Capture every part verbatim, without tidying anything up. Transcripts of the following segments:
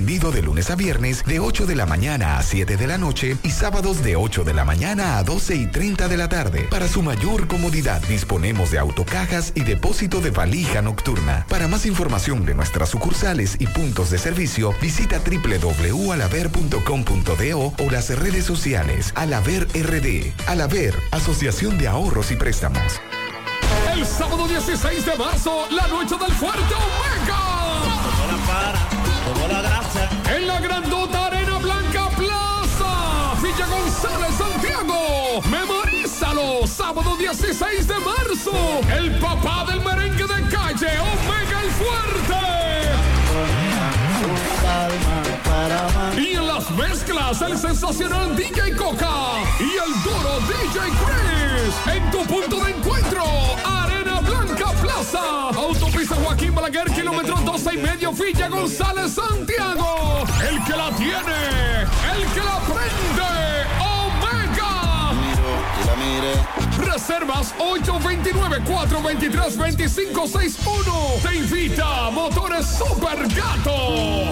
atendido de lunes a viernes de ocho de la mañana a siete de la noche y sábados de ocho de la mañana a doce y treinta de la tarde. Para su mayor comodidad, disponemos de autocajas y depósito de valija nocturna. Para más información de nuestras sucursales y puntos de servicio, visita doble u doble u doble u punto alaver punto com punto do o las redes sociales Alaver R D. Alaver, Asociación de Ahorros y Préstamos. El sábado dieciséis de marzo, la noche del Fuerte Omega. Como la para, como la grasa. En la grandota Arena Blanca Plaza, Villa González, Santiago. Memorízalo, sábado dieciséis de marzo. El papá del merengue de calle, Omega el Fuerte. Y en las mezclas, el sensacional D J Coca y el duro D J Chris. En tu punto de encuentro, Arena Blanca Plaza, autopista Joaquín Balaguer, kilómetro doce y medio, Villa González, Santiago. El que la tiene, el que la prende, Omega. Miro y la mire. Reservas ocho dos nueve, cuatro dos tres, dos cinco seis uno. Te invita Motores Super Gato.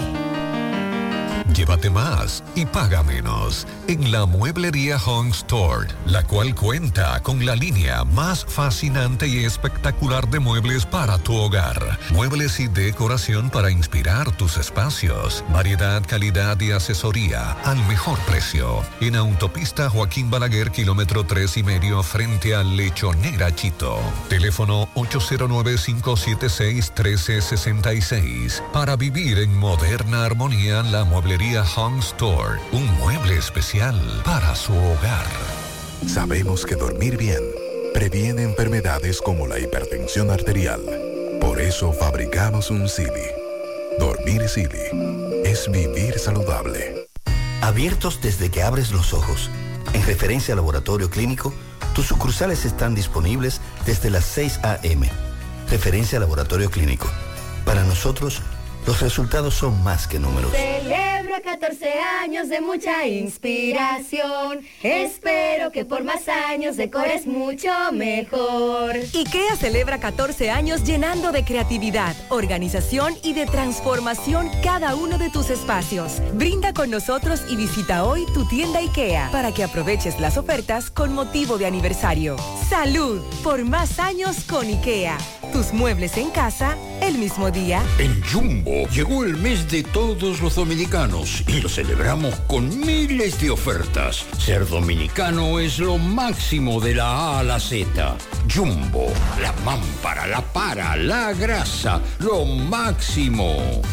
Llévate más y paga menos en la Mueblería Home Store, la cual cuenta con la línea más fascinante y espectacular de muebles para tu hogar. Muebles y decoración para inspirar tus espacios. Variedad, calidad y asesoría al mejor precio. En autopista Joaquín Balaguer, kilómetro tres y medio, frente a Lechonera Chito. Teléfono ocho cero nueve, cinco siete seis, uno tres seis seis. Para vivir en moderna armonía, la Mueblería Home Store, un mueble especial para su hogar. Sabemos que dormir bien previene enfermedades como la hipertensión arterial. Por eso fabricamos un Silly. Dormir Silly es vivir saludable. Abiertos desde que abres los ojos. En referencia al laboratorio clínico, tus sucursales están disponibles desde las seis a eme Referencia al laboratorio clínico. Para nosotros, los resultados son más que números. Celebro catorce años de mucha inspiración. Espero que por más años decores mucho mejor. IKEA celebra catorce años llenando de creatividad, organización y de transformación cada uno de tus espacios. Brinda con nosotros y visita hoy tu tienda IKEA para que aproveches las ofertas con motivo de aniversario. ¡Salud! Por más años con IKEA. Tus muebles en casa el mismo día. En Jumbo llegó el mes de todos los dominicanos y lo celebramos con miles de ofertas. Ser dominicano es lo máximo de la A a la Z. Jumbo, la mámpara, la para, la grasa, lo máximo.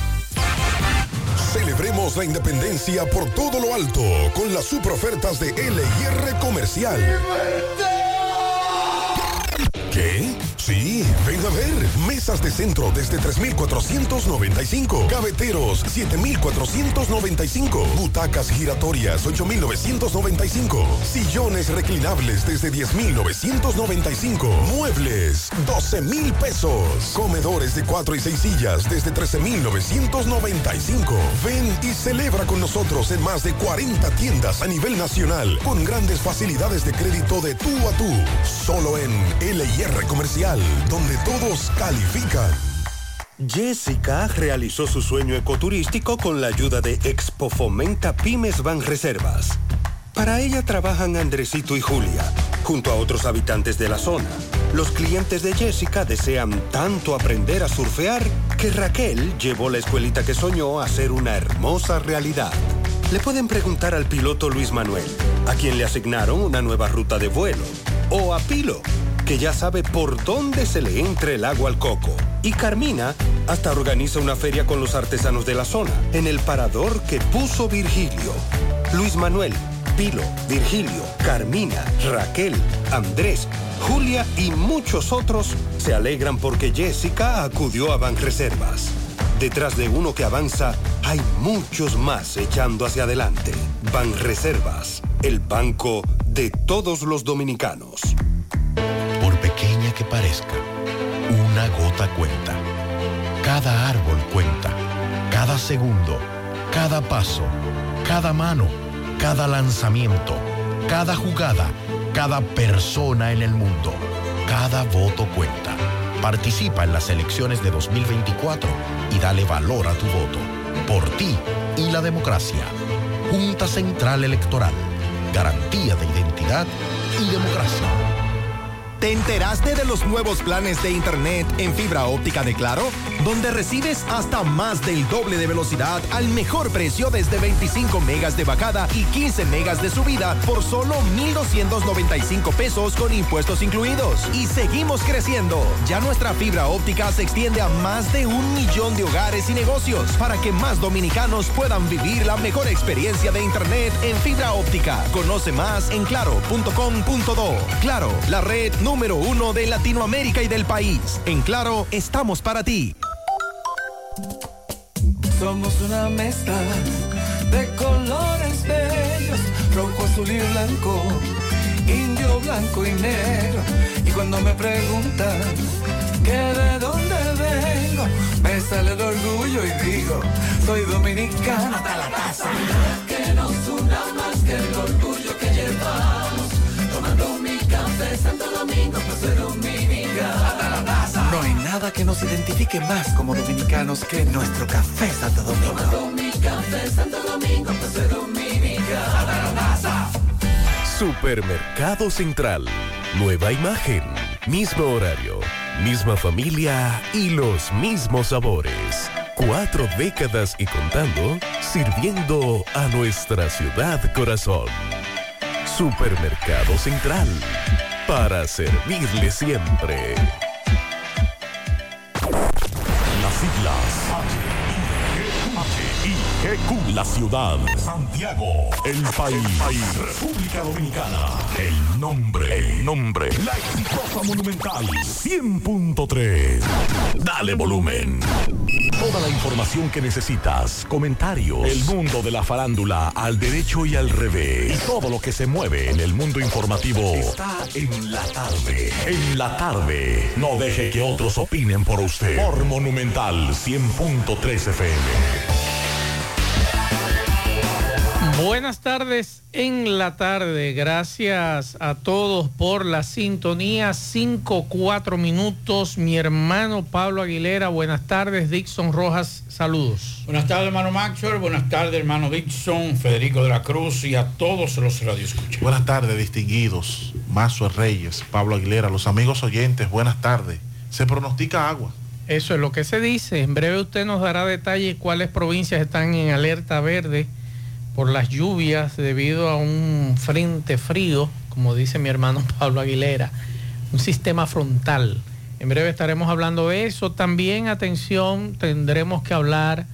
Celebremos la independencia por todo lo alto con las super ofertas de L y R Comercial. ¿Qué? Sí, ven a ver. Mesas de centro desde tres mil cuatrocientos noventa y cinco. Gaveteros, siete mil cuatrocientos noventa y cinco. Butacas giratorias, ocho mil novecientos noventa y cinco. Sillones reclinables desde diez mil novecientos noventa y cinco. Muebles, doce mil pesos. Comedores de cuatro y seis sillas desde trece mil novecientos noventa y cinco. Ven y celebra con nosotros en más de cuarenta tiendas a nivel nacional con grandes facilidades de crédito de tú a tú. Solo en L y R Comercial, donde todos califican. Jessica realizó su sueño ecoturístico con la ayuda de Expo Fomenta Pymes Banreservas. Para ella trabajan Andresito y Julia, junto a otros habitantes de la zona. Los clientes de Jessica desean tanto aprender a surfear que Raquel llevó la escuelita que soñó a ser una hermosa realidad. Le pueden preguntar al piloto Luis Manuel, a quien le asignaron una nueva ruta de vuelo, o a Pilo, que ya sabe por dónde se le entra el agua al coco. Y Carmina hasta organiza una feria con los artesanos de la zona, en el parador que puso Virgilio. Luis Manuel, Pilo, Virgilio, Carmina, Raquel, Andrés, Julia y muchos otros se alegran porque Jessica acudió a Banreservas. Detrás de uno que avanza, hay muchos más echando hacia adelante. Banreservas, el banco de todos los dominicanos. Por pequeña que parezca, una gota cuenta. Cada árbol cuenta. Cada segundo, cada paso, cada mano, cada lanzamiento, cada jugada, cada persona en el mundo. Cada voto cuenta. Participa en las elecciones de dos mil veinticuatro y dale valor a tu voto. Por ti y la democracia. Junta Central Electoral. Garantía de identidad y democracia. ¿Te enteraste de los nuevos planes de Internet en fibra óptica de Claro? Donde recibes hasta más del doble de velocidad al mejor precio desde veinticinco megas de bajada y quince megas de subida por solo mil doscientos noventa y cinco pesos con impuestos incluidos. Y seguimos creciendo. Ya nuestra fibra óptica se extiende a más de un millón de hogares y negocios para que más dominicanos puedan vivir la mejor experiencia de Internet en fibra óptica. Conoce más en claro punto com punto do. Claro, la red número uno de Latinoamérica y del país. En Claro, estamos para ti. Somos una mezcla de colores bellos, rojo, azul y blanco, indio, blanco y negro. Y cuando me preguntan que de dónde vengo, me sale el orgullo y digo, soy dominicano hasta la taza. Que nos una más que el orgullo que llevamos, tomando mi café Santo Domingo, pues soy dominicano hasta la taza. No hay nada que nos identifique más como dominicanos que nuestro café Santo Domingo. Tomando mi café Santo Domingo, pues soy dominicano hasta la taza. Supermercado Central. Nueva imagen, mismo horario, misma familia y los mismos sabores. Cuatro décadas y contando, sirviendo a nuestra ciudad corazón. Supermercado Central, para servirle siempre. Las siglas H I G Q, la ciudad, Santiago, el país, República Dominicana, el nombre, el nombre, la exitosa Monumental cien punto tres. Dale volumen. Toda la información que necesitas, comentarios, el mundo de la farándula al derecho y al revés, y todo lo que se mueve en el mundo informativo está en la tarde. En la tarde, no deje que otros opinen por usted. Por Monumental cien punto tres F M. Buenas tardes en la tarde, gracias a todos por la sintonía, cinco, cuatro minutos, mi hermano Pablo Aguilera, buenas tardes, Dixon Rojas, saludos. Buenas tardes hermano Maxwell, buenas tardes hermano Dixon, Federico de la Cruz y a todos los radioescuchas. Buenas tardes distinguidos, Mazo Reyes, Pablo Aguilera, los amigos oyentes, buenas tardes, se pronostica agua. Eso es lo que se dice, en breve usted nos dará detalles cuáles provincias están en alerta verde por las lluvias debido a un frente frío, como dice mi hermano Pablo Aguilera, un sistema frontal. En breve estaremos hablando de eso. También, atención, tendremos que hablar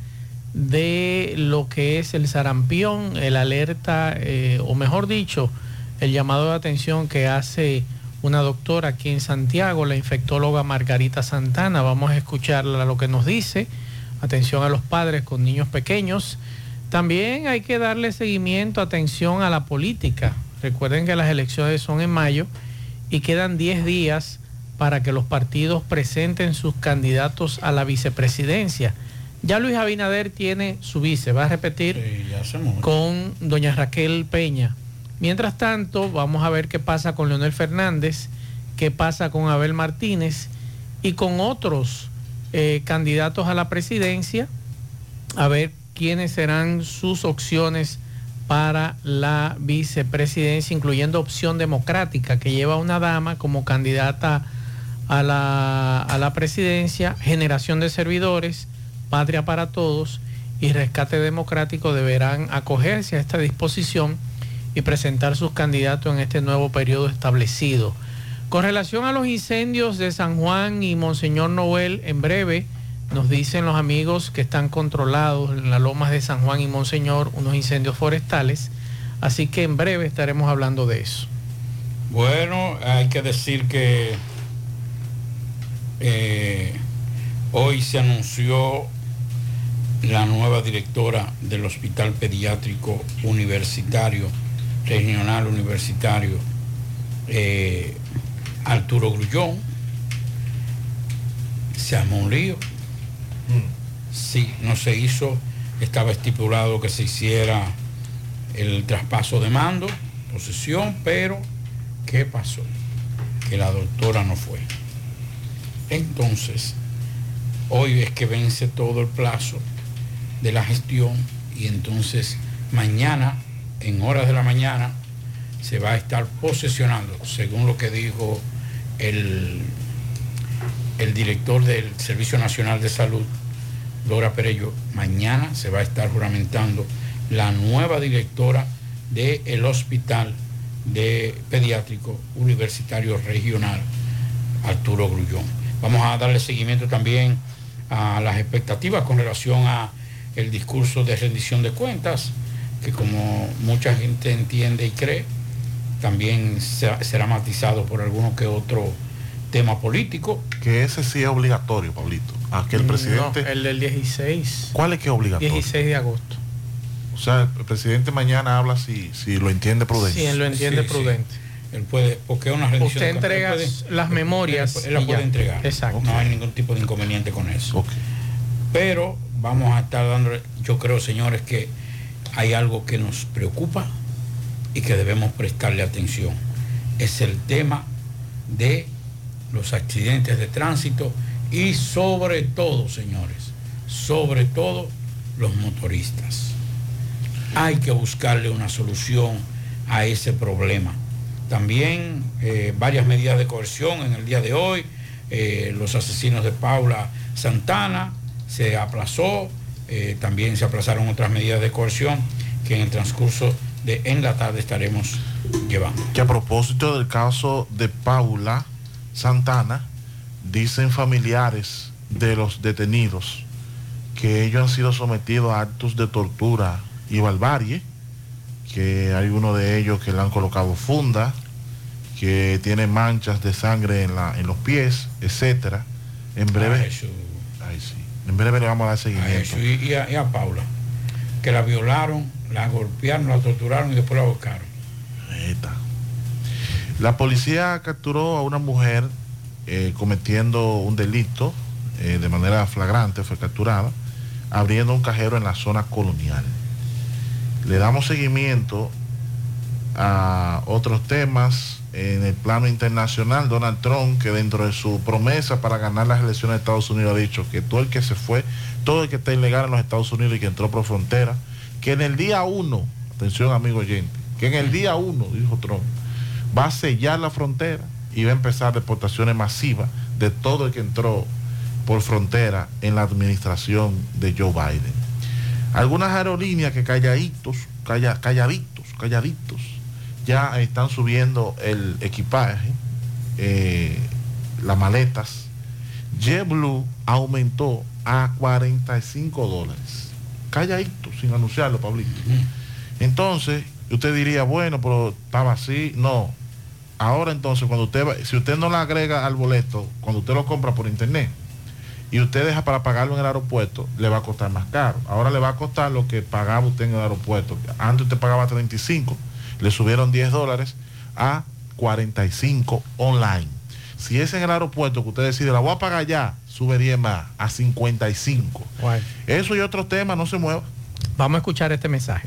de lo que es el sarampión, el alerta, eh, o mejor dicho, el llamado de atención que hace una doctora aquí en Santiago, la infectóloga Margarita Santana. Vamos a escucharla lo que nos dice. Atención a los padres con niños pequeños. También hay que darle seguimiento, atención a la política. Recuerden que las elecciones son en mayo y quedan diez días para que los partidos presenten sus candidatos a la vicepresidencia. Ya Luis Abinader tiene su vice, va a repetir sí, con doña Raquel Peña. Mientras tanto, vamos a ver qué pasa con Leonel Fernández, qué pasa con Abel Martínez y con otros eh, candidatos a la presidencia, a ver quiénes serán sus opciones para la vicepresidencia, incluyendo Opción Democrática, que lleva a una dama como candidata a la, a la presidencia. Generación de Servidores, Patria para Todos y Rescate Democrático deberán acogerse a esta disposición y presentar sus candidatos en este nuevo periodo establecido. Con relación a los incendios de San Juan y Monseñor Noel, en breve nos dicen los amigos que están controlados en las lomas de San Juan y Monseñor unos incendios forestales, así que en breve estaremos hablando de eso. Bueno, hay que decir que eh, hoy se anunció la nueva directora del Hospital Pediátrico Universitario, Regional Universitario, eh, Arturo Grullón. Se armó un lío. Sí, no se hizo, estaba estipulado que se hiciera el traspaso de mando, posesión, pero ¿qué pasó? Que la doctora no fue. Entonces, hoy es que vence todo el plazo de la gestión y entonces mañana, en horas de la mañana, se va a estar posesionando, según lo que dijo el, el director del Servicio Nacional de Salud, Dora Perello. Mañana se va a estar juramentando la nueva directora del Hospital de Pediátrico Universitario Regional, Arturo Grullón. Vamos a darle seguimiento también a las expectativas con relación a el discurso de rendición de cuentas, que como mucha gente entiende y cree, también será matizado por alguno que otro tema político. Que ese sí es obligatorio, Pablito. Aquel presidente... No, el del dieciséis. ¿Cuál es que es obligatorio? dieciséis de agosto. O sea, el presidente mañana habla si, si lo entiende prudente. Sí, él lo entiende sí, prudente. Sí. Él puede, porque es una rendición. Usted entrega puede, las memorias. Él, él la puede entregar. Exacto. Okay. No hay ningún tipo de inconveniente con eso. Okay. Pero vamos a estar dando, yo creo, señores, que hay algo que nos preocupa y que debemos prestarle atención. Es el tema de los accidentes de tránsito y sobre todo, señores, sobre todo los motoristas. Hay que buscarle una solución a ese problema. También eh, varias medidas de coerción en el día de hoy. Eh, los asesinos de Paula Santana se aplazó. Eh, también se aplazaron otras medidas de coerción que en el transcurso de en la tarde estaremos llevando. Que a propósito del caso de Paula Santana, dicen familiares de los detenidos que ellos han sido sometidos a actos de tortura y barbarie, que hay uno de ellos que le han colocado funda, que tiene manchas de sangre en, la, en los pies, etcétera. En breve, a ay, sí. en breve le vamos a dar seguimiento. A y, y, a, y a Paula, que la violaron, la golpearon, la torturaron y después la buscaron. Eta. La policía capturó a una mujer eh, cometiendo un delito eh, de manera flagrante, fue capturada, abriendo un cajero en la zona colonial. Le damos seguimiento a otros temas en el plano internacional. Donald Trump, que dentro de su promesa para ganar las elecciones de Estados Unidos ha dicho que todo el que se fue, todo el que está ilegal en los Estados Unidos y que entró por frontera, que en el día uno, atención amigo oyente, que en el día uno, dijo Trump, va a sellar la frontera y va a empezar deportaciones masivas de todo el que entró por frontera en la administración de Joe Biden. Algunas aerolíneas que calladitos, calla, calladitos, calladitos, ya están subiendo el equipaje, eh, las maletas. JetBlue aumentó a cuarenta y cinco dólares. Calladito, sin anunciarlo, Pablito. Entonces, usted diría, bueno, pero estaba así. No. Ahora entonces, cuando usted va, si usted no le agrega al boleto, cuando usted lo compra por internet, y usted deja para pagarlo en el aeropuerto, le va a costar más caro. Ahora le va a costar lo que pagaba usted en el aeropuerto. Antes usted pagaba treinta y cinco, le subieron diez dólares a cuarenta y cinco online. Si es en el aeropuerto que usted decide, la voy a pagar ya, sube diez más, a cincuenta y cinco. Bueno. Eso y otros temas, no se mueva. Vamos a escuchar este mensaje.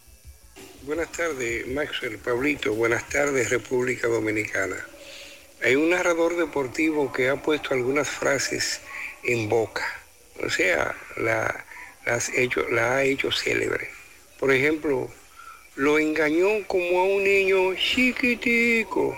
Buenas tardes, Maxwell, Pablito. Buenas tardes, República Dominicana. Hay un narrador deportivo que ha puesto algunas frases en boca, o sea, la, las hecho, la ha hecho célebre. Por ejemplo, lo engañó como a un niño chiquitico.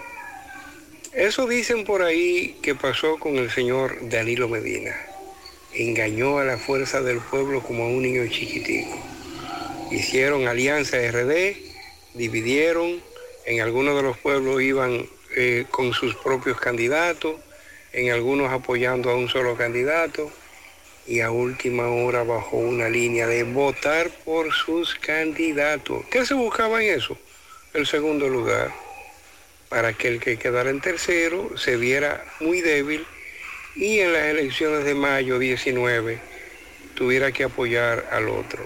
Eso dicen por ahí que pasó con el señor Danilo Medina. Engañó a la fuerza del pueblo como a un niño chiquitico. Hicieron alianza R D, dividieron, en algunos de los pueblos iban eh, con sus propios candidatos, en algunos apoyando a un solo candidato, y a última hora bajó una línea de votar por sus candidatos. ¿Qué se buscaba en eso? El segundo lugar, para que el que quedara en tercero se viera muy débil y en las elecciones de mayo diecinueve tuviera que apoyar al otro.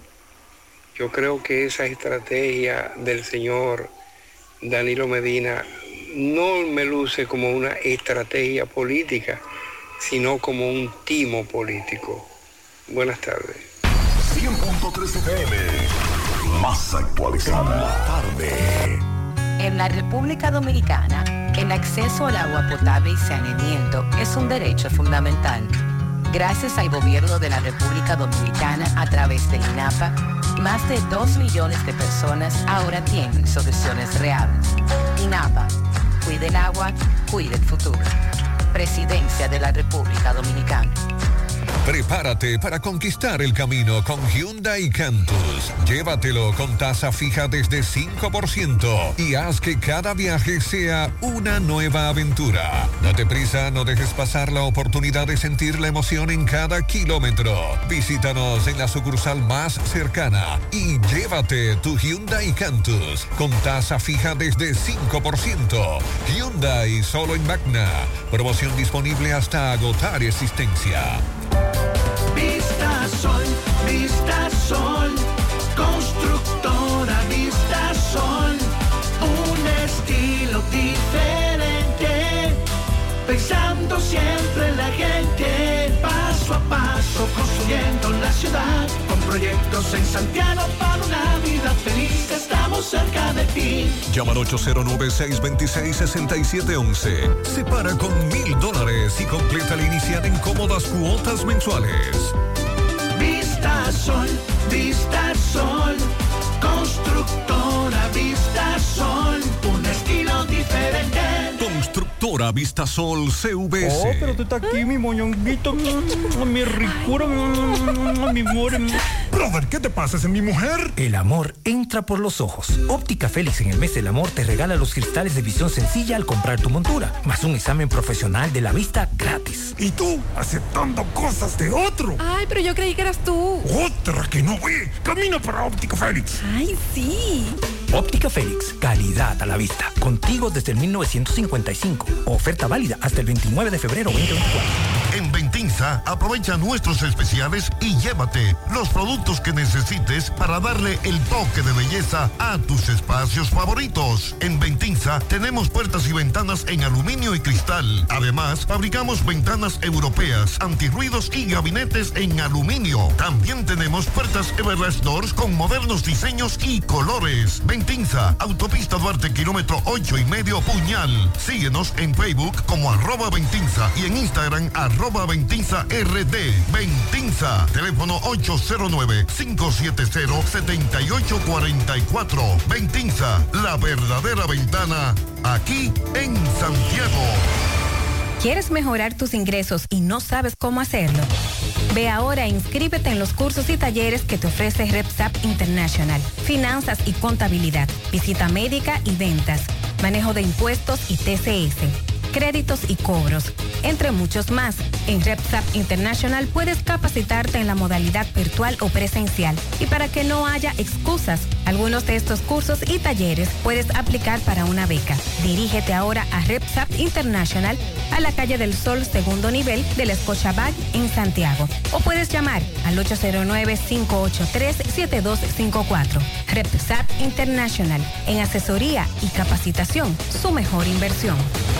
Yo creo que esa estrategia del señor Danilo Medina no me luce como una estrategia política, sino como un timo político. Buenas tardes. cien punto tres F M, más actualizada la tarde. En la República Dominicana, el acceso al agua potable y saneamiento es un derecho fundamental. Gracias al gobierno de la República Dominicana a través del INAPA, más de dos millones de personas ahora tienen soluciones reales. INAPA, cuide el agua, cuide el futuro. Presidencia de la República Dominicana. Prepárate para conquistar el camino con Hyundai Cantus. Llévatelo con tasa fija desde cinco por ciento y haz que cada viaje sea una nueva aventura. Date prisa, no dejes pasar la oportunidad de sentir la emoción en cada kilómetro. Visítanos en la sucursal más cercana y llévate tu Hyundai Cantus con tasa fija desde cinco por ciento. Hyundai solo en Magna. Promoción disponible hasta agotar existencia. Vista Sol, Vista Sol, constructora Vista Sol, un estilo diferente, pensando siempre en la gente, paso a paso construyendo la ciudad, con proyectos en Santiago para una vida feliz, estamos cerca de ti. Llama al ocho cero nueve, seis dos seis, seis siete uno uno. Separa con mil dólares y completa la inicial en cómodas cuotas mensuales. Vista Sol, Vista Sol, constructora Vista Sol, un estilo diferente. Constructora Vista Sol C V S. Oh, pero tú estás aquí, mi moñonguito, mi ricura, mi amor. Brother, ¿qué te pasa? ¿Es mi mujer? El amor entra por los ojos. Óptica Félix en el mes del amor te regala los cristales de visión sencilla al comprar tu montura, más un examen profesional de la vista gratis. ¿Y tú aceptando cosas de otro? Ay, pero yo creí que eras tú. Otra que no ve. Camina para Óptica Félix. Ay, sí. Óptica Félix, calidad a la vista. Contigo desde el mil novecientos cincuenta y cinco. Oferta válida hasta el veintinueve de febrero veinte veinticuatro. En Ventinza, aprovecha nuestros especiales y llévate los productos que necesites para darle el toque de belleza a tus espacios favoritos. En Ventinza tenemos puertas y ventanas en aluminio y cristal. Además, fabricamos ventanas europeas, antirruidos y gabinetes en aluminio. También tenemos puertas Everlast Doors con modernos diseños y colores. Ventinza, Autopista Duarte, kilómetro ocho y medio, Puñal. Síguenos en Facebook como arroba Ventinza y en Instagram arroba Ventinza R D. Ventinza, teléfono ocho cero nueve, cinco siete cero, siete ocho cuatro cuatro. Ventinza, la verdadera ventana, aquí en Santiago. ¿Quieres mejorar tus ingresos y no sabes cómo hacerlo? Ve ahora e inscríbete en los cursos y talleres que te ofrece RepSap International. Finanzas y contabilidad, visita médica y ventas, manejo de impuestos y T C S, créditos y cobros, entre muchos más. En RepSap International puedes capacitarte en la modalidad virtual o presencial. Y para que no haya excusas, algunos de estos cursos y talleres puedes aplicar para una beca. Dirígete ahora a RepSap International, a la calle del Sol, segundo nivel del Scotiabank en Santiago. O puedes llamar al ocho cero nueve, cinco ocho tres, siete dos cinco cuatro. RepSap International, en asesoría y capacitación, su mejor inversión.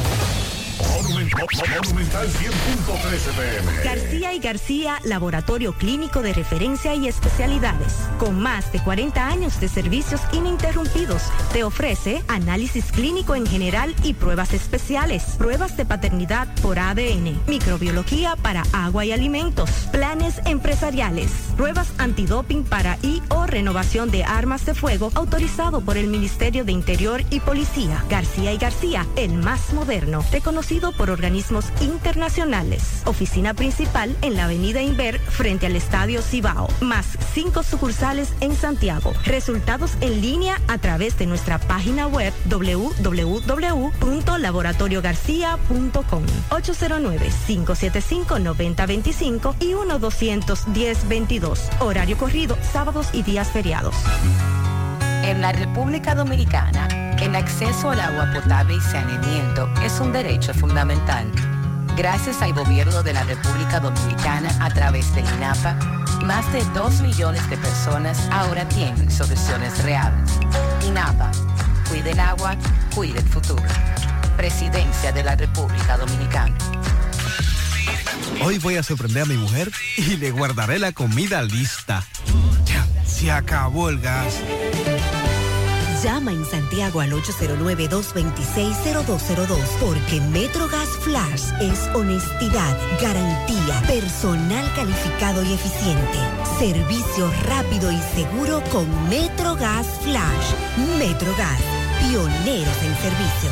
Monumental cien punto tres F M. García y García, laboratorio clínico de referencia y especialidades. Con más de cuarenta años de servicios ininterrumpidos, te ofrece análisis clínico en general y pruebas especiales, pruebas de paternidad por A D N, microbiología para agua y alimentos, planes empresariales, pruebas antidoping para y o renovación de armas de fuego autorizado por el Ministerio de Interior y Policía. García y García, el más moderno, reconocido por organismos internacionales. Oficina principal en la avenida Inver frente al Estadio Cibao, más cinco sucursales en Santiago. Resultados en línea a través de nuestra página web doble u doble u doble u punto laboratorio garcía punto com, ocho cero nueve, cinco siete cinco, nueve cero dos cinco y uno dos uno cero, veintidós. Horario corrido, sábados y días feriados. En la República Dominicana, el acceso al agua potable y saneamiento es un derecho fundamental. Gracias al gobierno de la República Dominicana a través del INAPA, más de dos millones de personas ahora tienen soluciones reales. INAPA, cuide el agua, cuide el futuro. Presidencia de la República Dominicana. Hoy voy a sorprender a mi mujer y le guardaré la comida lista. Ya, se acabó el gas. Llama en Santiago al ocho cero nueve, dos dos seis, cero dos cero dos, porque Metrogas Flash es honestidad, garantía, personal calificado y eficiente, servicio rápido y seguro con Metrogas Flash. Metrogas, pioneros en servicio.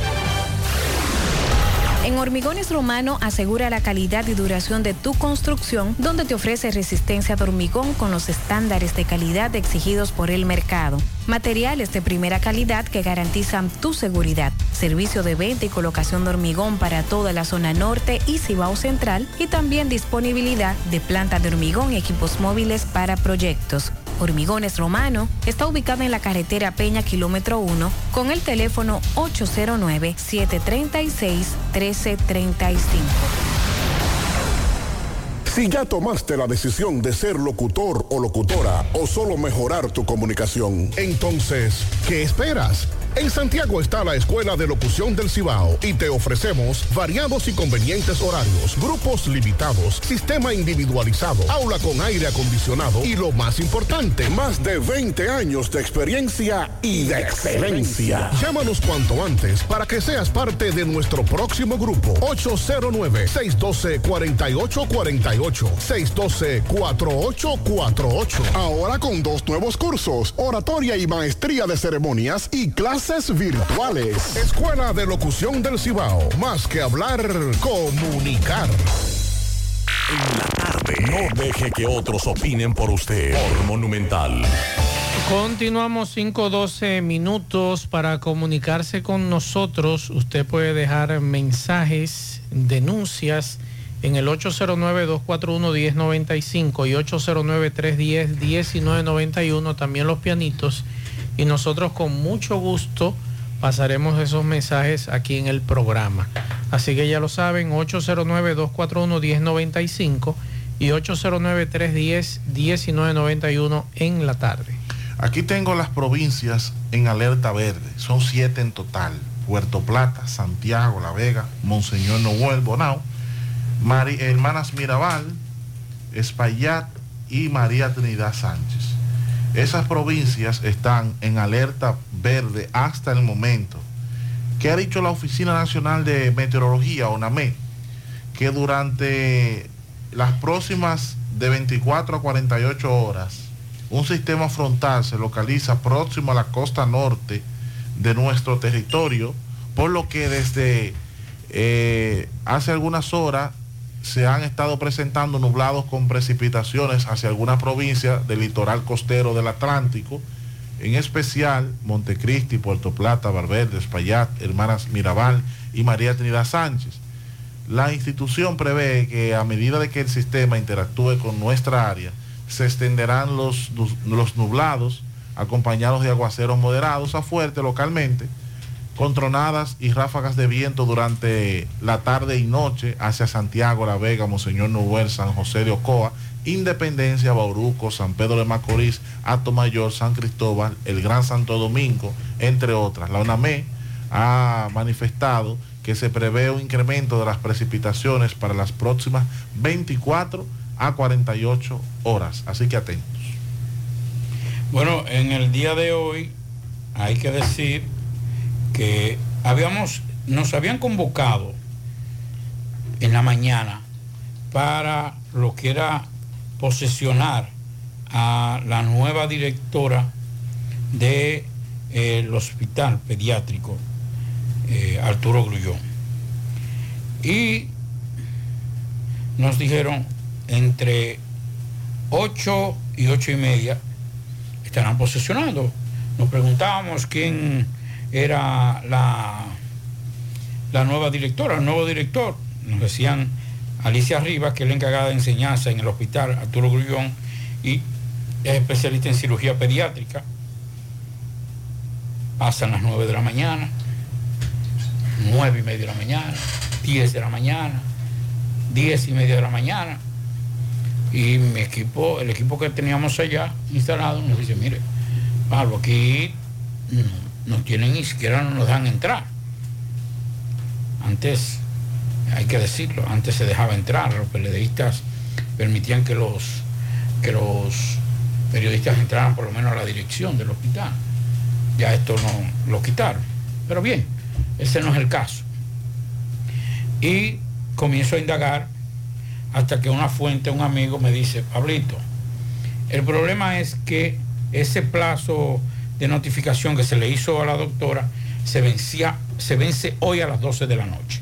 En Hormigones Romano asegura la calidad y duración de tu construcción, donde te ofrece resistencia de hormigón con los estándares de calidad exigidos por el mercado. Materiales de primera calidad que garantizan tu seguridad. Servicio de venta y colocación de hormigón para toda la zona norte y Cibao Central, y también disponibilidad de planta de hormigón y equipos móviles para proyectos. Hormigones Romano está ubicado en la carretera Peña, kilómetro uno, con el teléfono ocho cero nueve, siete tres seis, uno tres tres cinco. Si ya tomaste la decisión de ser locutor o locutora o solo mejorar tu comunicación, entonces, ¿qué esperas? En Santiago está la Escuela de Locución del Cibao y te ofrecemos variados y convenientes horarios, grupos limitados, sistema individualizado, aula con aire acondicionado y lo más importante, más de veinte años de experiencia y de excelencia. Llámanos cuanto antes para que seas parte de nuestro próximo grupo. ocho cero nueve, seis uno dos, cuatro ocho cuatro ocho, seis uno dos, cuatro ocho cuatro ocho. Ahora con dos nuevos cursos, oratoria y maestría de ceremonias y clases virtuales. Escuela de Locución del Cibao. Más que hablar, comunicar. En la tarde. No deje que otros opinen por usted. Por Monumental. Continuamos cinco doce minutos para comunicarse con nosotros. Usted puede dejar mensajes, denuncias en el ocho cero nueve, dos cuatro uno, uno cero nueve cinco y ocho cero nueve, tres uno cero, uno nueve nueve uno, también los pianitos. Y nosotros con mucho gusto pasaremos esos mensajes aquí en el programa. Así que ya lo saben, ocho cero nueve, dos cuatro uno, uno cero nueve cinco y ocho cero nueve, tres uno cero, uno nueve nueve uno en la tarde. Aquí tengo las provincias en alerta verde. Son siete en total. Puerto Plata, Santiago, La Vega, Monseñor Noel, Bonao, Mari, Hermanas Mirabal, Espaillat y María Trinidad Sánchez. Esas provincias están en alerta verde hasta el momento. ¿Qué ha dicho la Oficina Nacional de Meteorología, ONAME? Que durante las próximas de veinticuatro a cuarenta y ocho horas, un sistema frontal se localiza próximo a la costa norte de nuestro territorio, por lo que desde eh, hace algunas horas se han estado presentando nublados con precipitaciones hacia algunas provincias del litoral costero del Atlántico, en especial Montecristi, Puerto Plata, Valverde, Espaillat, Hermanas Mirabal y María Trinidad Sánchez. La institución prevé que a medida de que el sistema interactúe con nuestra área, se extenderán los, los nublados acompañados de aguaceros moderados a fuertes localmente, con tronadas y ráfagas de viento durante la tarde y noche hacia Santiago, La Vega, Monseñor Noel, San José de Ocoa, Independencia, Bauruco, San Pedro de Macorís, Atomayor, San Cristóbal, el Gran Santo Domingo, entre otras. La ONAME ha manifestado que se prevé un incremento de las precipitaciones para las próximas veinticuatro a cuarenta y ocho horas, así que atentos. Bueno, en el día de hoy hay que decir que habíamos, nos habían convocado en la mañana para lo que era posesionar a la nueva directora del de, eh, hospital pediátrico eh, Arturo Grullón, y nos dijeron entre ocho y ocho y media estarán posesionando. Nos preguntábamos quién era la, la nueva directora, el nuevo director. Nos decían Alicia Rivas, que es la encargada de enseñanza en el hospital Arturo Grullón y es especialista en cirugía pediátrica. Pasan las nueve de la mañana, nueve y media de la mañana, diez de la mañana, diez y media de la mañana, y mi equipo, el equipo que teníamos allá instalado, nos dice: mire, Pablo, aquí no, no tienen, ni siquiera no nos dejan entrar. Antes, hay que decirlo, antes se dejaba entrar, los periodistas permitían que los, que los periodistas entraran por lo menos a la dirección del hospital. ya esto no lo quitaron. Pero bien, ese no es el caso. Y comienzo a indagar hasta que una fuente, un amigo me dice, Pablito, el problema es que ese plazo de notificación que se le hizo a la doctora se vencía, se vence hoy a las doce de la noche.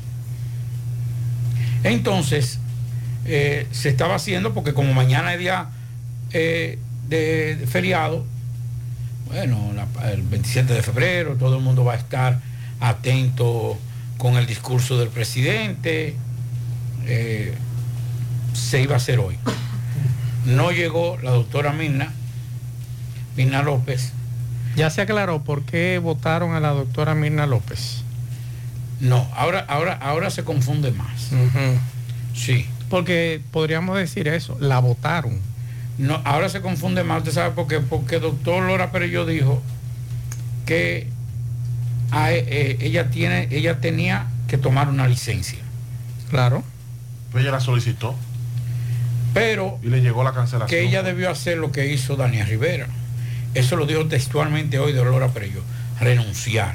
Entonces, eh, se estaba haciendo porque como mañana es día eh, de, de feriado, bueno, la, el veintisiete de febrero, todo el mundo va a estar atento con el discurso del presidente, eh, se iba a hacer hoy. No llegó la doctora Mirna, Mirna López. Ya se aclaró por qué votaron a la doctora Mirna López. No, ahora, ahora, ahora se confunde más. Uh-huh. Sí. Porque podríamos decir eso, la votaron. No, ahora se confunde más, ¿usted sabe por qué? Porque el doctor Lora Perello dijo que a, eh, ella, tiene, ella tenía que tomar una licencia. Claro. Pues ella la solicitó. Pero y le llegó la cancelación. Que ella debió hacer lo que hizo Daniel Rivera. Eso lo dijo textualmente hoy de Lora Perello, renunciar.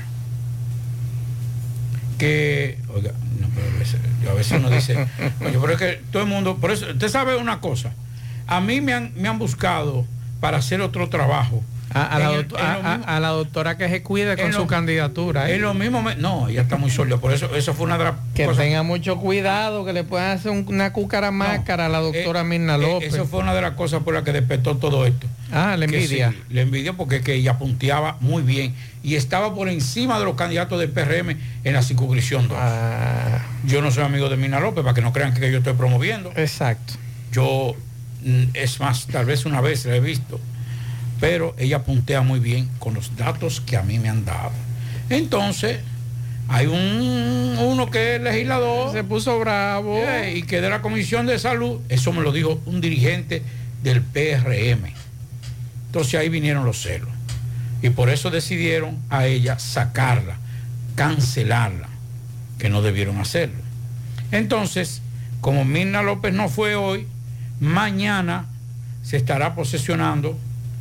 Que, oiga, no, pero a veces, yo a veces uno dice, oye, pero es que todo el mundo, por eso, usted sabe una cosa, a mí me han, me han buscado para hacer otro trabajo. A, a, la, el, a, mismo, a, a la doctora que se cuide con su lo, candidatura. ¿eh? En lo mismo, no, ella está muy sólida, por eso, eso fue una de las que cosas. tenga mucho cuidado, que le puedan hacer un, una cúcara máscara no, a la doctora eh, Mirna López. Eso fue una de las cosas por las que despertó todo esto. Ah, la envidia. Sí, le envidia porque que ella punteaba muy bien y estaba por encima de los candidatos del P R M en la circunscripción dos. Ah. Yo no soy amigo de Mirna López, para que no crean que yo estoy promoviendo. Exacto. Yo, es más, tal vez una vez la he visto, pero ella puntea muy bien con los datos que a mí me han dado. Entonces, hay un uno que es legislador. Se puso bravo. Eh, y que de la Comisión de Salud, eso me lo dijo un dirigente del P R M. Entonces ahí vinieron los celos. Y por eso decidieron a ella sacarla, cancelarla, que no debieron hacerlo. Entonces, como Mirna López no fue hoy, mañana se estará posesionando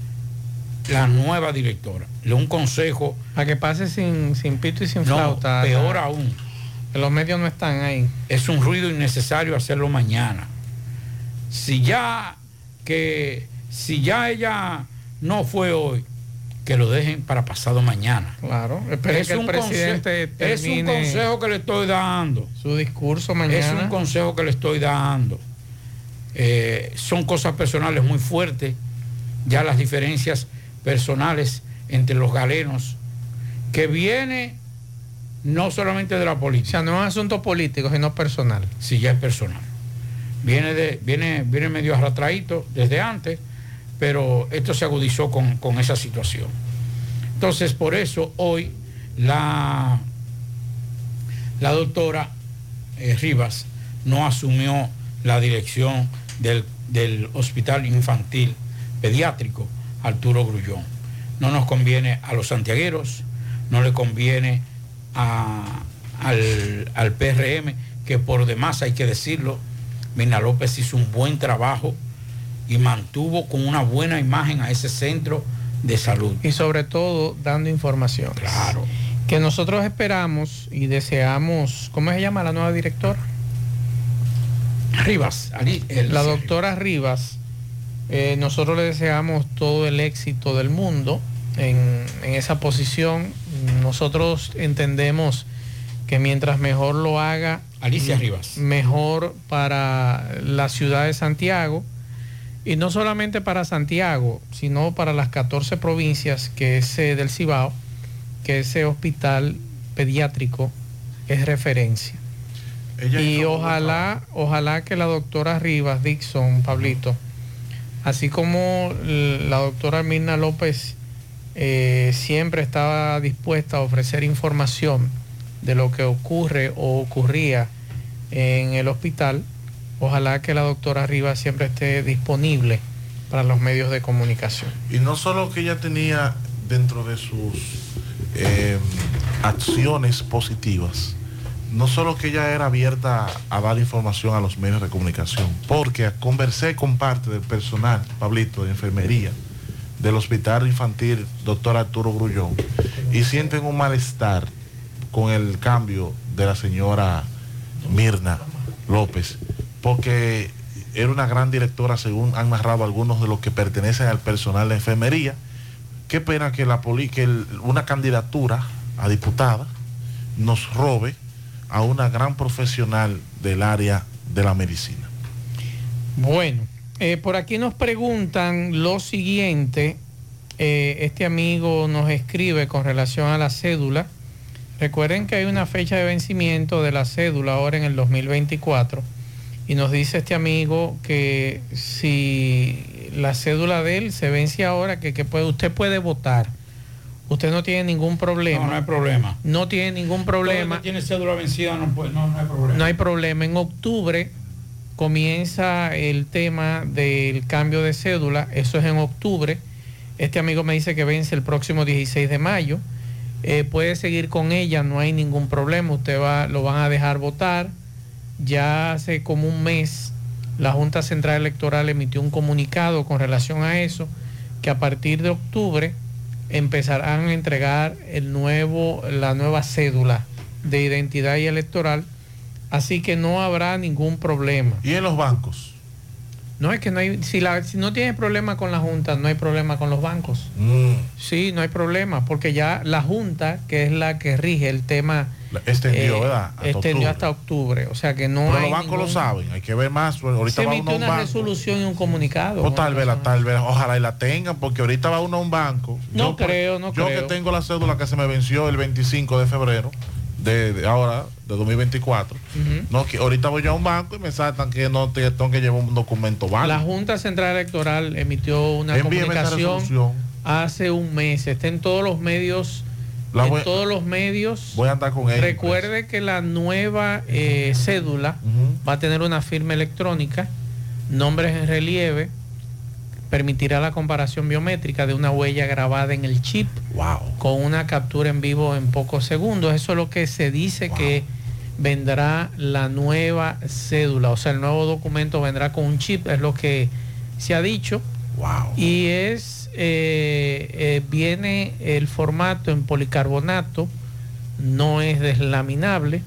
la nueva directora. Le un consejo. A que pase sin, sin pito y sin no, flauta. Peor la, aún. Que los medios no están ahí. Es un ruido innecesario hacerlo mañana. Si ya que si ya ella no fue hoy, que lo dejen para pasado mañana. Claro. Espere que el presidente termine es un consejo que le estoy dando. Su discurso mañana. Es un consejo que le estoy dando. Eh, son cosas personales muy fuertes. Ya las diferencias personales entre los galenos, que viene no solamente de la política. O sea, no es un asunto político, sino personal. Sí, ya es personal. Viene, de, viene, viene medio arrastradito desde antes, pero esto se agudizó con, con esa situación. Entonces, por eso hoy la, la doctora eh, Rivas no asumió la dirección del, del Hospital Infantil Pediátrico Arturo Grullón. No nos conviene a los santiagueros, no le conviene a, al, al P R M, que por demás hay que decirlo, Mirna López hizo un buen trabajo y mantuvo con una buena imagen a ese centro de salud. Y sobre todo dando información. Claro. Que nosotros esperamos y deseamos, ¿cómo se llama la nueva directora? Rivas. Ali, la doctora Rivas. Eh, nosotros le deseamos todo el éxito del mundo en, en esa posición. Nosotros entendemos que mientras mejor lo haga, Alicia Rivas, mejor para la ciudad de Santiago, y no solamente para Santiago, sino para las catorce provincias que ese del Cibao, que ese hospital pediátrico es referencia. Ella y ojalá, ojalá que la doctora Rivas, Dixon, Pablito, así como la doctora Mirna López eh, siempre estaba dispuesta a ofrecer información de lo que ocurre o ocurría en el hospital, ojalá que la doctora Rivas siempre esté disponible para los medios de comunicación. Y no solo que ella tenía dentro de sus eh, acciones positivas, no solo que ella era abierta a dar información a los medios de comunicación, porque conversé con parte del personal, Pablito, de enfermería del Hospital Infantil doctor Arturo Grullón y sienten un malestar con el cambio de la señora Mirna López, porque era una gran directora, según han narrado algunos de los que pertenecen al personal de enfermería. Qué pena que, la poli, que el, una candidatura a diputada nos robe a una gran profesional del área de la medicina. Bueno, eh, por aquí nos preguntan lo siguiente. Eh, este amigo nos escribe con relación a la cédula. Recuerden que hay una fecha de vencimiento de la cédula ahora en el dos mil veinticuatro y nos dice este amigo que si la cédula de él se vence ahora, que, que puede, usted puede votar. Usted no tiene ningún problema. No, no hay problema. No tiene ningún problema. Si tiene cédula vencida, no, puede, no, no hay problema. No hay problema. En octubre comienza el tema del cambio de cédula. Eso es en octubre. Este amigo me dice que vence el próximo dieciséis de mayo. Eh, puede seguir con ella, no hay ningún problema. Usted va, lo van a dejar votar. Ya hace como un mes la Junta Central Electoral emitió un comunicado con relación a eso, que a partir de octubre empezarán a entregar el nuevo, la nueva cédula de identidad y electoral, así que no habrá ningún problema. ¿Y en los bancos? No, es que no hay, si, la, si no tiene problema con la Junta, no hay problema con los bancos. Mm. Sí, no hay problema, porque ya la Junta, que es la que rige el tema, extendió, eh, ¿verdad? Hasta extendió octubre. hasta octubre, o sea que no Pero hay los bancos ningún... lo saben, hay que ver más. Ahorita se va emitió uno a un una banco. resolución y un comunicado. O tal vez, la, tal vez, ojalá y la tengan, porque ahorita va uno a un banco. No yo, creo, no yo creo. Yo que tengo la cédula que se me venció el veinticinco de febrero, de, de ahora, de dos mil veinticuatro, uh-huh. no, que ahorita voy yo a un banco y me saltan que no te, tengo que llevar un documento válido. La Junta Central Electoral emitió una Envíeme comunicación hace un mes, está en todos los medios. La voy, en todos los medios. Voy a andar con ella. Recuerde pues. que la nueva eh, cédula uh-huh. va a tener una firma electrónica, nombres en relieve, permitirá la comparación biométrica de una huella grabada en el chip wow. con una captura en vivo en pocos segundos. Eso es lo que se dice wow. que vendrá la nueva cédula, o sea, el nuevo documento vendrá con un chip, es lo que se ha dicho. Wow. Y es eh, eh, viene el formato en policarbonato, no es deslaminable,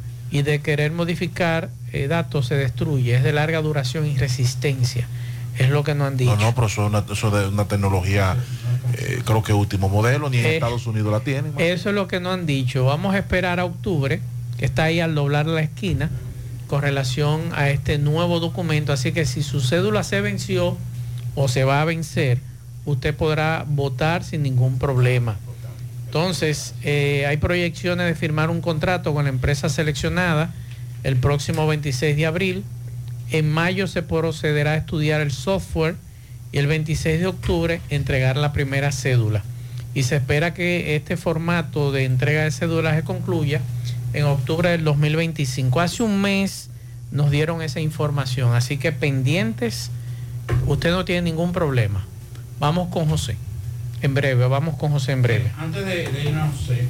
y de querer modificar eh, datos se destruye, es de larga duración y resistencia, es lo que nos han dicho. No, no, pero eso es una, eso de una tecnología, eh, creo que último modelo, ni en eh, Estados Unidos la tienen. Eso es lo que nos han dicho. Vamos a esperar a octubre, que está ahí al doblar la esquina, con relación a este nuevo documento. Así que si su cédula se venció o se va a vencer, usted podrá votar sin ningún problema. Entonces, eh, hay proyecciones de firmar un contrato con la empresa seleccionada el próximo veintiséis de abril. En mayo se procederá a estudiar el software y el veintiséis de octubre entregar la primera cédula. Y se espera que este formato de entrega de cédulas se concluya en octubre del dos mil veinticinco. Hace un mes nos dieron esa información, así que pendientes, usted no tiene ningún problema. Vamos con José, en breve, vamos con José en breve. Antes de, de ir a José,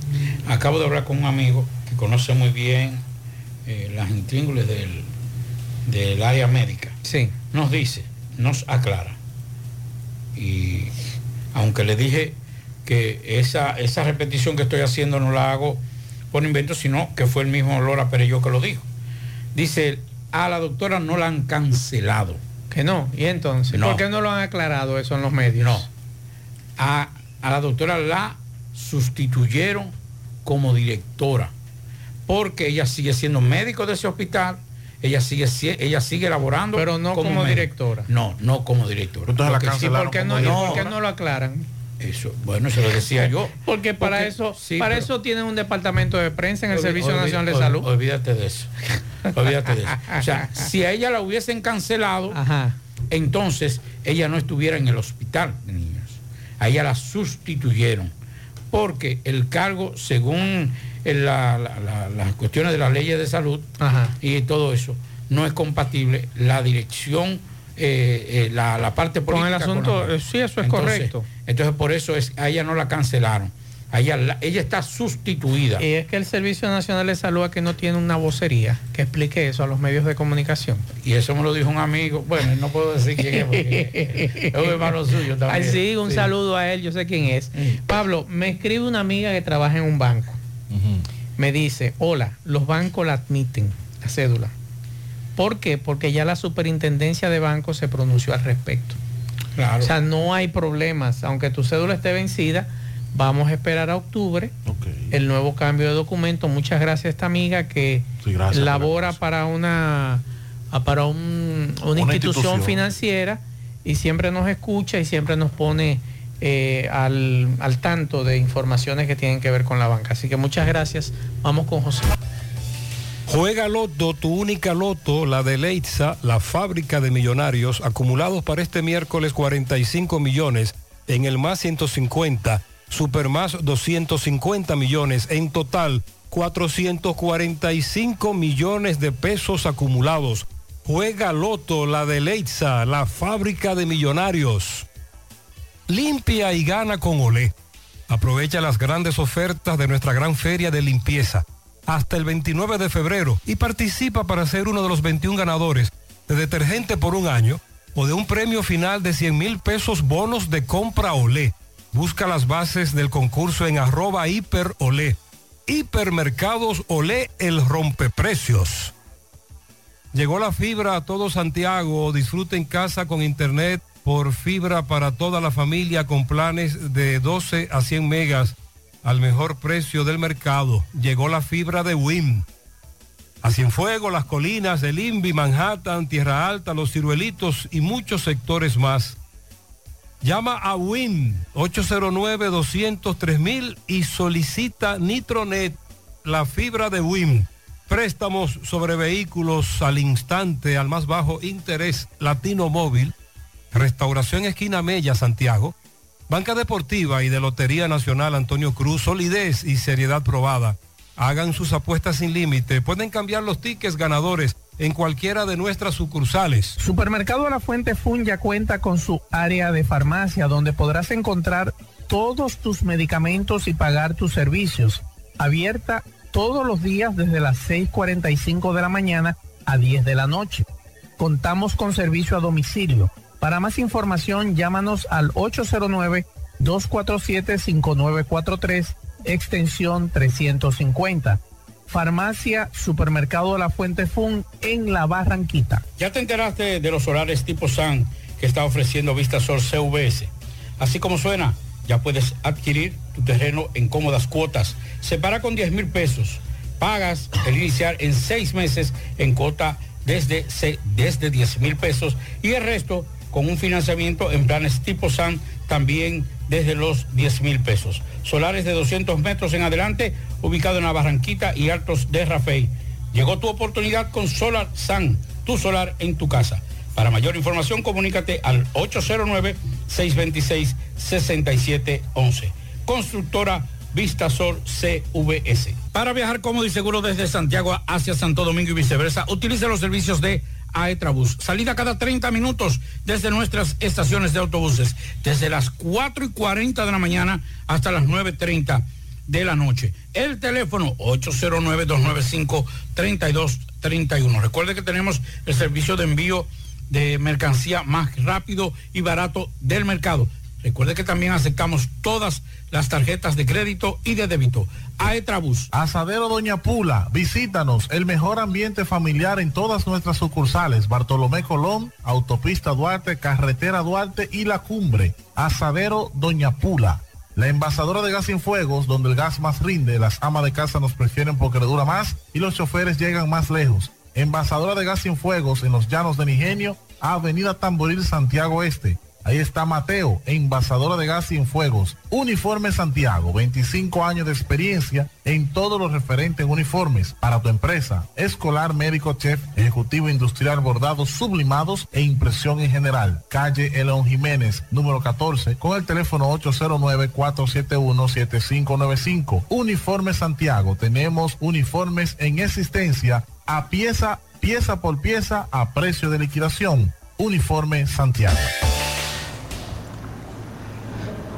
acabo de hablar con un amigo que conoce muy bien eh, las intríngulis del, del área médica. Sí. Nos dice, nos aclara. Y aunque le dije que esa, esa repetición que estoy haciendo no la hago por invento, sino que fue el mismo Lora Perello que lo dijo. Dice, a la doctora no la han cancelado. Que no, y entonces, no. ¿por qué no lo han aclarado eso en los medios? No, a, a la doctora la sustituyeron como directora, porque ella sigue siendo médico de ese hospital, ella sigue, ella sigue elaborando. Pero no como, como directora. No, no como directora. Entonces la cancelaron. ¿Y por qué no, no, ¿por qué no lo aclaran? Eso, bueno, eso lo decía yo. Porque para porque, eso, sí, para pero, eso tienen un departamento de prensa en el Servicio olvid, Nacional de olvid, Salud. Olvídate de eso. Olvídate de eso. O sea, si a ella la hubiesen cancelado, ajá, entonces ella no estuviera en el hospital de niños. A ella la sustituyeron. Porque el cargo, según la, la, la, las cuestiones de las leyes de salud, ajá, y todo eso, no es compatible la dirección. Eh, eh, la, la parte política con el asunto, con la... sí, eso es entonces, correcto. Entonces por eso es, a ella no la cancelaron, Ella, ella está sustituida. Y es que el Servicio Nacional de Salud que no tiene una vocería que explique eso a los medios de comunicación. Y eso me lo dijo un amigo. Bueno, no puedo decir quién es porque es un hermano suyo también. Ay, sí, un sí. saludo a él, yo sé quién es. Sí. Pablo, me escribe una amiga que trabaja en un banco. Uh-huh. Me dice, hola, los bancos la admiten, la cédula. ¿Por qué? Porque ya la superintendencia de bancos se pronunció al respecto. Claro. O sea, no hay problemas. Aunque tu cédula esté vencida, vamos a esperar a octubre okay. el nuevo cambio de documento. Muchas gracias a esta amiga que sí, labora para una para un, una, una institución, institución financiera y siempre nos escucha y siempre nos pone eh, al, al tanto de informaciones que tienen que ver con la banca. Así que muchas gracias. Vamos con José. Juega Loto, tu única Loto, la de Leitza, la fábrica de millonarios, acumulados para este miércoles cuarenta y cinco millones, en el más ciento cincuenta, Super más doscientos cincuenta millones, en total cuatrocientos cuarenta y cinco millones de pesos acumulados. Juega Loto, la de Leitza, la fábrica de millonarios. Limpia y gana con Olé. Aprovecha las grandes ofertas de nuestra gran feria de limpieza hasta el veintinueve de febrero y participa para ser uno de los veintiún ganadores de detergente por un año o de un premio final de cien mil pesos bonos de compra Olé. Busca las bases del concurso en arroba hiper Olé. Hipermercados Olé, el rompeprecios. Llegó la fibra a todo Santiago. Disfruta en casa con internet por fibra para toda la familia con planes de doce a cien megas al mejor precio del mercado. Llegó la fibra de WIM. A Cienfuegos, Las Colinas, el INVI, Manhattan, Tierra Alta, Los Ciruelitos y muchos sectores más. Llama a WIM ocho cero nueve, dos cero tres mil y solicita Nitronet, la fibra de WIM. Préstamos sobre vehículos al instante, al más bajo interés. Latino Móvil, Restauración Esquina Mella, Santiago. Banca Deportiva y de Lotería Nacional Antonio Cruz, solidez y seriedad probada. Hagan sus apuestas sin límite. Pueden cambiar los tickets ganadores en cualquiera de nuestras sucursales. Supermercado La Fuente Fun ya cuenta con su área de farmacia donde podrás encontrar todos tus medicamentos y pagar tus servicios. Abierta todos los días desde las seis cuarenta y cinco de la mañana a diez de la noche. Contamos con servicio a domicilio. Para más información, llámanos al ocho cero nueve, dos cuatro siete, cinco nueve cuatro tres, extensión trescientos cincuenta. Farmacia Supermercado La Fuente Fun en La Barranquita. ¿Ya te enteraste de los solares tipo S A N que está ofreciendo Vistasol C V S? Así como suena, ya puedes adquirir tu terreno en cómodas cuotas. Separa con diez mil pesos. Pagas el inicial en seis meses en cuota desde, desde diez mil pesos y el resto con un financiamiento en planes tipo S A N también desde los diez mil pesos. Solares de doscientos metros en adelante, ubicado en la Barranquita y Altos de Rafey. Llegó tu oportunidad con Solar S A N, tu solar en tu casa. Para mayor información, comunícate al ocho cero nueve, seis dos seis, seis siete uno uno. Constructora Vistasol C V S. Para viajar cómodo y seguro desde Santiago hacia Santo Domingo y viceversa, utiliza los servicios de Aetrabús. Salida cada treinta minutos desde nuestras estaciones de autobuses, desde las cuatro y cuarenta de la mañana hasta las nueve y treinta de la noche. El teléfono ocho cero nueve, dos nueve cinco, tres dos tres uno. Recuerde que tenemos el servicio de envío de mercancía más rápido y barato del mercado. Recuerde que también aceptamos todas las tarjetas de crédito y de débito. Aetrabús. Asadero Doña Pula, visítanos, el mejor ambiente familiar en todas nuestras sucursales. Bartolomé Colón, Autopista Duarte, Carretera Duarte y La Cumbre. Asadero Doña Pula. La envasadora de gas sin fuegos, donde el gas más rinde, las amas de casa nos prefieren porque le dura más y los choferes llegan más lejos. Envasadora de gas sin fuegos en los Llanos de Nigenio, Avenida Tamboril, Santiago Este. Ahí está Mateo, envasadora de gas sin fuegos. Uniforme Santiago, veinticinco años de experiencia en todo lo referente en uniformes para tu empresa, escolar, médico, chef, ejecutivo, industrial, bordados, sublimados e impresión en general. Calle Elon Jiménez, número catorce, con el teléfono ocho cero nueve, cuatro siete uno, siete cinco nueve cinco. Uniforme Santiago, tenemos uniformes en existencia a pieza, pieza por pieza a precio de liquidación. Uniforme Santiago.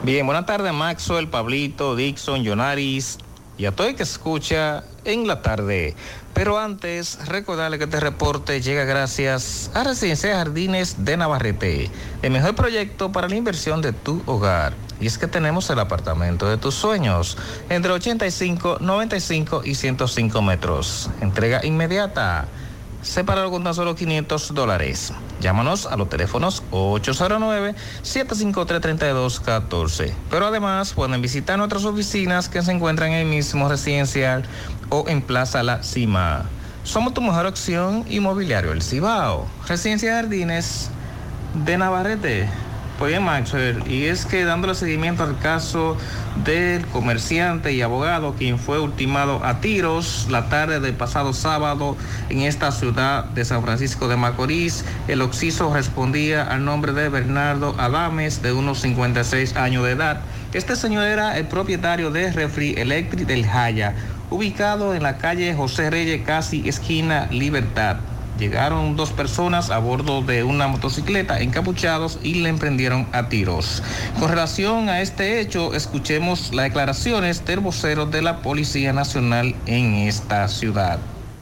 Bien, buenas tardes, Maxwell, Pablito, Dixon, Yonaris y a todo el que escucha en la tarde. Pero antes, recordarle que este reporte llega gracias a Residencia Jardines de Navarrete, el mejor proyecto para la inversión de tu hogar. Y es que tenemos el apartamento de tus sueños, entre ochenta y cinco, noventa y cinco y ciento cinco metros. Entrega inmediata. Separado con tan solo quinientos dólares. Llámanos a los teléfonos ocho cero nueve, siete cinco tres, tres dos uno cuatro. Pero además pueden visitar nuestras oficinas que se encuentran en el mismo residencial o en Plaza La Cima. Somos tu mejor opción inmobiliario El Cibao. Residencia Jardines de Navarrete. Pues bien, Maxwell, y es que dándole seguimiento al caso del comerciante y abogado quien fue ultimado a tiros la tarde del pasado sábado en esta ciudad de San Francisco de Macorís, el occiso respondía al nombre de Bernardo Adames, de unos cincuenta y seis años de edad. Este señor era el propietario de Refri Electric del Jaya, ubicado en la calle José Reyes, casi esquina Libertad. Llegaron dos personas a bordo de una motocicleta encapuchados y le emprendieron a tiros. Con relación a este hecho, escuchemos las declaraciones del vocero de la Policía Nacional en esta ciudad.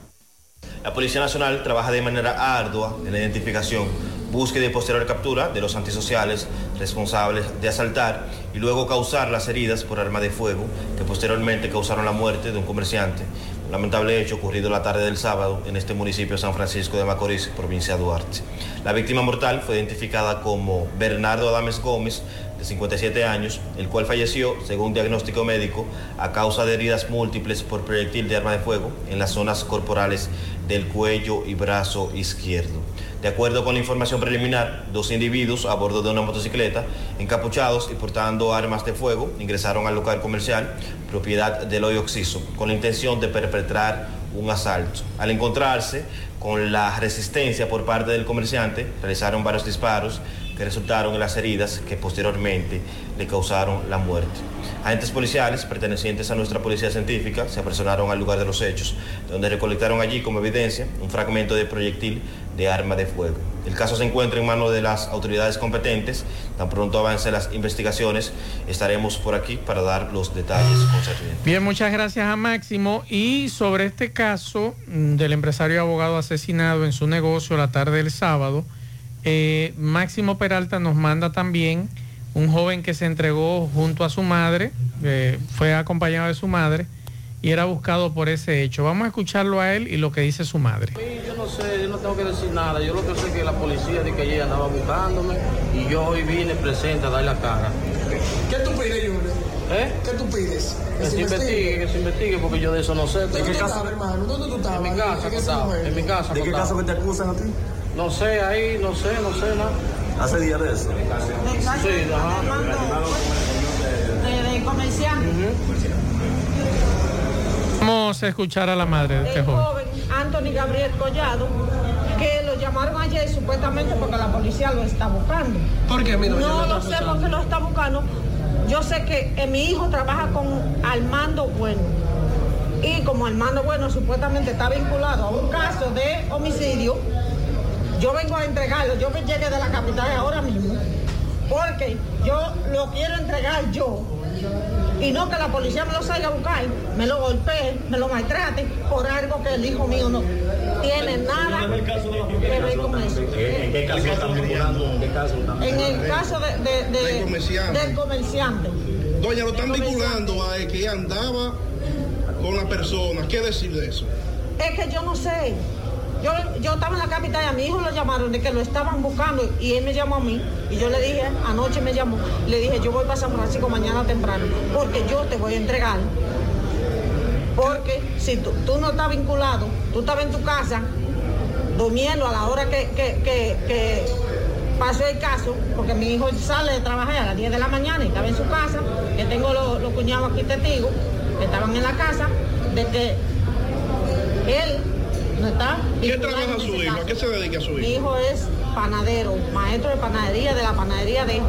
La Policía Nacional trabaja de manera ardua en la identificación, búsqueda y posterior captura de los antisociales responsables de asaltar y luego causar las heridas por arma de fuego que posteriormente causaron la muerte de un comerciante. Un lamentable hecho ocurrido la tarde del sábado en este municipio de San Francisco de Macorís, provincia de Duarte. La víctima mortal fue identificada como Bernardo Adames Gómez, de cincuenta y siete años, el cual falleció, según diagnóstico médico, a causa de heridas múltiples por proyectil de arma de fuego en las zonas corporales del cuello y brazo izquierdo. De acuerdo con la información preliminar, dos individuos a bordo de una motocicleta, encapuchados y portando armas de fuego, ingresaron al local comercial, propiedad del Hoyo Occiso, con la intención de perpetrar un asalto. Al encontrarse con la resistencia por parte del comerciante, realizaron varios disparos que resultaron en las heridas que posteriormente le causaron la muerte. Agentes policiales pertenecientes a nuestra policía científica se apersonaron al lugar de los hechos, donde recolectaron allí como evidencia un fragmento de proyectil de arma de fuego. El caso se encuentra en manos de las autoridades competentes. Tan pronto avancen las investigaciones, estaremos por aquí para dar los detalles concernientes. Bien, muchas gracias a Máximo. Y sobre este caso del empresario y abogado asesinado en su negocio la tarde del sábado, eh, Máximo Peralta nos manda también un joven que se entregó junto a su madre, eh, fue acompañado de su madre y era buscado por ese hecho. Vamos a escucharlo a él y lo que dice su madre. Yo no sé, yo no tengo que decir nada. Yo lo que sé es que la policía de que allí andaba buscándome y yo hoy vine presente a dar la cara. ¿Qué tú pides, Junior? ¿Eh? ¿Qué tú pides? Que, que se investigue, investigue, que se investigue porque yo de eso no sé. ¿De qué caso, hermano? ¿Dónde tú estabas? En mi casa, contado, en mi casa. ¿De qué contado. caso que te acusan a ti? No sé, ahí, no sé, no sé nada. ¿Hace días de eso? Sí, ajá. De, de comerciante. Uh-huh. Vamos a escuchar a la madre de este El joven. joven Anthony Gabriel Collado, que lo llamaron ayer supuestamente porque la policía lo está buscando. ¿Por qué, mi doña? No lo lo sé por qué lo está buscando. Yo sé que eh, mi hijo trabaja con Armando Bueno. Y como Armando Bueno supuestamente está vinculado a un caso de homicidio, yo vengo a entregarlo. Yo me llegué de la capital ahora mismo porque yo lo quiero entregar yo. Y no que la policía me lo salga a buscar, me lo golpee, me lo maltrate por algo que el hijo mío no tiene nada que ver con eso. ¿En qué caso están vinculando? ¿En qué caso están En el caso de, de, de, del comerciante. del comerciante. Doña, lo están vinculando a que andaba con la persona. ¿Qué decir de eso? Es que yo no sé. Yo, yo estaba en la capital y a mi hijo lo llamaron de que lo estaban buscando y él me llamó a mí y yo le dije, anoche me llamó, le dije, yo voy para San Francisco mañana temprano porque yo te voy a entregar. Porque si tú, tú no estás vinculado, tú estabas en tu casa durmiendo a la hora que, que, que, que pasó el caso, porque mi hijo sale de trabajar a las diez de la mañana y estaba en su casa, que tengo los, los cuñados aquí testigos, que estaban en la casa, de que él no está. ¿Qué trabaja su hijo? ¿A qué se dedica su hijo? Mi hijo es panadero, maestro de panadería, de la panadería de,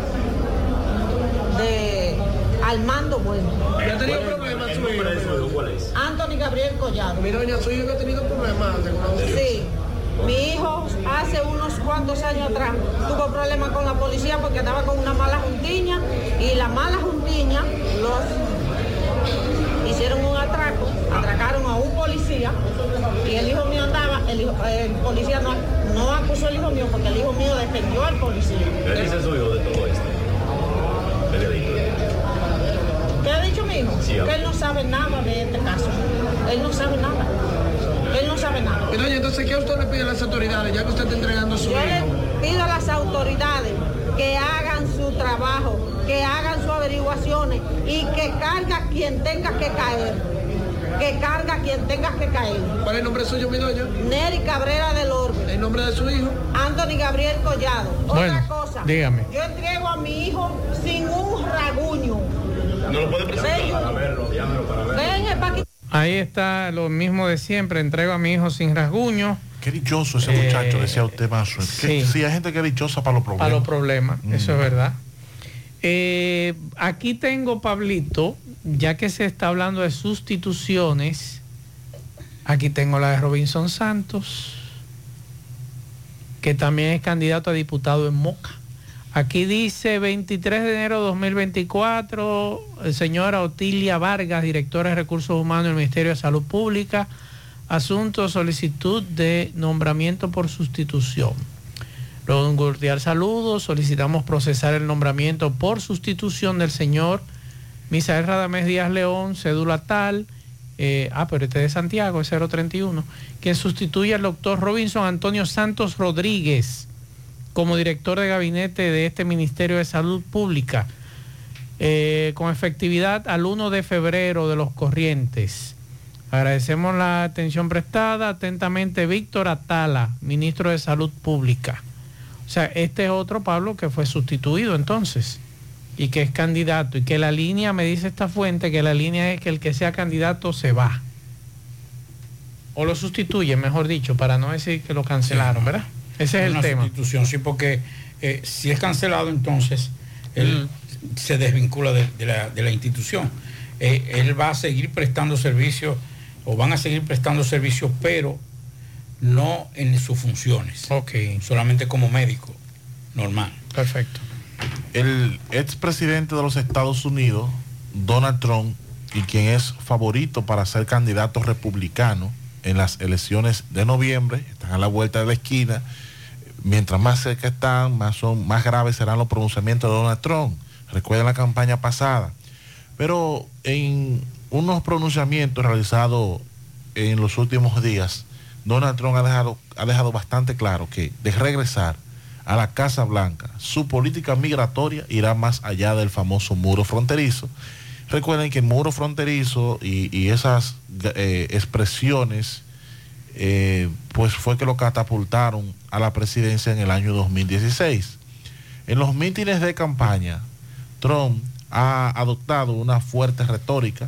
de Armando Bueno. ¿Y ha tenido problemas su hijo? ¿Cuál es? Anthony Gabriel Collado. Mi doña, su hijo ha tenido problemas. Sí. Mi hijo hace unos cuantos años atrás tuvo problemas con la policía porque andaba con una mala juntiña y la mala juntiña los hicieron un atraco, atracaron a un policía y el hijo mío andaba, el, hijo, el policía no, no acusó al hijo mío porque el hijo mío defendió al policía. ¿Qué dice su hijo de todo esto? ¿Qué le ha dicho? ¿Qué ha dicho mi hijo? Sí, que él no sabe nada de este caso. Él no sabe nada. Él no sabe nada. Y doña, entonces, ¿qué usted le pide a las autoridades, ya que usted está entregando a su Yo hijo? le pido a las autoridades que hagan su trabajo, que hagan sus averiguaciones y que carga quien tenga que caer. Que carga quien tenga que caer. ¿Cuál es el nombre suyo, mi doña? Nery Cabrera del Orbe. ¿El nombre de su hijo? Anthony Gabriel Collado. Bueno, otra cosa. Dígame. Yo entrego a mi hijo sin un rasguño. No lo puede presentar para verlo, llámelo para verlo. Ven, pa' aquí. Ahí está lo mismo de siempre, entrego a mi hijo sin rasguño. Qué dichoso ese eh, muchacho, decía usted más. Sí. sí, hay gente que es dichosa para los problemas. Para los problemas, mm. Eso es verdad. Eh, aquí tengo, Pablito, ya que se está hablando de sustituciones, aquí tengo la de Robinson Santos, que también es candidato a diputado en Moca. Aquí dice veintitrés de enero de dos mil veinticuatro, señora Otilia Vargas, directora de Recursos Humanos del Ministerio de Salud Pública, asunto solicitud de nombramiento por sustitución. Luego de un cordial saludo, solicitamos procesar el nombramiento por sustitución del señor Misael Radamés Díaz León, cédula tal, eh, ah, pero este de Santiago, es cero treinta y uno, quien sustituye al doctor Robinson Antonio Santos Rodríguez como director de gabinete de este Ministerio de Salud Pública, eh, con efectividad al primero de febrero de los corrientes. Agradecemos la atención prestada. Atentamente, Víctor Atala, ministro de Salud Pública. O sea, este es otro, Pablo, que fue sustituido entonces y que es candidato, y que la línea, me dice esta fuente, que la línea es que el que sea candidato se va. O lo sustituye, mejor dicho, para no decir que lo cancelaron, sí, ¿verdad? Ese es, es el tema. Una sustitución, sí, porque eh, si es cancelado, entonces él mm. se desvincula de, de, la, de la institución. Eh, él va a seguir prestando servicios, o van a seguir prestando servicios, pero no en sus funciones. Ok. Solamente como médico, normal. Perfecto. El expresidente de los Estados Unidos, Donald Trump, y quien es favorito para ser candidato republicano en las elecciones de noviembre, están a la vuelta de la esquina. Mientras más cerca están, más, son, más graves serán los pronunciamientos de Donald Trump. Recuerden la campaña pasada. Pero en unos pronunciamientos realizados en los últimos días, Donald Trump ha dejado, ha dejado bastante claro que de regresar a la Casa Blanca, su política migratoria irá más allá del famoso muro fronterizo. Recuerden que el muro fronterizo y, y esas eh, expresiones eh, pues fue que lo catapultaron a la presidencia en el año dos mil dieciséis. En los mítines de campaña, Trump ha adoptado una fuerte retórica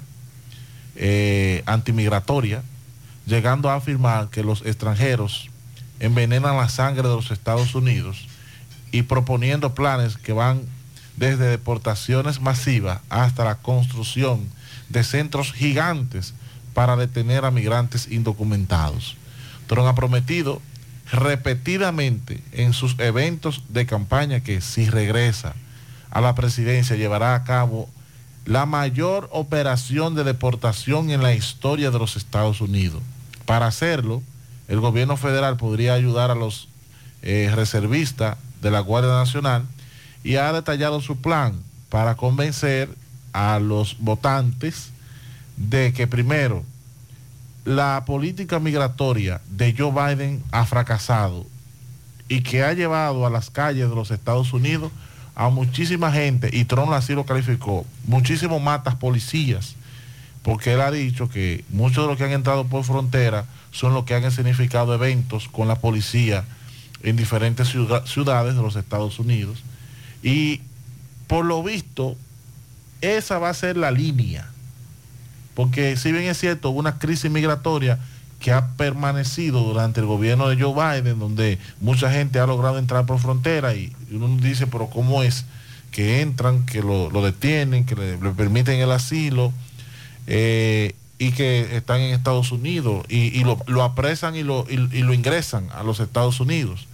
eh, antimigratoria, llegando a afirmar que los extranjeros envenenan la sangre de los Estados Unidos y proponiendo planes que van desde deportaciones masivas hasta la construcción de centros gigantes para detener a migrantes indocumentados. Trump ha prometido repetidamente en sus eventos de campaña que si regresa a la presidencia llevará a cabo la mayor operación de deportación en la historia de los Estados Unidos. Para hacerlo, el gobierno federal podría ayudar a los eh, reservistas de la Guardia Nacional y ha detallado su plan para convencer a los votantes de que primero, la política migratoria de Joe Biden ha fracasado y que ha llevado a las calles de los Estados Unidos a muchísima gente, y Trump así lo calificó, muchísimos matas policías, porque él ha dicho que muchos de los que han entrado por frontera son los que han significado eventos con la policía en diferentes ciudad, ciudades de los Estados Unidos. Y por lo visto, esa va a ser la línea. Porque si bien es cierto, hubo una crisis migratoria que ha permanecido durante el gobierno de Joe Biden, donde mucha gente ha logrado entrar por frontera y uno dice, pero ¿cómo es que entran, que lo, lo detienen, que le, le permiten el asilo? Eh, y que están en Estados Unidos y, y lo, lo apresan y lo, y, y lo ingresan a los Estados Unidos.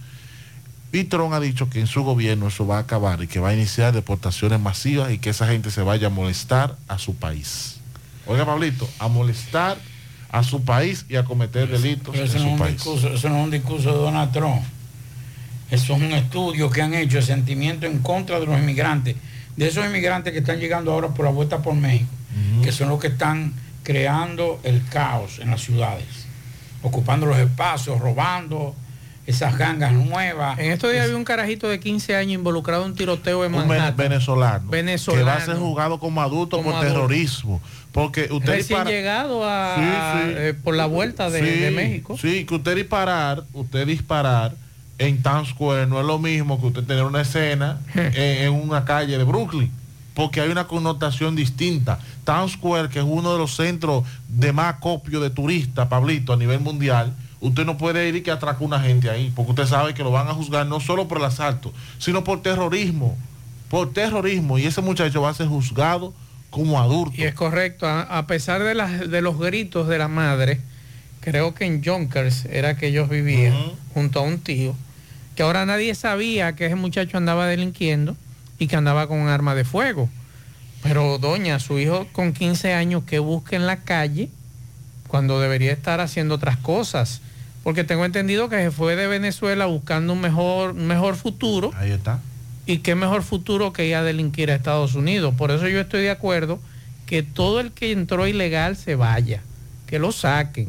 Y Trump ha dicho que en su gobierno eso va a acabar y que va a iniciar deportaciones masivas y que esa gente se vaya a molestar a su país. Oiga, Pablito, a molestar a su país y a cometer delitos en su país. Discurso, eso no es un discurso de Donald Trump. Eso es un estudio que han hecho de sentimiento en contra de los inmigrantes, de esos inmigrantes que están llegando ahora por la vuelta por México, uh-huh. que son los que están creando el caos en las ciudades, ocupando los espacios, robando esas gangas nuevas. En estos días había un carajito de quince años involucrado en un tiroteo en Manhattan. Un venezolano, venezolano. Que va a ser juzgado como adulto como por adulto. terrorismo. Porque usted recién dispara... llegado a, sí, sí. Eh, por la vuelta de, sí, de México. Sí, que usted disparar, usted disparar en Times Square no es lo mismo que usted tener una escena en, en una calle de Brooklyn, porque hay una connotación distinta. Times Square, que es uno de los centros de más acopio de turistas, Pablito, a nivel mundial, usted no puede ir y que atraque una gente ahí, porque usted sabe que lo van a juzgar no solo por el asalto, sino por terrorismo, por terrorismo, y ese muchacho va a ser juzgado como adulto. Y es correcto, a, a pesar de, las, de los gritos de la madre, creo que en Yonkers era que ellos vivían, uh-huh. junto a un tío, que ahora nadie sabía que ese muchacho andaba delinquiendo y que andaba con un arma de fuego. Pero doña, su hijo con quince años, que busca en la calle cuando debería estar haciendo otras cosas, porque tengo entendido que se fue de Venezuela buscando un mejor, un mejor futuro. Ahí está. Y qué mejor futuro que ir a delinquir a Estados Unidos. Por eso yo estoy de acuerdo que todo el que entró ilegal se vaya, que lo saquen.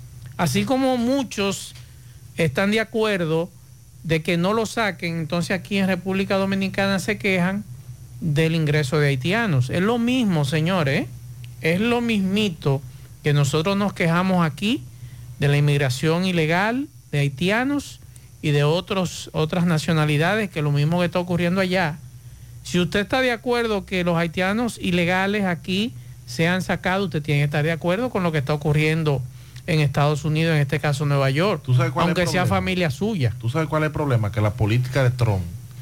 Así como muchos están de acuerdo de que no lo saquen, entonces aquí en República Dominicana se quejan del ingreso de haitianos. Es lo mismo, señores, ¿eh? Es lo mismito que nosotros nos quejamos aquí de la inmigración ilegal de haitianos y de otros, otras nacionalidades, que es lo mismo que está ocurriendo allá. Si usted está de acuerdo que los haitianos ilegales aquí sean sacados, usted tiene que estar de acuerdo con lo que está ocurriendo en Estados Unidos, en este caso Nueva York, aunque sea familia suya. ¿Tú sabes cuál es el problema? Que la política de Trump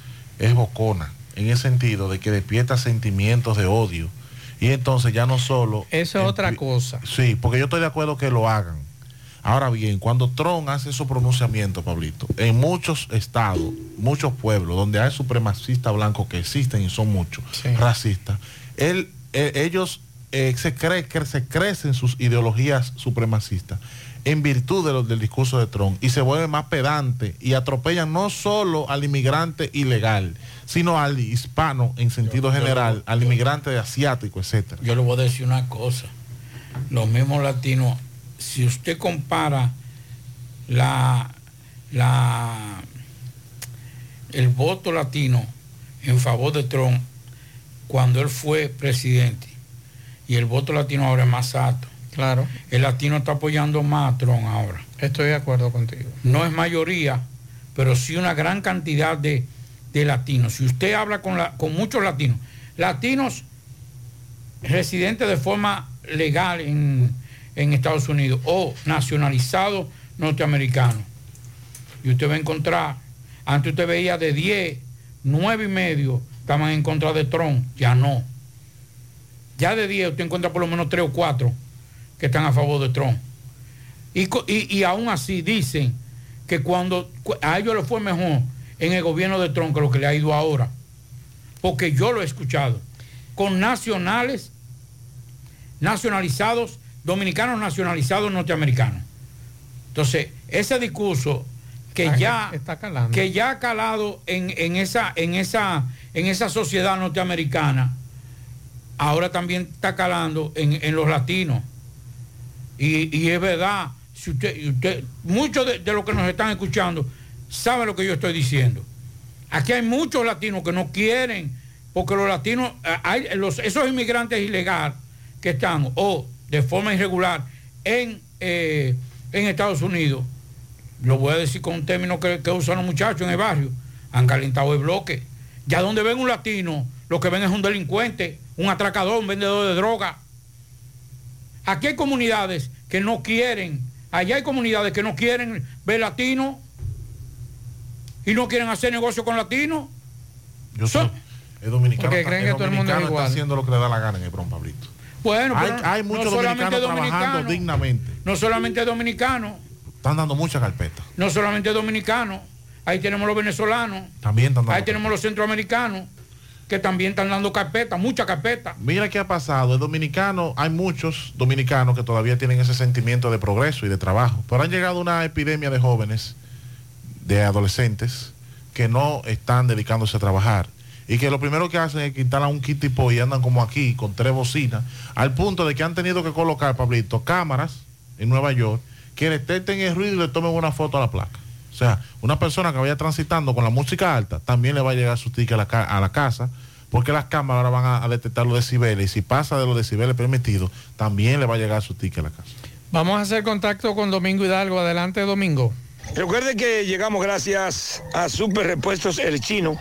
es bocona, en el sentido de que despierta sentimientos de odio, y entonces ya no solo... Eso es otra cosa. Sí, porque yo estoy de acuerdo que lo hagan. Ahora bien, cuando Trump hace esos pronunciamientos, Pablito, en muchos estados, muchos pueblos, donde hay supremacistas blancos que existen y son muchos, sí. racistas, él, eh, ellos... Eh, se cree que se crecen sus ideologías supremacistas en virtud de lo, del discurso de Trump, y se vuelve más pedante y atropellan no solo al inmigrante ilegal, sino al hispano en sentido yo, general, yo, al yo, inmigrante de asiático, etcétera. Yo le voy a decir una cosa, los mismos latinos, si usted compara la, la el voto latino en favor de Trump cuando él fue presidente, y el voto latino ahora es más alto. Claro. El latino está apoyando más a Trump ahora. Estoy de acuerdo contigo. No es mayoría, pero sí una gran cantidad de, de latinos. Si usted habla con, la, con muchos latinos, latinos residentes de forma legal en, en Estados Unidos o nacionalizados norteamericanos, y usted va a encontrar, antes usted veía de diez, nueve y medio estaban en contra de Trump, ya no. Ya de diez usted encuentra por lo menos tres o cuatro que están a favor de Trump. Y, y, y aún así dicen que cuando a ellos les fue mejor en el gobierno de Trump que lo que le ha ido ahora. Porque yo lo he escuchado. Con nacionales, nacionalizados, dominicanos nacionalizados norteamericanos. Entonces, ese discurso que está, ya, está calando. que ya ha calado en, en, esa, en, esa, en esa sociedad norteamericana, ahora también está calando en, en los latinos. Y, y es verdad, si usted, usted muchos de, de los que nos están escuchando saben lo que yo estoy diciendo. Aquí hay muchos latinos que no quieren, porque los latinos, hay los, esos inmigrantes ilegales que están, o de forma irregular, en, eh, en Estados Unidos, lo voy a decir con un término que, que usan los muchachos en el barrio, han calentado el bloque. Ya donde ven un latino, lo que ven es un delincuente, un atracador, un vendedor de droga. Aquí hay comunidades que no quieren, allá hay comunidades que no quieren ver latinos y no quieren hacer negocio con latinos. Yo soy, el dominicano, porque creen que todo el mundo es igual. Está haciendo lo que le da la gana en el Bronx, Pablito. Bueno, hay, pero hay muchos no solamente dominicanos trabajando dominicanos, dignamente. No solamente dominicanos. Están dando mucha carpeta. No solamente dominicanos. Ahí tenemos los venezolanos. También están dando Ahí tenemos los centroamericanos que también están dando carpeta, mucha carpeta. Mira qué ha pasado. El dominicano, hay muchos dominicanos que todavía tienen ese sentimiento de progreso y de trabajo. Pero han llegado una epidemia de jóvenes, de adolescentes, que no están dedicándose a trabajar. Y que lo primero que hacen es que instalan un kit tipo y andan como aquí, con tres bocinas, al punto de que han tenido que colocar, Pablito, cámaras en Nueva York, que detecten el ruido y le tomen una foto a la placa. O sea, una persona que vaya transitando con la música alta, también le va a llegar su ticket a la, ca a la casa, porque las cámaras ahora van a, a detectar los decibeles, y si pasa de los decibeles permitidos, también le va a llegar su ticket a la casa. Vamos a hacer contacto con Domingo Hidalgo. Adelante, Domingo. Recuerde que llegamos gracias a Super Repuestos El Chino,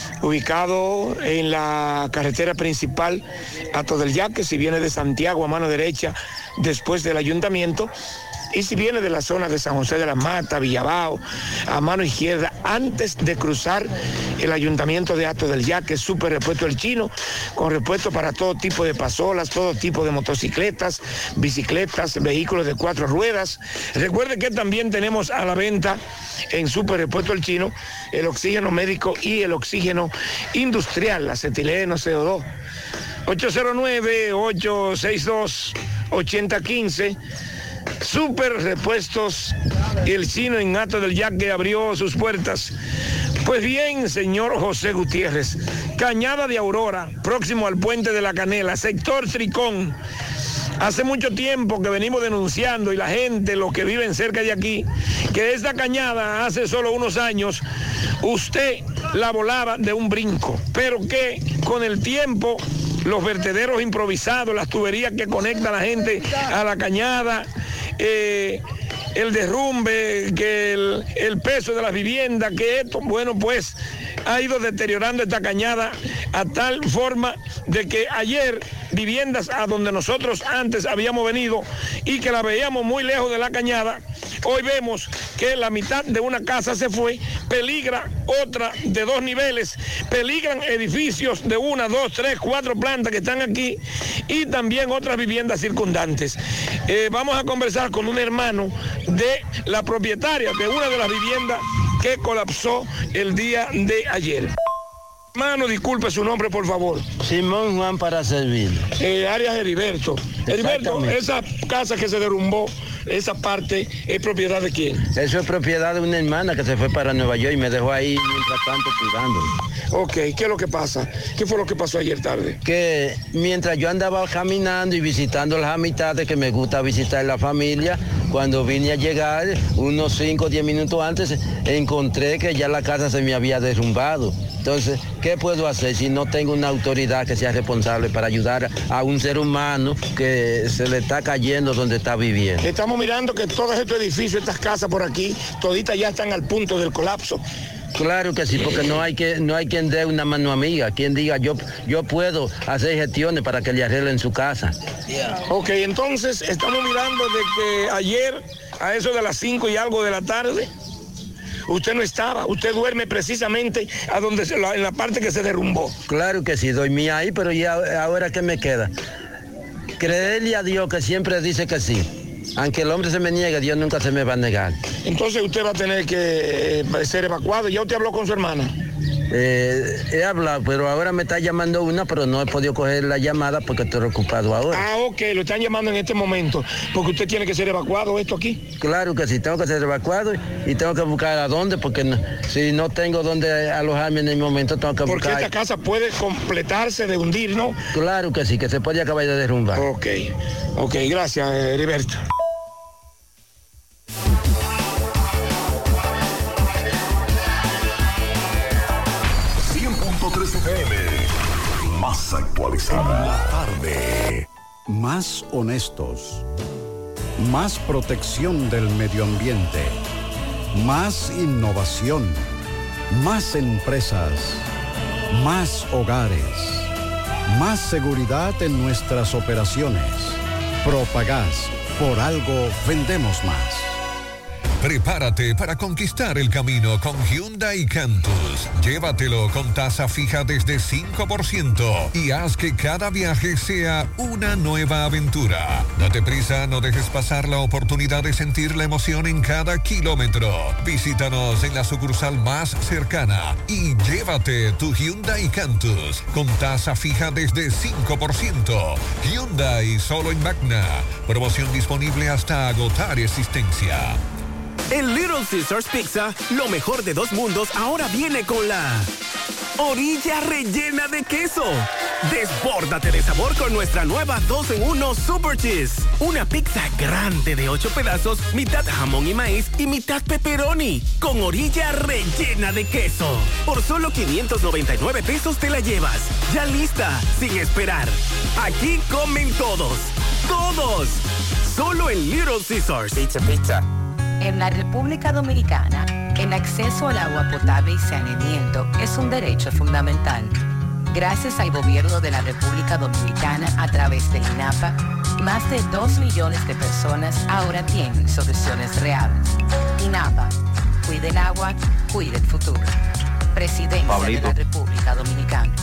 ubicado en la carretera principal Hato del Yaque, si viene de Santiago a mano derecha después del ayuntamiento, y si viene de la zona de San José de la Mata, Villabao, a mano izquierda, antes de cruzar el ayuntamiento de Hato del Yaque, Super Repuesto El Chino, con repuesto para todo tipo de pasolas, todo tipo de motocicletas, bicicletas, vehículos de cuatro ruedas. Recuerde que también tenemos a la venta en Super Repuesto El Chino el oxígeno médico y el oxígeno industrial, acetileno, C O dos. ocho cero nueve, ocho seis dos, ocho cero uno cinco. Super Repuestos El Chino en Hato del Yaque abrió sus puertas. Pues bien, señor José Gutiérrez, Cañada de Aurora, próximo al Puente de la Canela, sector Tricón. Hace mucho tiempo que venimos denunciando, y la gente, los que viven cerca de aquí, que esta cañada hace solo unos años usted la volaba de un brinco, pero que con el tiempo los vertederos improvisados, las tuberías que conectan a la gente a la cañada, eh, el derrumbe, que el, el peso de las viviendas, que esto, bueno, pues ha ido deteriorando esta cañada a tal forma de que ayer viviendas a donde nosotros antes habíamos venido y que la veíamos muy lejos de la cañada, hoy vemos que la mitad de una casa se fue, peligra otra de dos niveles, peligran edificios de una, dos, tres, cuatro plantas que están aquí y también otras viviendas circundantes. Eh, vamos a conversar con un hermano de la propietaria de una de las viviendas que colapsó el día de ayer. Hermano, disculpe su nombre, por favor. Simón Juan para servir. Eh, Arias Heriberto. Heriberto, esa casa que se derrumbó, esa parte, ¿es propiedad de quién? Eso es propiedad de una hermana que se fue para Nueva York y me dejó ahí mientras tanto cuidándolo. Ok, ¿qué es lo que pasa? ¿Qué fue lo que pasó ayer tarde? Que mientras yo andaba caminando y visitando las amistades que me gusta visitar la familia, cuando vine a llegar, unos cinco o diez minutos antes, encontré que ya la casa se me había derrumbado. Entonces, ¿qué puedo hacer si no tengo una autoridad que sea responsable para ayudar a un ser humano que se le está cayendo donde está viviendo? Estamos mirando que todos estos edificios, estas casas por aquí, toditas ya están al punto del colapso. Claro que sí, porque no hay que no hay quien dé una mano amiga, quien diga yo yo puedo hacer gestiones para que le arreglen su casa. Ok, entonces estamos mirando de que ayer a eso de las cinco y algo de la tarde, usted no estaba, usted duerme precisamente a donde se, en la parte que se derrumbó. Claro que sí, dormí ahí, pero ya ahora ¿qué me queda? Creerle a Dios, que siempre dice que sí. Aunque el hombre se me niegue, Dios nunca se me va a negar. Entonces usted va a tener que eh, ser evacuado. ¿Ya usted habló con su hermana? Eh, he hablado, pero ahora me está llamando una, pero no he podido coger la llamada porque estoy ocupado ahora. Ah, ok, lo están llamando en este momento, porque usted tiene que ser evacuado, esto aquí. Claro que sí, tengo que ser evacuado y tengo que buscar a dónde, porque no, si no tengo dónde alojarme en el momento, tengo que porque buscar. Porque esta casa puede completarse de hundir, ¿no? Claro que sí, que se puede acabar de derrumbar. Ok, ok, gracias, Heriberto. Más actualizada. La tarde. Más honestos. Más protección del medio ambiente. Más innovación. Más empresas. Más hogares. Más seguridad en nuestras operaciones. Propagás. Por algo vendemos más. Prepárate para conquistar el camino con Hyundai Cantus. Llévatelo con tasa fija desde cinco por ciento y haz que cada viaje sea una nueva aventura. Date prisa, no dejes pasar la oportunidad de sentir la emoción en cada kilómetro. Visítanos en la sucursal más cercana y llévate tu Hyundai Cantus con tasa fija desde cinco por ciento. Hyundai solo en Magna. Promoción disponible hasta agotar existencia. En Little Caesars Pizza, lo mejor de dos mundos ahora viene con la orilla rellena de queso. Desbórdate de sabor con nuestra nueva dos en uno Super Cheese. Una pizza grande de ocho pedazos, mitad jamón y maíz y mitad pepperoni, con orilla rellena de queso. Por solo quinientos noventa y nueve pesos te la llevas. Ya lista, sin esperar. Aquí comen todos. ¡Todos! Solo en Little Caesars. Pizza, pizza. En la República Dominicana, el acceso al agua potable y saneamiento es un derecho fundamental. Gracias al gobierno de la República Dominicana a través del INAPA, más de dos millones de personas ahora tienen soluciones reales. INAPA, cuide el agua, cuide el futuro. Presidencia Pablito. De la República Dominicana.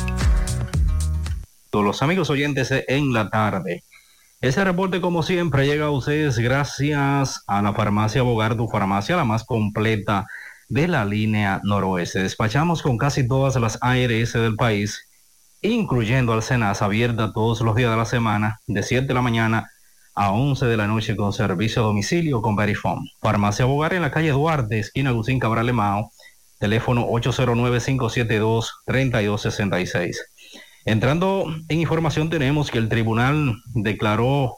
Todos los amigos oyentes en la tarde. Ese reporte, como siempre, llega a ustedes gracias a la farmacia Bogar, tu farmacia, la más completa de la línea noroeste. Despachamos con casi todas las A R S del país, incluyendo Alcenas, abierta todos los días de la semana, de siete de la mañana a once de la noche, con servicio a domicilio con Verifone. Farmacia Bogar en la calle Duarte, esquina Agustín Cabral Emao, teléfono ocho cero nueve, cinco siete dos, tres dos seis seis. Entrando en información, tenemos que el tribunal declaró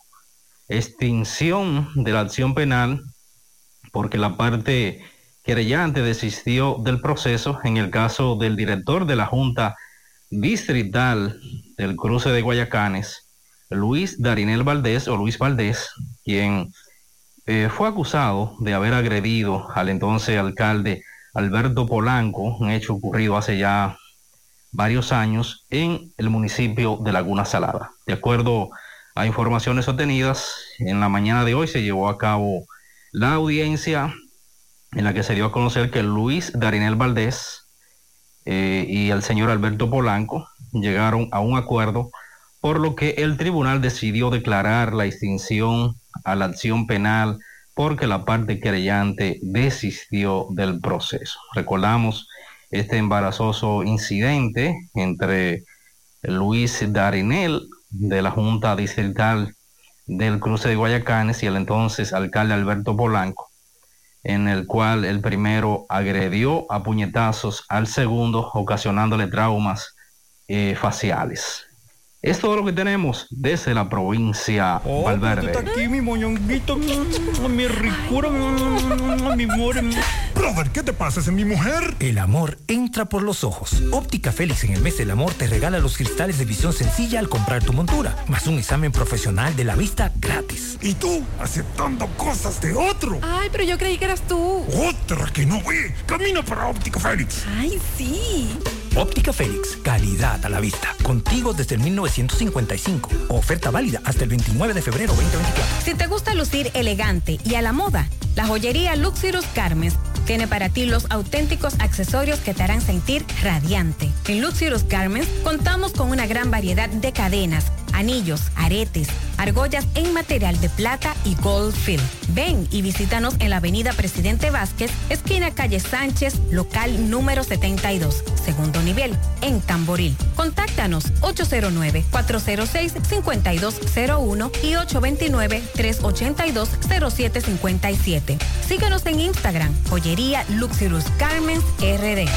extinción de la acción penal porque la parte querellante desistió del proceso en el caso del director de la Junta Distrital del Cruce de Guayacanes, Luis Darinel Valdés, o Luis Valdés, quien eh, fue acusado de haber agredido al entonces alcalde Alberto Polanco, un hecho ocurrido hace ya varios años en el municipio de Laguna Salada. De acuerdo a informaciones obtenidas, en la mañana de hoy se llevó a cabo la audiencia en la que se dio a conocer que Luis Darinel Valdés eh, y el señor Alberto Polanco llegaron a un acuerdo, por lo que el tribunal decidió declarar la extinción a la acción penal porque la parte querellante desistió del proceso. Recordamos este embarazoso incidente entre Luis Darinel de la Junta Distrital del Cruce de Guayacanes y el entonces alcalde Alberto Polanco, en el cual el primero agredió a puñetazos al segundo, ocasionándole traumas eh, faciales. Es todo lo que tenemos desde la provincia oh, Valverde. Está aquí mi moñonguito, mi ricura, mi amor. Brother, ¿qué te pasa? ¿Es mi mujer? El amor entra por los ojos. Óptica Félix en el mes del amor te regala los cristales de visión sencilla al comprar tu montura, más un examen profesional de la vista gratis. ¿Y tú? Aceptando cosas de otro. Ay, pero yo creí que eras tú. Otra que no ve. Camina para Óptica Félix. Ay, sí. Óptica Félix, calidad a la vista. Contigo desde el mil novecientos cincuenta y cinco. Oferta válida hasta el veintinueve de febrero veinte veinticuatro. Si te gusta lucir elegante y a la moda, la joyería Luxurious Garments tiene para ti los auténticos accesorios que te harán sentir radiante. En Luxurious Garments contamos con una gran variedad de cadenas, anillos, aretes, argollas en material de plata y gold fill. Ven y visítanos en la avenida Presidente Vázquez, esquina calle Sánchez, local número setenta y dos, segundo nivel, en Tamboril. Contáctanos ocho cero nueve, cuatro cero seis, cinco dos cero uno y ocho dos nueve, tres ocho dos, cero siete cinco siete. Síguenos en Instagram, Joyería Luxurious Garments R D.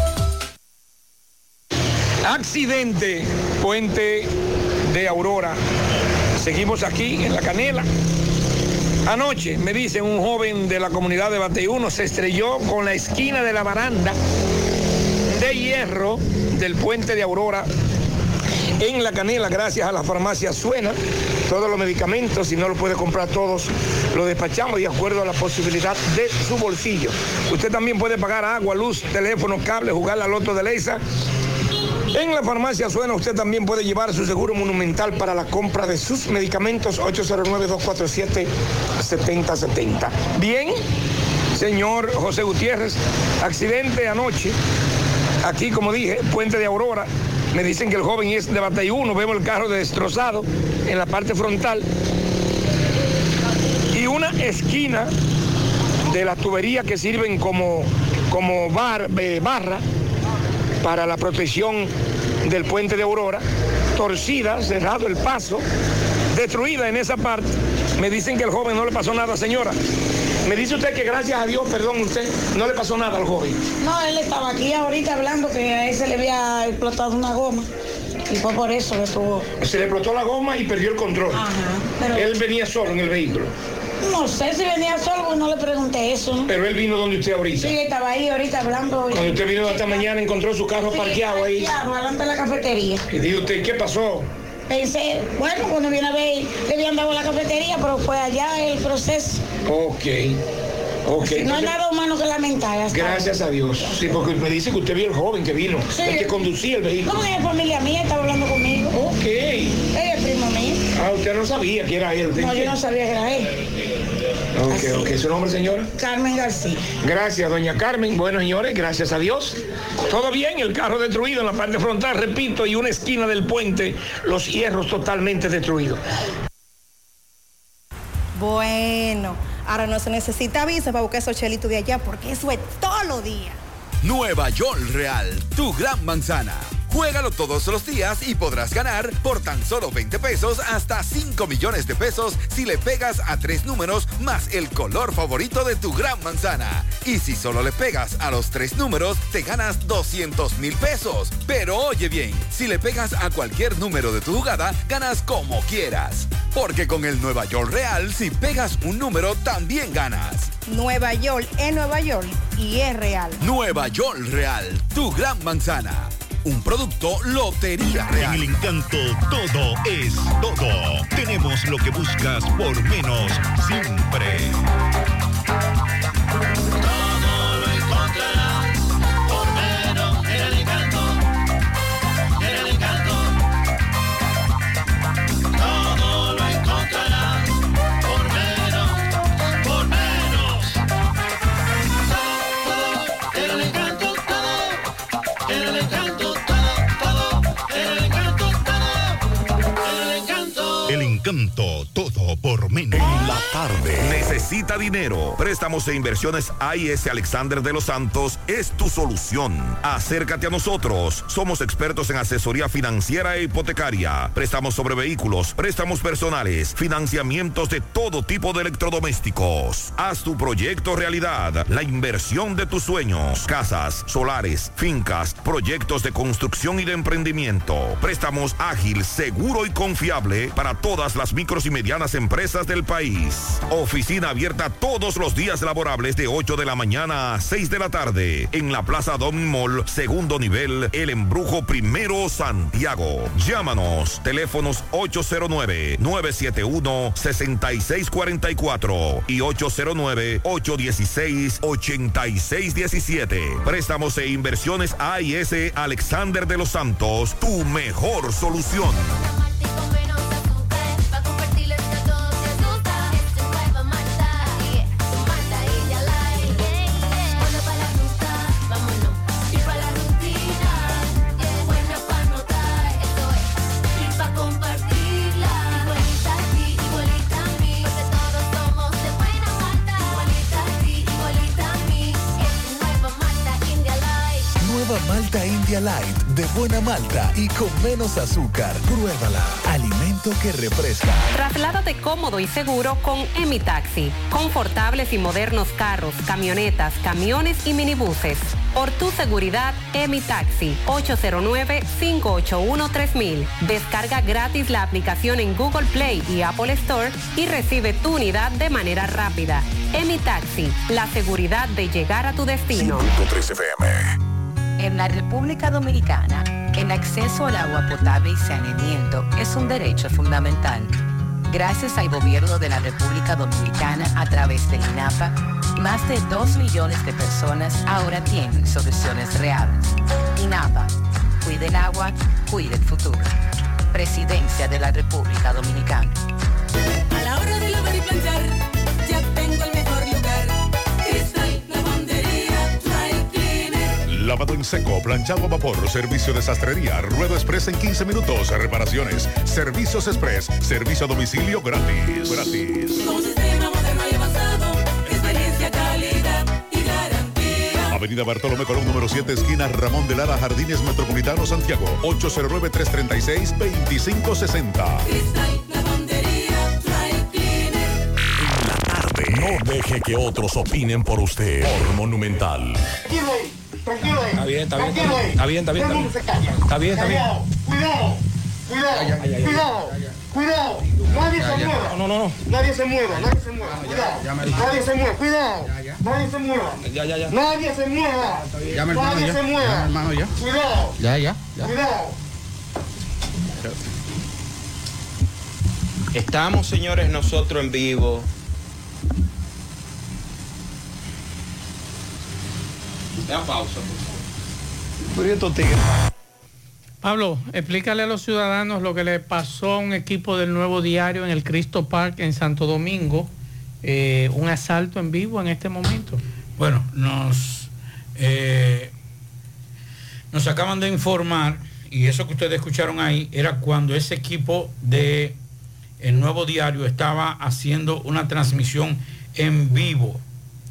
Accidente, puente de Aurora. Seguimos aquí en La Canela. Anoche, me dice un joven de la comunidad de Bateyuno, se estrelló con la esquina de la baranda de hierro del puente de Aurora en La Canela, gracias a la farmacia Suena. Todos los medicamentos, si no los puede comprar todos, los despachamos de acuerdo a la posibilidad de su bolsillo. Usted también puede pagar agua, luz, teléfono, cable, jugar la loto de Leisa. En la farmacia Suena usted también puede llevar su seguro monumental para la compra de sus medicamentos, ocho cero nueve, dos cuatro siete, siete cero siete cero. Bien, Señor José Gutiérrez, accidente anoche, aquí como dije, Puente de Aurora. Me dicen que el joven es de Batey uno, vemos el carro destrozado en la parte frontal. Y una esquina de las tuberías que sirven como, como bar, eh, barra para la protección del Puente de Aurora, torcida, cerrado el paso, destruida en esa parte. Me dicen que el joven no le pasó nada, señora. Me dice usted que gracias a Dios, perdón usted, no le pasó nada al joven. No, él estaba aquí ahorita hablando que a él se le había explotado una goma y fue por eso que estuvo... Se le explotó la goma y perdió el control. Ajá, pero... Él venía solo en el vehículo. No sé si venía solo, porque no le pregunté eso, ¿no? Pero él vino donde usted ahorita. Sí, estaba ahí ahorita hablando. Cuando usted vino esta mañana encontró su carro sí, parqueado ahí. Claro, adelante de la cafetería. Y dijo usted, ¿qué pasó? Pensé, bueno, cuando viene a ver, le habían dado la cafetería, pero fue allá el proceso. Ok. Okay, no hay nada humano que lamentar. Gracias a Dios. Sí, porque me dice que usted vio el joven que vino, sí, el que conducía el vehículo. No, es familia mía, estaba hablando conmigo. Ok. Él es primo mío. Ah, usted no sabía que era él. No, yo no sabía que era él. Ok, Así. ok. ¿Su nombre, señora? Carmen García. Gracias, doña Carmen. Bueno, señores, gracias a Dios. Todo bien, el carro destruido en la parte frontal, repito, y una esquina del puente, los hierros totalmente destruidos. Bueno, ahora no se necesita visa para buscar esos chelitos de allá, porque eso es todos los días. Nueva York Real, tu gran manzana. Juégalo todos los días y podrás ganar por tan solo veinte pesos hasta cinco millones de pesos si le pegas a tres números más el color favorito de tu gran manzana. Y si solo le pegas a los tres números, te ganas doscientos mil pesos. Pero oye bien, si le pegas a cualquier número de tu jugada, ganas como quieras. Porque con el Nueva York Real, si pegas un número, también ganas. Nueva York es Nueva York y es real. Nueva York Real, tu gran manzana. Un producto Lotería Real. En El Encanto todo es todo. Tenemos lo que buscas por menos siempre. Todo lo encontrarás por menos en El Encanto. En El Encanto. Todo lo encontrarás por menos, por menos. Todo, todo, en El Encanto, todo. En El Encanto. El Encanto, todo por menos. En la tarde. Necesita dinero. Préstamos e inversiones A I S Alexander de los Santos es tu solución. Acércate a nosotros. Somos expertos en asesoría financiera e hipotecaria. Préstamos sobre vehículos, préstamos personales, financiamientos de todo tipo de electrodomésticos. Haz tu proyecto realidad. La inversión de tus sueños. Casas, solares, fincas, proyectos de construcción y de emprendimiento. Préstamos ágil, seguro y confiable para todas las micros y medianas empresas del país. Oficina abierta todos los días laborables de ocho de la mañana a seis de la tarde en la Plaza Dom Mall, segundo nivel, El Embrujo Primero, Santiago. Llámanos, teléfonos ocho cero nueve, nueve siete uno, seis seis cuatro cuatro y ocho cero nueve, ocho uno seis, ocho seis uno siete. Préstamos e inversiones A I S Alexander de los Santos, tu mejor solución. Malta India Light de buena malta y con menos azúcar. Pruébala. Alimento que refresca. Trasládate cómodo y seguro con Emi Taxi. Confortables y modernos carros, camionetas, camiones y minibuses. Por tu seguridad, Emi Taxi. ocho cero nueve, cinco ocho uno, tres mil. Descarga gratis la aplicación en Google Play y Apple Store y recibe tu unidad de manera rápida. Emi Taxi. La seguridad de llegar a tu destino. cinco punto tres F M. En la República Dominicana, el acceso al agua potable y saneamiento es un derecho fundamental. Gracias al gobierno de la República Dominicana a través del INAPA, más de dos millones de personas ahora tienen soluciones reales. INAPA, cuide el agua, cuide el futuro. Presidencia de la República Dominicana. A la hora de lavar y planchar, ya tengo el mejor lugar. Crystal lavado en seco, planchado a vapor, servicio de sastrería, ruedo express en quince minutos, reparaciones, servicios express, servicio a domicilio gratis. Gratis. Un sistema moderno y avanzado, experiencia, calidad y garantía. Avenida Bartolomé Colón, número siete, esquina Ramón de Lara, Jardines Metropolitano, Santiago. ocho cero nueve, tres tres seis, dos cinco seis cero. Cristal, lavandería, dry cleaner. En la tarde. No deje que otros opinen por usted. Por Monumental. Tranquilo ahí, tranquilo ahí. Está bien, está bien. Tranquilo ahí. Está bien, está bien. Todo el mundo se calla. Está bien, está bien. Callado. Cuidado, cuidado, Ya, ya, ya, ya. cuidado, cuidado. Nadie Ya, se ya. mueva. No, no, no. Nadie se mueva, nadie se mueva. Cuidado. ya me dijo. Nadie se mueva, cuidado. Nadie se mueva. Ya, ya, ya. Nadie se mueva. Ya, mi hermano, Nadie ya. se mueva. Ya, mi hermano, ya. Cuidado. Ya, ya, ya. Cuidado. Estamos, señores, nosotros en vivo. Da pausa, por favor. Pablo, explícale a los ciudadanos lo que le pasó a un equipo del Nuevo Diario en el Cristo Park en Santo Domingo. Eh, un asalto en vivo en este momento. Bueno, nos, eh, nos acaban de informar, y eso que ustedes escucharon ahí era cuando ese equipo de El Nuevo Diario estaba haciendo una transmisión en vivo.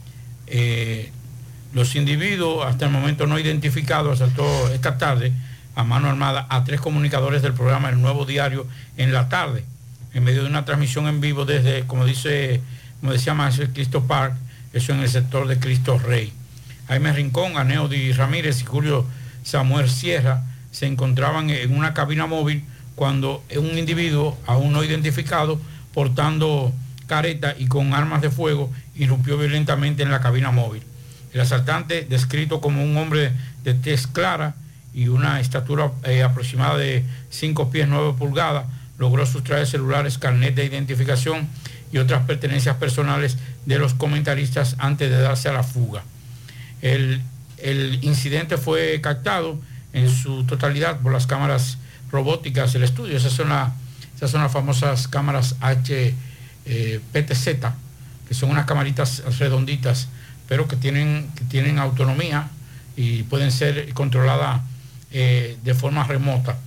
Eh, los individuos hasta el momento no identificados asaltó esta tarde a mano armada a tres comunicadores del programa El Nuevo Diario en la tarde, en medio de una transmisión en vivo desde, como dice, como decía más, el Cristo Park, eso en el sector de Cristo Rey. Jaime Rincón, Aneudi Ramírez y Julio Samuel Sierra se encontraban en una cabina móvil cuando un individuo aún no identificado, portando careta y con armas de fuego, irrumpió violentamente en la cabina móvil. El asaltante, descrito como un hombre de tez clara y una estatura eh, aproximada de cinco pies nueve pulgadas, logró sustraer celulares, carnet de identificación y otras pertenencias personales de los comentaristas antes de darse a la fuga. El, el incidente fue captado en su totalidad por las cámaras robóticas del estudio. Esas son, la, esas son las famosas cámaras H P T Z, que son unas camaritas redonditas, pero que tienen, que tienen autonomía y pueden ser controladas eh, de forma remota.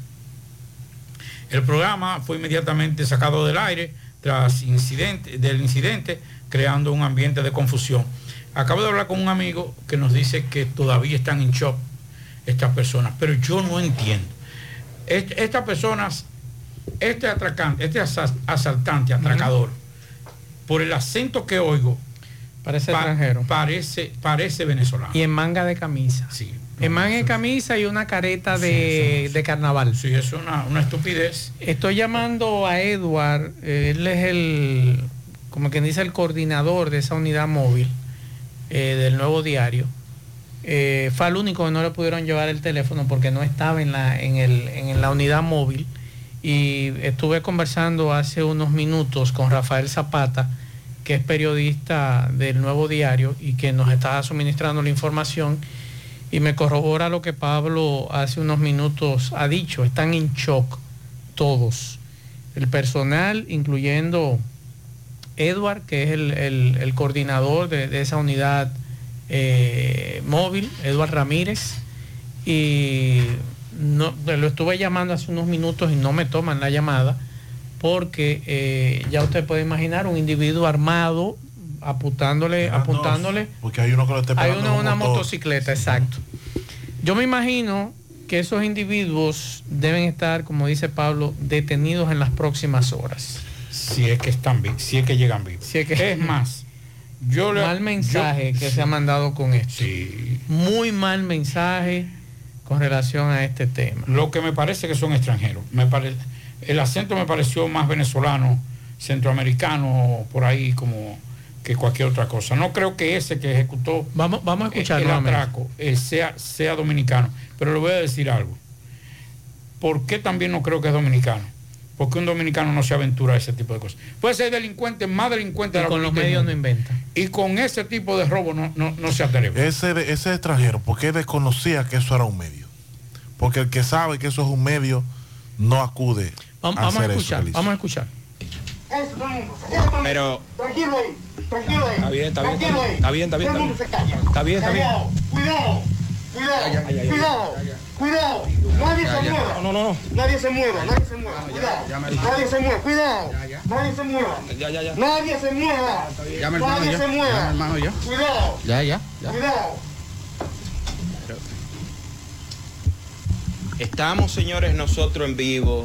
El programa fue inmediatamente sacado del aire tras incidente, del incidente, creando un ambiente de confusión. Acabo de hablar con un amigo que nos dice que todavía están en shock estas personas, pero yo no entiendo. Est estas personas, este atracante, este asaltante, atracador, uh-huh, por el acento que oigo, parece pa extranjero. Parece, parece venezolano. Y en manga de camisa. Sí. En manga de camisa y una careta de, sí, de carnaval. Sí, es una, una estupidez. Estoy llamando a Edward, eh, él es el, como quien dice, el coordinador de esa unidad móvil eh, del Nuevo Diario. Eh, fue el único que no le pudieron llevar el teléfono porque no estaba en la, en, el, en la unidad móvil. Y estuve conversando hace unos minutos con Rafael Zapata, que es periodista del Nuevo Diario y que nos está suministrando la información, y me corrobora lo que Pablo hace unos minutos ha dicho. Están en shock todos, el personal, incluyendo Edward, que es el, el, el coordinador de, de esa unidad eh, móvil, Edward Ramírez, y no, lo estuve llamando hace unos minutos y no me toman la llamada porque eh, ya usted puede imaginar un individuo armado apuntándole, Eran apuntándole. Dos, porque hay uno que lo está Hay esperando una, una motor. motocicleta, exacto. Yo me imagino que esos individuos deben estar, como dice Pablo, detenidos en las próximas horas. Si es que están vivos, si es que llegan vivos. Si es, que, es más, yo le, mal mensaje yo, que sí, se ha mandado con esto. Sí. Muy mal mensaje con relación a este tema. Lo que me parece que son extranjeros. Me pare, el acento me pareció más venezolano, centroamericano, por ahí como que cualquier otra cosa. No creo que ese que ejecutó vamos, vamos a escuchar el atraco eh, sea, sea dominicano. Pero le voy a decir algo. ¿Por qué también no creo que es dominicano? Porque un dominicano no se aventura a ese tipo de cosas. Puede ser delincuente, más delincuente de la con los medios no inventa. Y con ese tipo de robo no, no, no se atreve. Ese, ese extranjero, ¿por qué desconocía que eso era un medio? Porque el que sabe que eso es un medio no acude vamos, a vamos hacer a escuchar, eso. Vamos a escuchar. Pero tranquilo ahí, tranquilo ahí. Está bien, está bien, tranquilo ahí. está bien, está bien, Todo el está mundo se calla. Está bien, está bien. Callado, cuidado, Cuidado, cuidado, cuidado. Nadie se mueva. No, no, no. Nadie se mueva, nadie se mueva. Cuidado. Nadie se mueva, cuidado. Nadie se mueva. Ya, ya, ya. Nadie se mueva. Llama hermano Nadie ya. se mueva. Llama hermano ya. Cuidado. Ya, ya, ya. Cuidado. Estamos, señores, nosotros en vivo.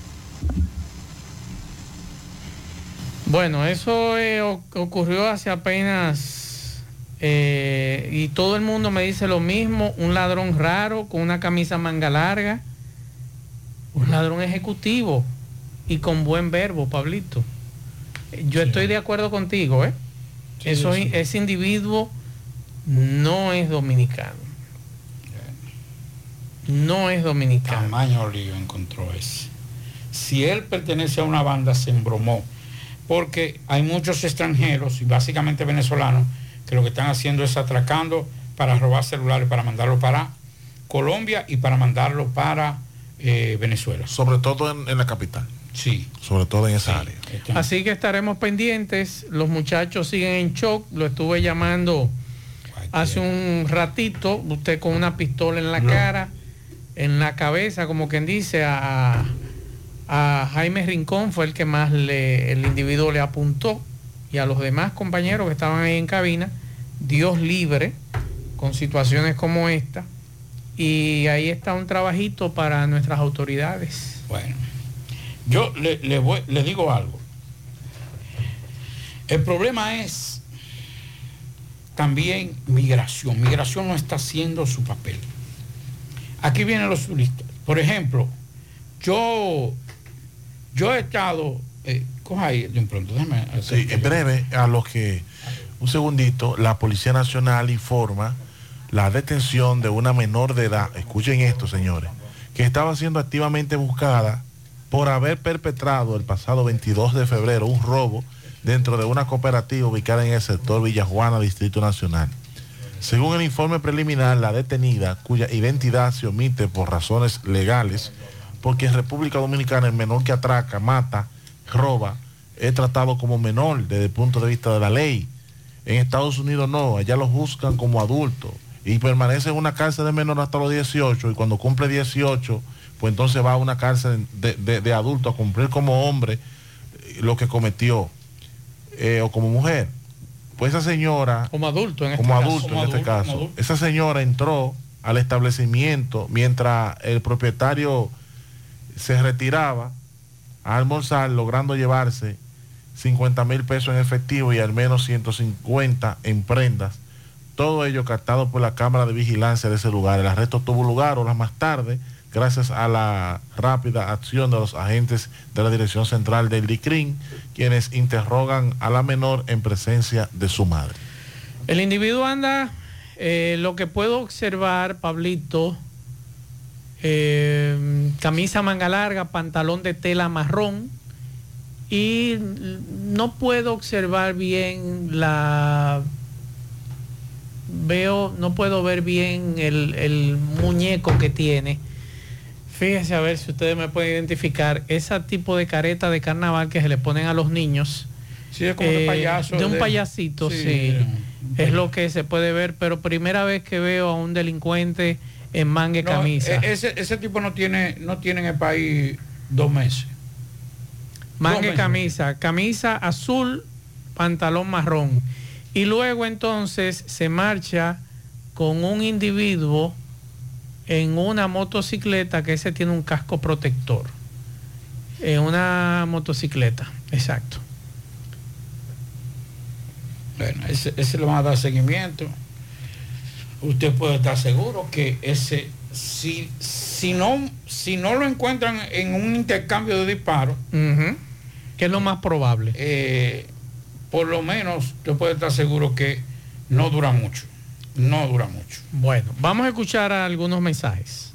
Bueno, eso eh, ocurrió hace apenas, eh, y todo el mundo me dice lo mismo, un ladrón raro con una camisa manga larga, un ladrón ejecutivo y con buen verbo, Pablito. Yo sí. estoy de acuerdo contigo, ¿eh? Sí, eso, sí. Ese individuo no es dominicano. No es dominicano. Tamaño lío encontró ese. Si él pertenece a una banda, se embromó. Porque hay muchos extranjeros y básicamente venezolanos que lo que están haciendo es atracando para robar celulares, para mandarlo para Colombia y para mandarlo para eh, Venezuela. Sobre todo en, en la capital. Sí. Sobre todo en esa sí. área. Así que estaremos pendientes. Los muchachos siguen en shock. Lo estuve llamando hace un ratito. Usted con una pistola en la no. cara, en la cabeza, como quien dice, a... a Jaime Rincón fue el que más le, el individuo le apuntó, y a los demás compañeros que estaban ahí en cabina, Dios libre con situaciones como esta, y ahí está un trabajito para nuestras autoridades. Bueno, yo le, le, voy, le digo algo. El problema es también migración. Migración no está haciendo su papel. Aquí vienen los turistas. Por ejemplo, yo Yo he estado, eh, coja ahí de un pronto, déjame hacer sí, en breve, a los que, un segundito, la Policía Nacional informa la detención de una menor de edad, escuchen esto, señores, que estaba siendo activamente buscada por haber perpetrado el pasado veintidós de febrero un robo dentro de una cooperativa ubicada en el sector Villa Juana, Distrito Nacional. Según el informe preliminar, la detenida, cuya identidad se omite por razones legales, porque en República Dominicana el menor que atraca, mata, roba, es tratado como menor desde el punto de vista de la ley. En Estados Unidos no, allá lo juzgan como adulto y permanece en una cárcel de menor hasta los dieciocho, y cuando cumple dieciocho, pues entonces va a una cárcel de, de, de adulto a cumplir como hombre lo que cometió, eh, o como mujer. Pues esa señora... Como adulto en este como caso. Adulto Como en este adulto, caso. como adulto. Esa señora entró al establecimiento mientras el propietario se retiraba a almorzar, logrando llevarse cincuenta mil pesos en efectivo y al menos ciento cincuenta en prendas. Todo ello captado por la cámara de vigilancia de ese lugar. El arresto tuvo lugar horas más tarde, gracias a la rápida acción de los agentes de la Dirección Central del D I C R I N, quienes interrogan a la menor en presencia de su madre. El individuo anda, eh, lo que puedo observar, Pablito, eh, camisa manga larga, pantalón de tela marrón, y no puedo observar bien la... Veo, no puedo ver bien el, el muñeco que tiene. Fíjense a ver si ustedes me pueden identificar ese tipo de careta de carnaval que se le ponen a los niños. Sí, es como eh, de payaso. De un de... payasito, sí. sí. Es lo que se puede ver, pero primera vez que veo a un delincuente en manga y no, camisa. Ese, ese tipo no tiene, no tiene en el país dos meses. Manga y camisa, camisa azul, pantalón marrón. Y luego entonces se marcha con un individuo en una motocicleta, que ese tiene un casco protector. En una motocicleta, exacto. Bueno, ese, ese le van a dar seguimiento. Usted puede estar seguro que ese, si, si, no, si no lo encuentran en un intercambio de disparos, uh-huh. que es lo más probable, eh, por lo menos usted puede estar seguro que no dura mucho. No dura mucho. Bueno, vamos a escuchar algunos mensajes.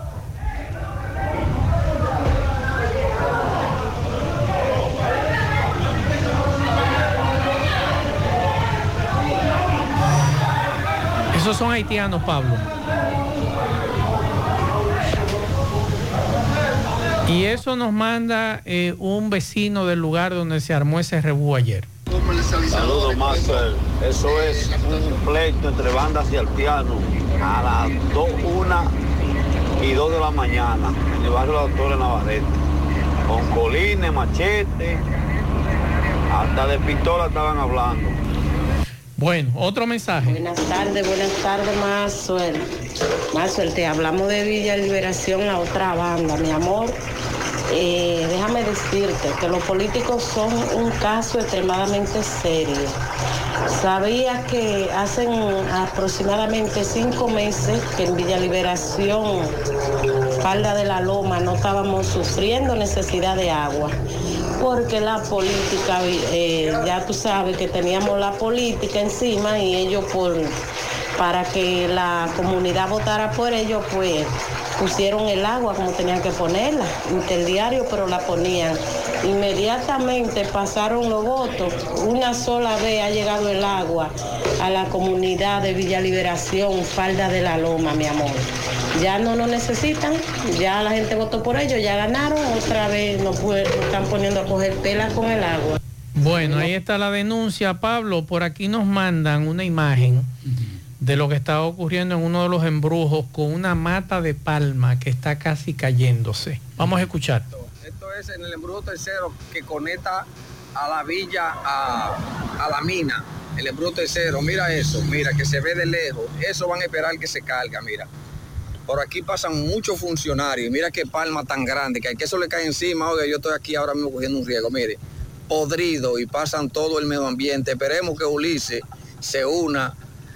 Esos son haitianos, Pablo. Y eso nos manda eh, un vecino del lugar donde se armó ese rebú ayer. Saludos, Master. Eso es un pleito entre bandas y haitianos. a las dos, una y dos de la mañana en el barrio de la Doctora Navarrete, con colines, machete, hasta de pistola estaban hablando. Bueno, otro mensaje. Buenas tardes, buenas tardes, más suerte. Más suerte, hablamos de Villa Liberación, la otra banda, mi amor. Eh, déjame decirte que los políticos son un caso extremadamente serio. Sabía que hacen aproximadamente cinco meses que en Villa Liberación, Falda de la Loma, no estábamos sufriendo necesidad de agua. Porque la política, eh, ya tú sabes que teníamos la política encima y ellos por para que la comunidad votara por ellos, pues pusieron el agua como tenían que ponerla, interdiario, pero la ponían. Inmediatamente pasaron los votos, una sola vez ha llegado el agua a la comunidad de Villa Liberación, Falda de la Loma, mi amor. Ya no lo necesitan, ya la gente votó por ellos, ya ganaron, otra vez nos, nos están poniendo a coger tela con el agua. Bueno, ahí está la denuncia, Pablo. Por aquí nos mandan una imagen de lo que está ocurriendo en uno de los embrujos con una mata de palma que está casi cayéndose. Vamos a escuchar. Esto es en el embrujo tercero que conecta a la villa, a, a la mina. El embrujo tercero, mira eso, mira que se ve de lejos. Eso van a esperar que se carga, mira. Por aquí pasan muchos funcionarios. Mira qué palma tan grande, que al que eso le cae encima. Oiga, yo estoy aquí ahora mismo cogiendo un riego, mire, podrido, y pasan todo el medio ambiente. Esperemos que Ulises se una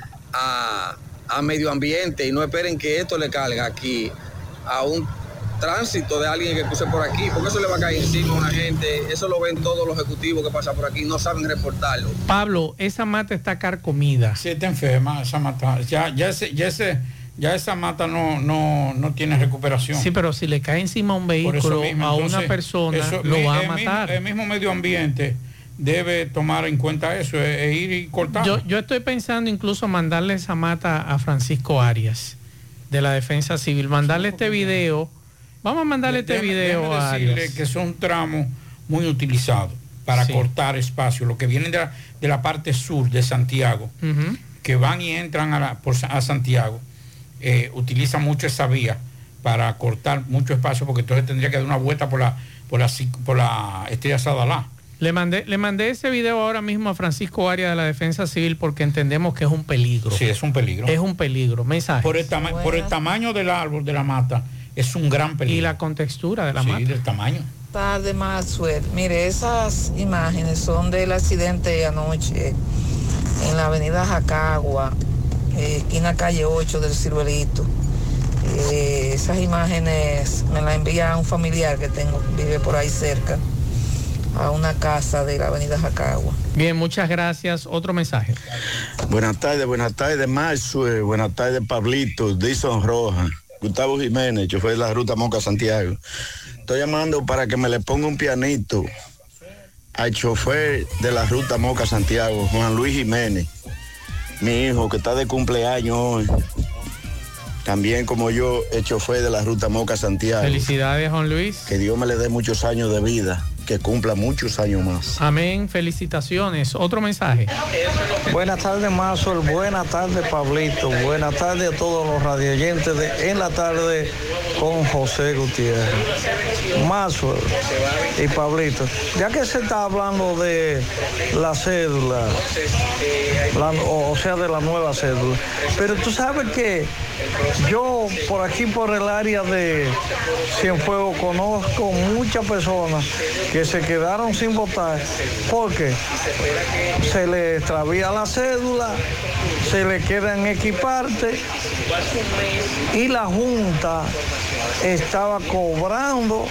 a, a medio ambiente y no esperen que esto le carga aquí a un tránsito de alguien que cruce por aquí, porque eso le va a caer encima a una gente. Eso lo ven todos los ejecutivos que pasan por aquí, no saben reportarlo. Pablo, esa mata está carcomida. Sí, está enferma esa mata. Ya, ya ese, ya ese, ya esa mata no, no, no tiene recuperación. Sí, pero si le cae encima a un vehículo, mismo, a entonces, una persona, eso, lo va a matar. Mismo, el mismo medio ambiente debe tomar en cuenta eso, e, e ir y cortar. Yo, yo estoy pensando incluso mandarle esa mata a Francisco Arias, de la Defensa Civil, mandarle este video. Vamos a mandarle este déjame, video déjame a decirle Arias. Que son tramos muy utilizados para sí. cortar espacio, lo que vienen de la, de la parte sur de Santiago, uh-huh. que van y entran a, la, por, a Santiago, eh, utilizan mucho esa vía para cortar mucho espacio, porque entonces tendría que dar una vuelta por la, por la, por la Estrella Sadalá. Le mandé, le mandé ese video ahora mismo a Francisco Arias de la Defensa Civil porque entendemos que es un peligro. Sí, es un peligro. Es un peligro. Mensaje. Por el, tama por el tamaño del árbol, de la mata, es un gran peligro. Y la contextura de la sí, mata. Sí, del tamaño. Tarde más suerte. Mire, esas imágenes son del accidente anoche en la avenida Jacagua, eh, esquina calle ocho del Ciruelito. Eh, esas imágenes me las envía un familiar que tengo, vive por ahí cerca, a una casa de la avenida Jacagua. Bien, muchas gracias. Otro mensaje. Buenas tardes, buenas tardes, Maxwell. Buenas tardes, Pablito, Dison Rojas, Gustavo Jiménez, chofer de la ruta Moca Santiago. Estoy llamando para que me le ponga un pianito al chofer de la ruta Moca Santiago, Juan Luis Jiménez, mi hijo que está de cumpleaños hoy. También como yo, el chofer de la ruta Moca Santiago. Felicidades, Juan Luis. Que Dios me le dé muchos años de vida, que cumpla muchos años más. Amén, felicitaciones. Otro mensaje. Buenas tardes, Mazol. Buenas tardes, Pablito. Buenas tardes a todos los radioyentes de En la Tarde con José Gutiérrez. Mazol y Pablito, ya que se está hablando de la cédula, la, o sea, de la nueva cédula, pero tú sabes que yo por aquí, por el área de Cienfuegos, conozco muchas personas que se quedaron sin votar porque se le extravía la cédula, se le queda en equiparte y la Junta estaba cobrando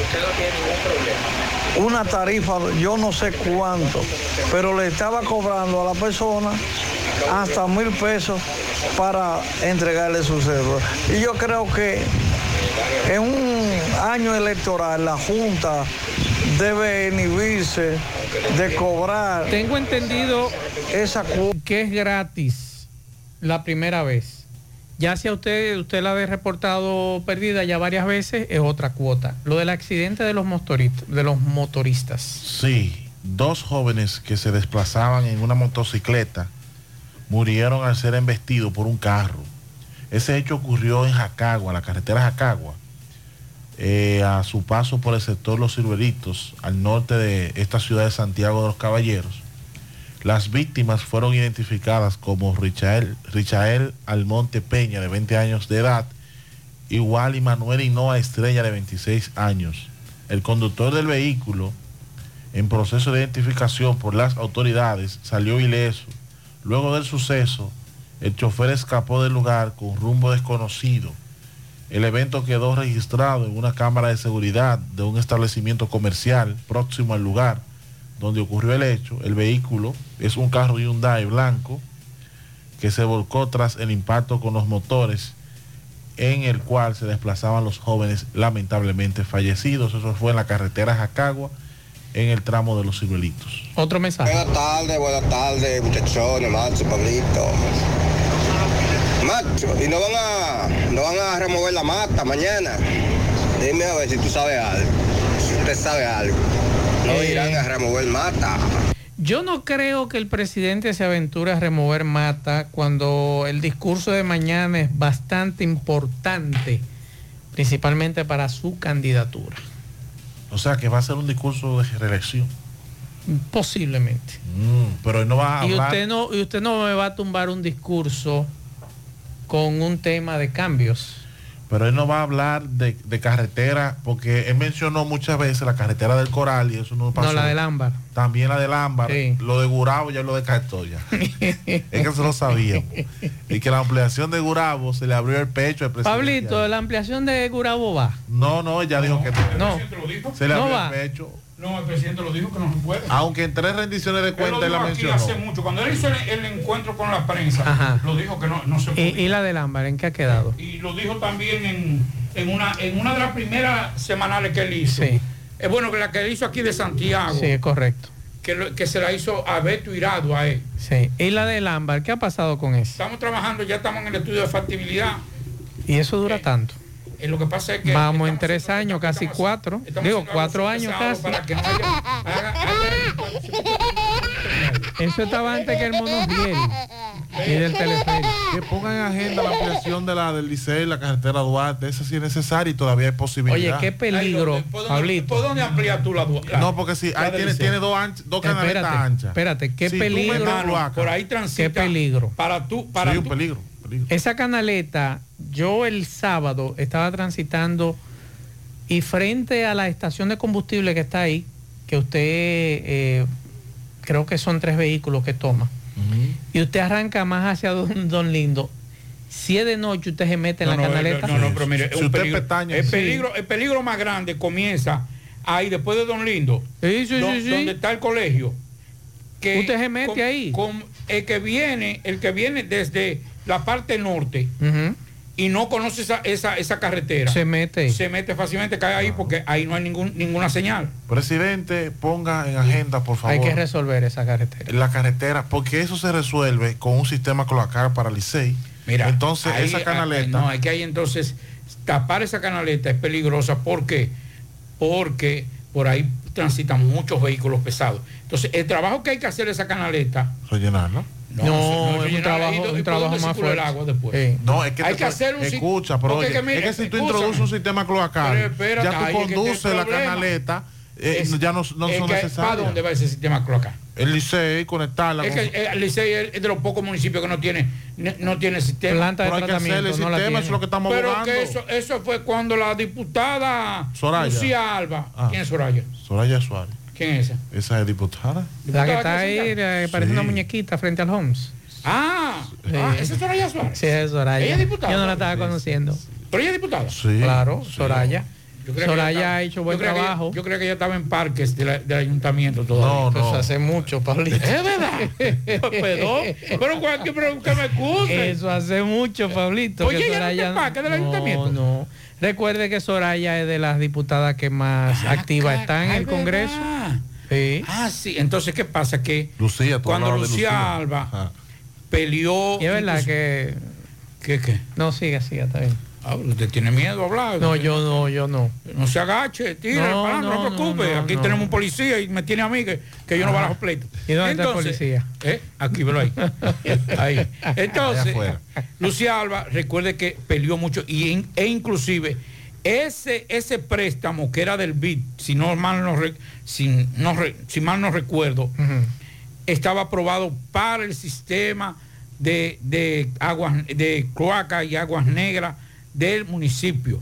una tarifa, yo no sé cuánto, pero le estaba cobrando a la persona hasta mil pesos para entregarle su cédula. Y yo creo que en un año electoral la Junta debe inhibirse de cobrar. Tengo entendido esa que es gratis la primera vez. Ya si a usted, usted la ha reportado perdida ya varias veces, es otra cuota. Lo del accidente de los motoristas, de los motoristas. Sí, dos jóvenes que se desplazaban en una motocicleta murieron al ser embestidos por un carro. Ese hecho ocurrió en Jacagua, la carretera Jacagua, eh, a su paso por el sector Los Ciruelitos, al norte de esta ciudad de Santiago de los Caballeros. Las víctimas fueron identificadas como Richael, Richael Almonte Peña, de veinte años de edad, igual y Manuel Hinoa Estrella, de veintiséis años. El conductor del vehículo, en proceso de identificación por las autoridades, salió ileso. Luego del suceso, el chofer escapó del lugar con rumbo desconocido. El evento quedó registrado en una cámara de seguridad de un establecimiento comercial próximo al lugar donde ocurrió el hecho. El vehículo es un carro Hyundai blanco que se volcó tras el impacto con los motores, en el cual se desplazaban los jóvenes lamentablemente fallecidos. Eso fue en la carretera Jacagua, en el tramo de Los Ciruelitos. Otro mensaje. Buenas tardes, buenas tardes, muchachones, Macho, Pablito. Macho, y no van a no van a remover la mata mañana. Dime a ver si tú sabes algo. Si usted sabe algo. No Eh, irán a remover mata. Yo no creo que el presidente se aventure a remover mata cuando el discurso de mañana es bastante importante, principalmente para su candidatura. O sea, que va a ser un discurso de reelección. Posiblemente. Mm, pero él no va a Y hablar... usted no, y usted no me va a tumbar un discurso con un tema de cambios. Pero él no va a hablar de, de carretera, porque él mencionó muchas veces la carretera del Coral y eso no pasó. No, la del Ámbar. También la del Ámbar. Sí. Lo de Gurabo ya lo descartó ya. Es que se lo sabíamos. Y que la ampliación de Gurabo se le abrió el pecho al presidente. Pablito, la ampliación de Gurabo va. No, no, ya dijo que No. se le No abrió va. el pecho. No, el presidente lo dijo que no se puede. Aunque en tres rendiciones de Él lo cuentas él la dijo aquí mencionó. hace mucho. Cuando él hizo el, el encuentro con la prensa, Ajá. lo dijo que no, no se ¿Y, podía. y la del Ámbar, en qué ha quedado? Y lo dijo también en, en, una, en una de las primeras semanales que él hizo. Sí. Es bueno que la que él hizo aquí de Santiago, Sí, es correcto. que, lo- que se la hizo a Beto Irado a él. Sí. ¿Y la del Ámbar, qué ha pasado con eso? Estamos trabajando, ya estamos en el estudio de factibilidad. ¿Y eso dura tanto? Eh, lo que pasa es que Vamos en tres años, casi cuatro. estamos Digo, haciendo cuatro algo años pesado casi. para que no haya, haga- haga- Eso estaba antes que el monorriel y del teleférico. Que pongan en agenda la ampliación de la del Licey, la carretera Duarte. Esa sí es necesaria y todavía hay posibilidad. Oye, qué peligro, Pablito. ¿Por dónde amplías tú la, la No, porque si la ahí del tiene, Liceo? tiene dos, anch- dos canaletas Espérate, anchas. espérate, qué Si tú peligro. metes Hermano, cloaca, por ahí transita. Qué peligro. Para tú, para sí, tú. un peligro, peligro. Esa canaleta, yo el sábado estaba transitando y frente a la estación de combustible que está ahí, que usted eh, creo que son tres vehículos que toma, y usted arranca más hacia Don, Don Lindo. Si es de noche, usted se mete en No, la no, canaleta. No, no, pero mire, es Si un usted peligro. pestaña, el, sí. peligro el peligro más grande comienza ahí después de Don Lindo, Sí, sí, do- sí, sí. donde está el colegio. Que Usted se mete con- ahí. con el que viene, el que viene desde la parte norte Ujú. y no conoce esa, esa, esa carretera. Se mete. Se mete fácilmente, cae ahí porque ahí no hay ningún, ninguna señal. Presidente, ponga en agenda, por favor, Hay que resolver esa carretera. la carretera, porque eso se resuelve con un sistema cloacal para Licey. Mira, entonces ahí- esa canaleta, No, hay que ahí entonces tapar esa canaleta es peligrosa. ¿Por qué? Porque por ahí transitan muchos vehículos pesados. Entonces, el trabajo que hay que hacer esa canaleta. rellenarla. No, se es un llena trabajo- ahí, ¿y un por trabajo dónde más circula el fuerte. agua después? Sí. No, es que Hay te- que hacer un sit- escucha, pero porque oye, que mire, es que si tú escúchame. introduces un sistema cloacal, Pero espérate, ya tú ahí es que está el conduces la problema. canaleta, eh, Es- ya no, no es son que, ¿para necesarias. dónde va ese sistema cloacal? El Licey, conectarla. Es con que su- eh, el Licey es de los pocos municipios que no tiene, ne- no tiene sistema. Planta de pero hay que hacerle tratamiento, no la sistema, tiene. eso es lo que estamos Pero abogando. que eso, eso fue cuando la diputada Soraya. Lucía Alba. Ah. ¿Quién es Soraya? Soraya Suárez, ¿quién es esa? esa es diputada. La que ¿Diputada está ahí, qué la que parece Sí. una muñequita frente al Homes. Ah, ah, esa es Soraya Suárez. Sí, es Soraya. ¿Ella es diputada? Yo no la estaba conociendo. ¿Pero ella es diputada? Sí. Claro, sí. Soraya. Yo creo que Soraya ella estaba- ha hecho buen yo creo que ella- trabajo. yo creo que ella estaba en parques de la- del ayuntamiento todavía. No, Eso no. hace mucho, Pablito. Es verdad. pero, pero cualquier pregunta que me excuse. Eso hace mucho, Pablito. Oye, que ¿ella no está en parque del no, ayuntamiento? No, recuerde que Soraya es de las diputadas que más Ah, activa está en caray, el Congreso. ¿verdad? Sí. Ah, sí. Entonces, ¿qué pasa? Que Lucía, tú cuando hablabas de Lucía, Lucía. Alba Ajá. peleó. Y es verdad incluso- que... ¿Qué, qué? No, siga, siga, está bien. Ah, usted tiene miedo a hablar. No, yo no, yo no. No se agache, tire, No, no, no, no, no se preocupe. no, Aquí no. tenemos un policía y me tiene a mí que, que yo no Ajá. barajo pleito. ¿Y dónde está el policía? ¿eh? Aquí, velo ahí. ahí. Allá Entonces, afuera. Lucía Alba, recuerde que peleó mucho y, in- e inclusive ese, ese préstamo que era del B I D, si no mal no, re- si, no re- si mal no recuerdo, estaba aprobado para el sistema de, de aguas de cloaca y aguas negras del municipio.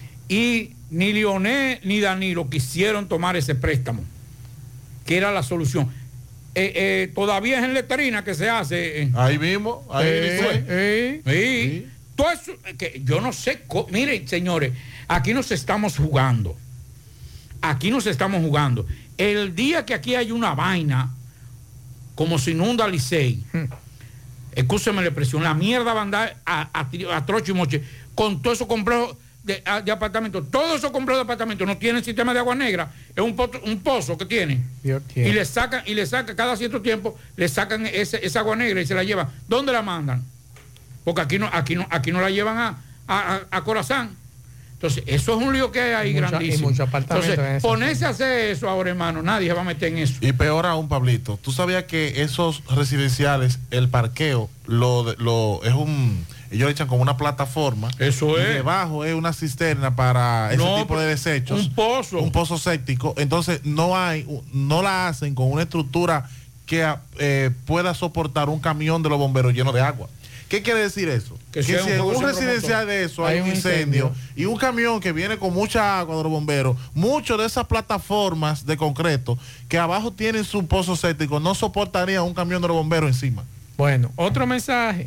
Y ni Leonel ni Danilo quisieron tomar ese préstamo, que era la solución. Eh, eh, todavía es en letrina que se hace. eh. Ahí mismo, ahí Eh, mismo. Sí. Todo eso, eh, que yo no sé, co- miren, señores, aquí nos estamos jugando. Aquí nos estamos jugando. El día que aquí hay una vaina, como se inunda Licey, escúcheme la expresión, la mierda va a andar a, a, a trocho y moche, con todos esos complejos de, a- de apartamentos. Todos esos complejos de apartamentos no tienen sistema de agua negra, es un, po- un pozo que tienen. Dios Y quiera. le sacan, y le sacan cada cierto tiempo, le sacan ese, esa agua negra y se la llevan. ¿Dónde la mandan? Porque aquí no, aquí no, aquí no la llevan a, a, a- a Corazán. Entonces, eso es un lío que hay ahí Y mucha- grandísimo. y muchos apartamentos en Entonces, esa ponerse a hacer eso ahora, hermano, nadie se va a meter en eso. Y peor aún, Pablito, tú sabías que esos residenciales, el parqueo, lo, de- lo es un, ellos le echan como una plataforma. Eso y es. debajo es una cisterna para ese No, tipo de desechos. un pozo. Un pozo séptico. Entonces no hay, no la hacen con una estructura que eh, pueda soportar un camión de los bomberos lleno de agua. ¿Qué quiere decir eso? Que Que, sea si un en juego un sin residencial promotor. de eso hay, Hay un un incendio, incendio. y un camión que viene con mucha agua de los bomberos, muchas de esas plataformas de concreto que abajo tienen su pozo séptico no soportaría un camión de los bomberos encima. Bueno, otro mensaje.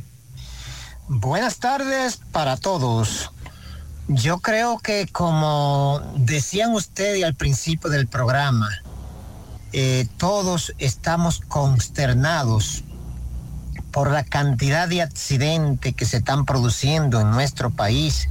Buenas tardes para todos. Yo creo que como decían ustedes al principio del programa, eh, todos estamos consternados por la cantidad de accidentes que se están produciendo en nuestro país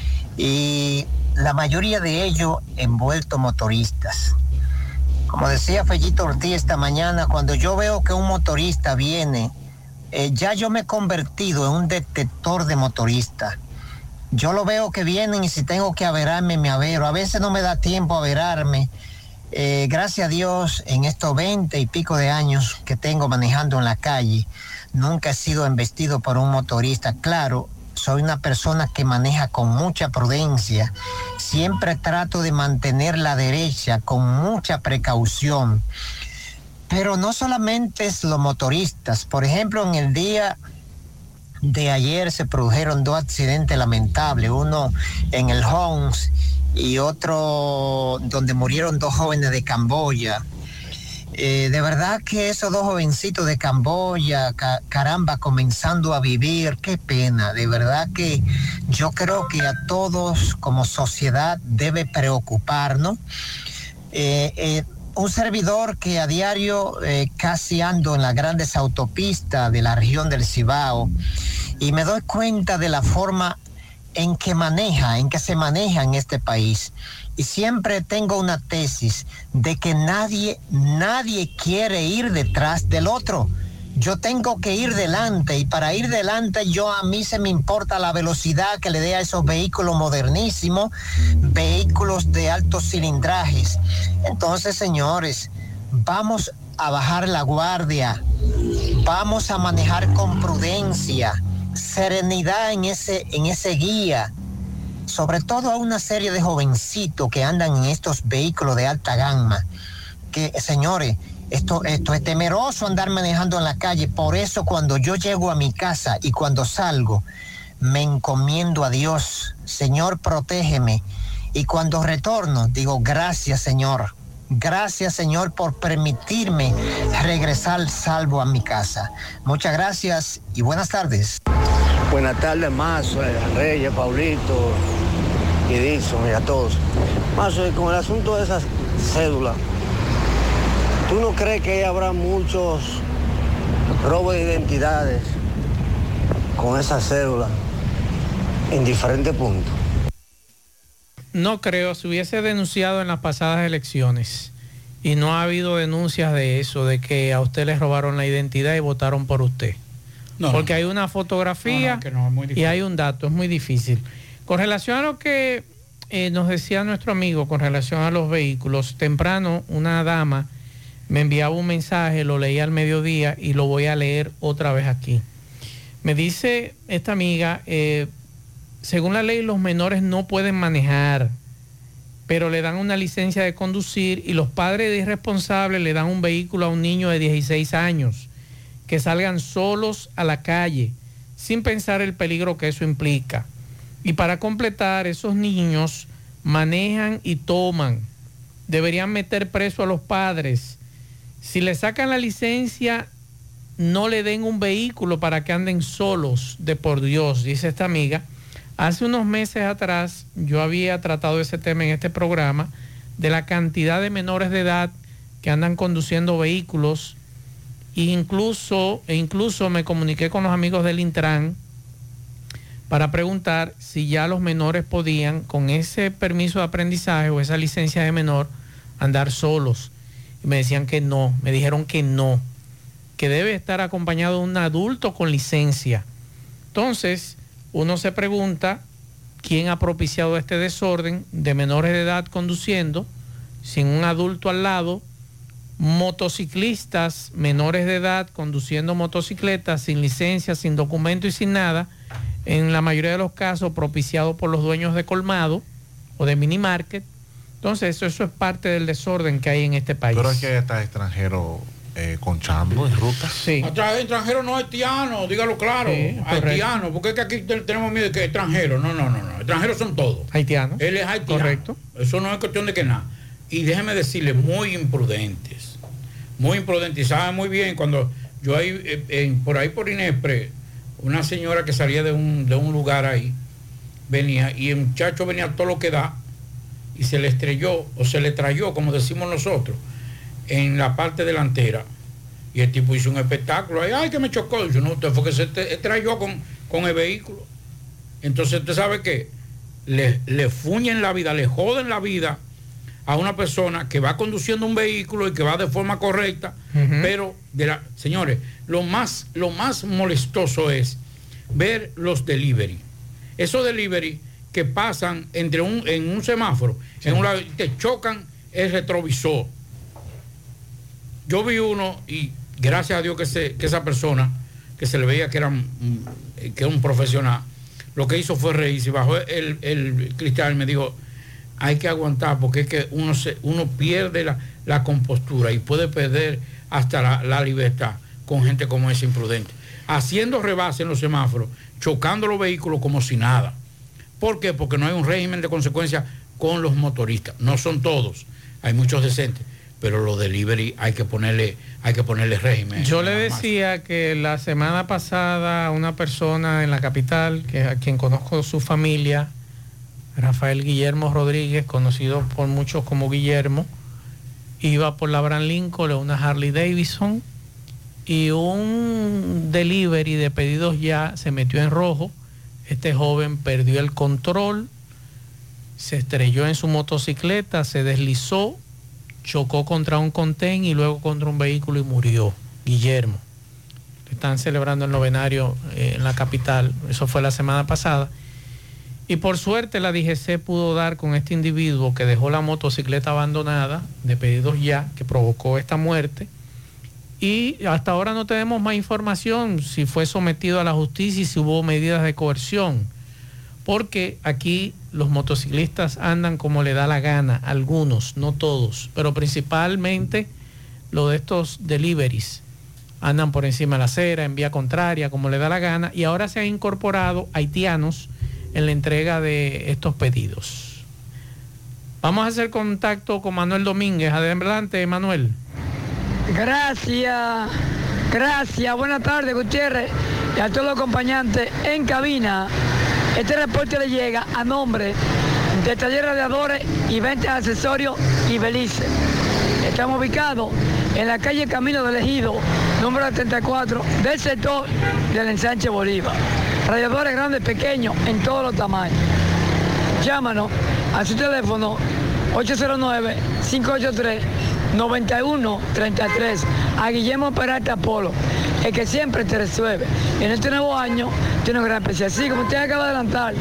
y la mayoría de ellos envueltos motoristas. Como decía Fellito Ortiz esta mañana, cuando yo veo que un motorista viene, eh, ya yo me he convertido en un detector de motoristas. Yo lo veo que vienen y si tengo que averarme, me avero. A veces no me da tiempo a averarme. Eh, gracias a Dios, en estos veinte y pico de años que tengo manejando en la calle, nunca he sido embestido por un motorista. Claro, soy una persona que maneja con mucha prudencia. Siempre trato de mantener la derecha con mucha precaución. Pero no solamente es los motoristas. Por ejemplo, en el día de ayer se produjeron dos accidentes lamentables. Uno en el Homs y otro donde murieron dos jóvenes de Camboya. Eh, de verdad que esos dos jovencitos de Camboya, ca- caramba, comenzando a vivir, qué pena. De verdad que yo creo que a todos como sociedad debe preocuparnos. Eh, eh, un servidor que a diario eh, casi ando en las grandes autopistas de la región del Cibao y me doy cuenta de la forma en que maneja, en que se maneja en este país. Y siempre tengo una tesis de que nadie, nadie quiere ir detrás del otro. Yo tengo que ir delante y para ir delante yo a mí se me importa la velocidad que le dé a esos vehículos modernísimos, vehículos de altos cilindrajes. Entonces, señores, vamos a bajar la guardia, vamos a manejar con prudencia, serenidad en ese, en ese guía. Sobre todo a una serie de jovencitos que andan en estos vehículos de alta gama, que señores, esto, esto es temeroso andar manejando en la calle. Por eso cuando yo llego a mi casa y cuando salgo, me encomiendo a Dios. Señor, protégeme. Y cuando retorno, digo, gracias, Señor. Gracias, Señor, por permitirme regresar salvo a mi casa. Muchas gracias y buenas tardes. Buenas tardes, Mazo, Reyes, Paulito y Dixon y a todos. Mazo, y con el asunto de esas cédulas, ¿tú no crees que habrá muchos robos de identidades con esas cédulas en diferentes puntos? No creo, se hubiese denunciado en las pasadas elecciones y no ha habido denuncias de eso, de que a usted le robaron la identidad y votaron por usted. No, Porque no. hay una fotografía No, no, que no, es muy y difícil. hay un dato, es muy difícil. Con relación a lo que eh, nos decía nuestro amigo con relación a los vehículos, temprano una dama me enviaba un mensaje, lo leí al mediodía y lo voy a leer otra vez aquí. Me dice esta amiga, eh, según la ley los menores no pueden manejar, pero le dan una licencia de conducir y los padres de irresponsables le dan un vehículo a un niño de dieciséis años, que salgan solos a la calle, sin pensar el peligro que eso implica. Y para completar, esos niños manejan y toman. Deberían meter preso a los padres. Si le sacan la licencia, no le den un vehículo para que anden solos, de por Dios, dice esta amiga. Hace unos meses atrás yo había tratado ese tema en este programa, de la cantidad de menores de edad que andan conduciendo vehículos, e incluso, e incluso me comuniqué con los amigos del Intran para preguntar si ya los menores podían, con ese permiso de aprendizaje o esa licencia de menor, andar solos. Y me decían que no, me dijeron que no, que debe estar acompañado de un adulto con licencia. Entonces, uno se pregunta quién ha propiciado este desorden de menores de edad conduciendo sin un adulto al lado, motociclistas menores de edad conduciendo motocicletas sin licencia, sin documento y sin nada, en la mayoría de los casos propiciado por los dueños de colmado o de mini market. Entonces eso, eso es parte del desorden que hay en este país. Pero es que está extranjero eh, conchando en rutas. Sí. Atrás extranjero no haitiano, dígalo claro. Sí, haitiano, porque es que aquí tenemos miedo de que extranjero. No, no, no, no. Extranjeros son todos. Haitiano. Él es haitiano. Correcto. Eso no es cuestión de que nada. Y déjeme decirle, muy imprudentes. Muy imprudentes. Y saben muy bien cuando yo ahí, eh, en, por ahí por Inespre, una señora que salía de un, de un lugar ahí, venía, y el muchacho venía a todo lo que da, y se le estrelló, o se le trayó, como decimos nosotros, en la parte delantera. Y el tipo hizo un espectáculo ahí, ay, que me chocó. Yo no, usted fue que se estrelló con, con el vehículo. Entonces, usted sabe que le, le fuñen la vida, le joden la vida a una persona que va conduciendo un vehículo y que va de forma correcta, uh-huh. pero, de la, señores, lo más, lo más molestoso es ver los delivery. Esos delivery que pasan entre un, en un semáforo, sí. en una, te chocan el retrovisor. Yo vi uno y gracias a Dios que, se, que esa persona, que se le veía que era, que era un profesional, lo que hizo fue reírse, bajó el, el cristal y me dijo, hay que aguantar porque es que uno, se, uno pierde la, la compostura y puede perder hasta la, la libertad con gente como esa imprudente. Haciendo rebase en los semáforos, chocando los vehículos como si nada. ¿Por qué? Porque no hay un régimen de consecuencia con los motoristas. No son todos, hay muchos decentes, pero los delivery hay que ponerle, hay que ponerle régimen. Yo le decía más. Que la semana pasada una persona en la capital, que a quien conozco su familia, Rafael Guillermo Rodríguez, conocido por muchos como Guillermo, iba por la Abraham Lincoln, una Harley Davidson, y un delivery de pedidos ya se metió en rojo. Este joven perdió el control, se estrelló en su motocicleta, se deslizó, chocó contra un contén y luego contra un vehículo y murió. Guillermo. Están celebrando el novenario eh, en la capital, eso fue la semana pasada. Y por suerte la D G C pudo dar con este individuo que dejó la motocicleta abandonada de pedidos ya, que provocó esta muerte. Y hasta ahora no tenemos más información si fue sometido a la justicia y si hubo medidas de coerción. Porque aquí los motociclistas andan como le da la gana, algunos, no todos, pero principalmente lo de estos deliveries. Andan por encima de la acera, en vía contraria, como le da la gana. Y ahora se han incorporado haitianos en la entrega de estos pedidos. Vamos a hacer contacto con Manuel Domínguez. Adelante, Manuel. Gracias, gracias. Buenas tardes, Gutiérrez, y a todos los acompañantes en cabina. Este reporte le llega a nombre de Taller Radiadores y Ventas de Accesorios y Belice. Estamos ubicados en la calle Camino del Ejido, número setenta y cuatro, del sector del Ensanche Bolívar. Radiadores grandes, pequeños, en todos los tamaños. Llámanos a su teléfono ocho cero nueve, cinco ocho tres, nueve uno tres tres, a Guillermo Peralta Polo, el que siempre te resuelve. En este nuevo año tiene un gran especial. Así como usted acaba de adelantar,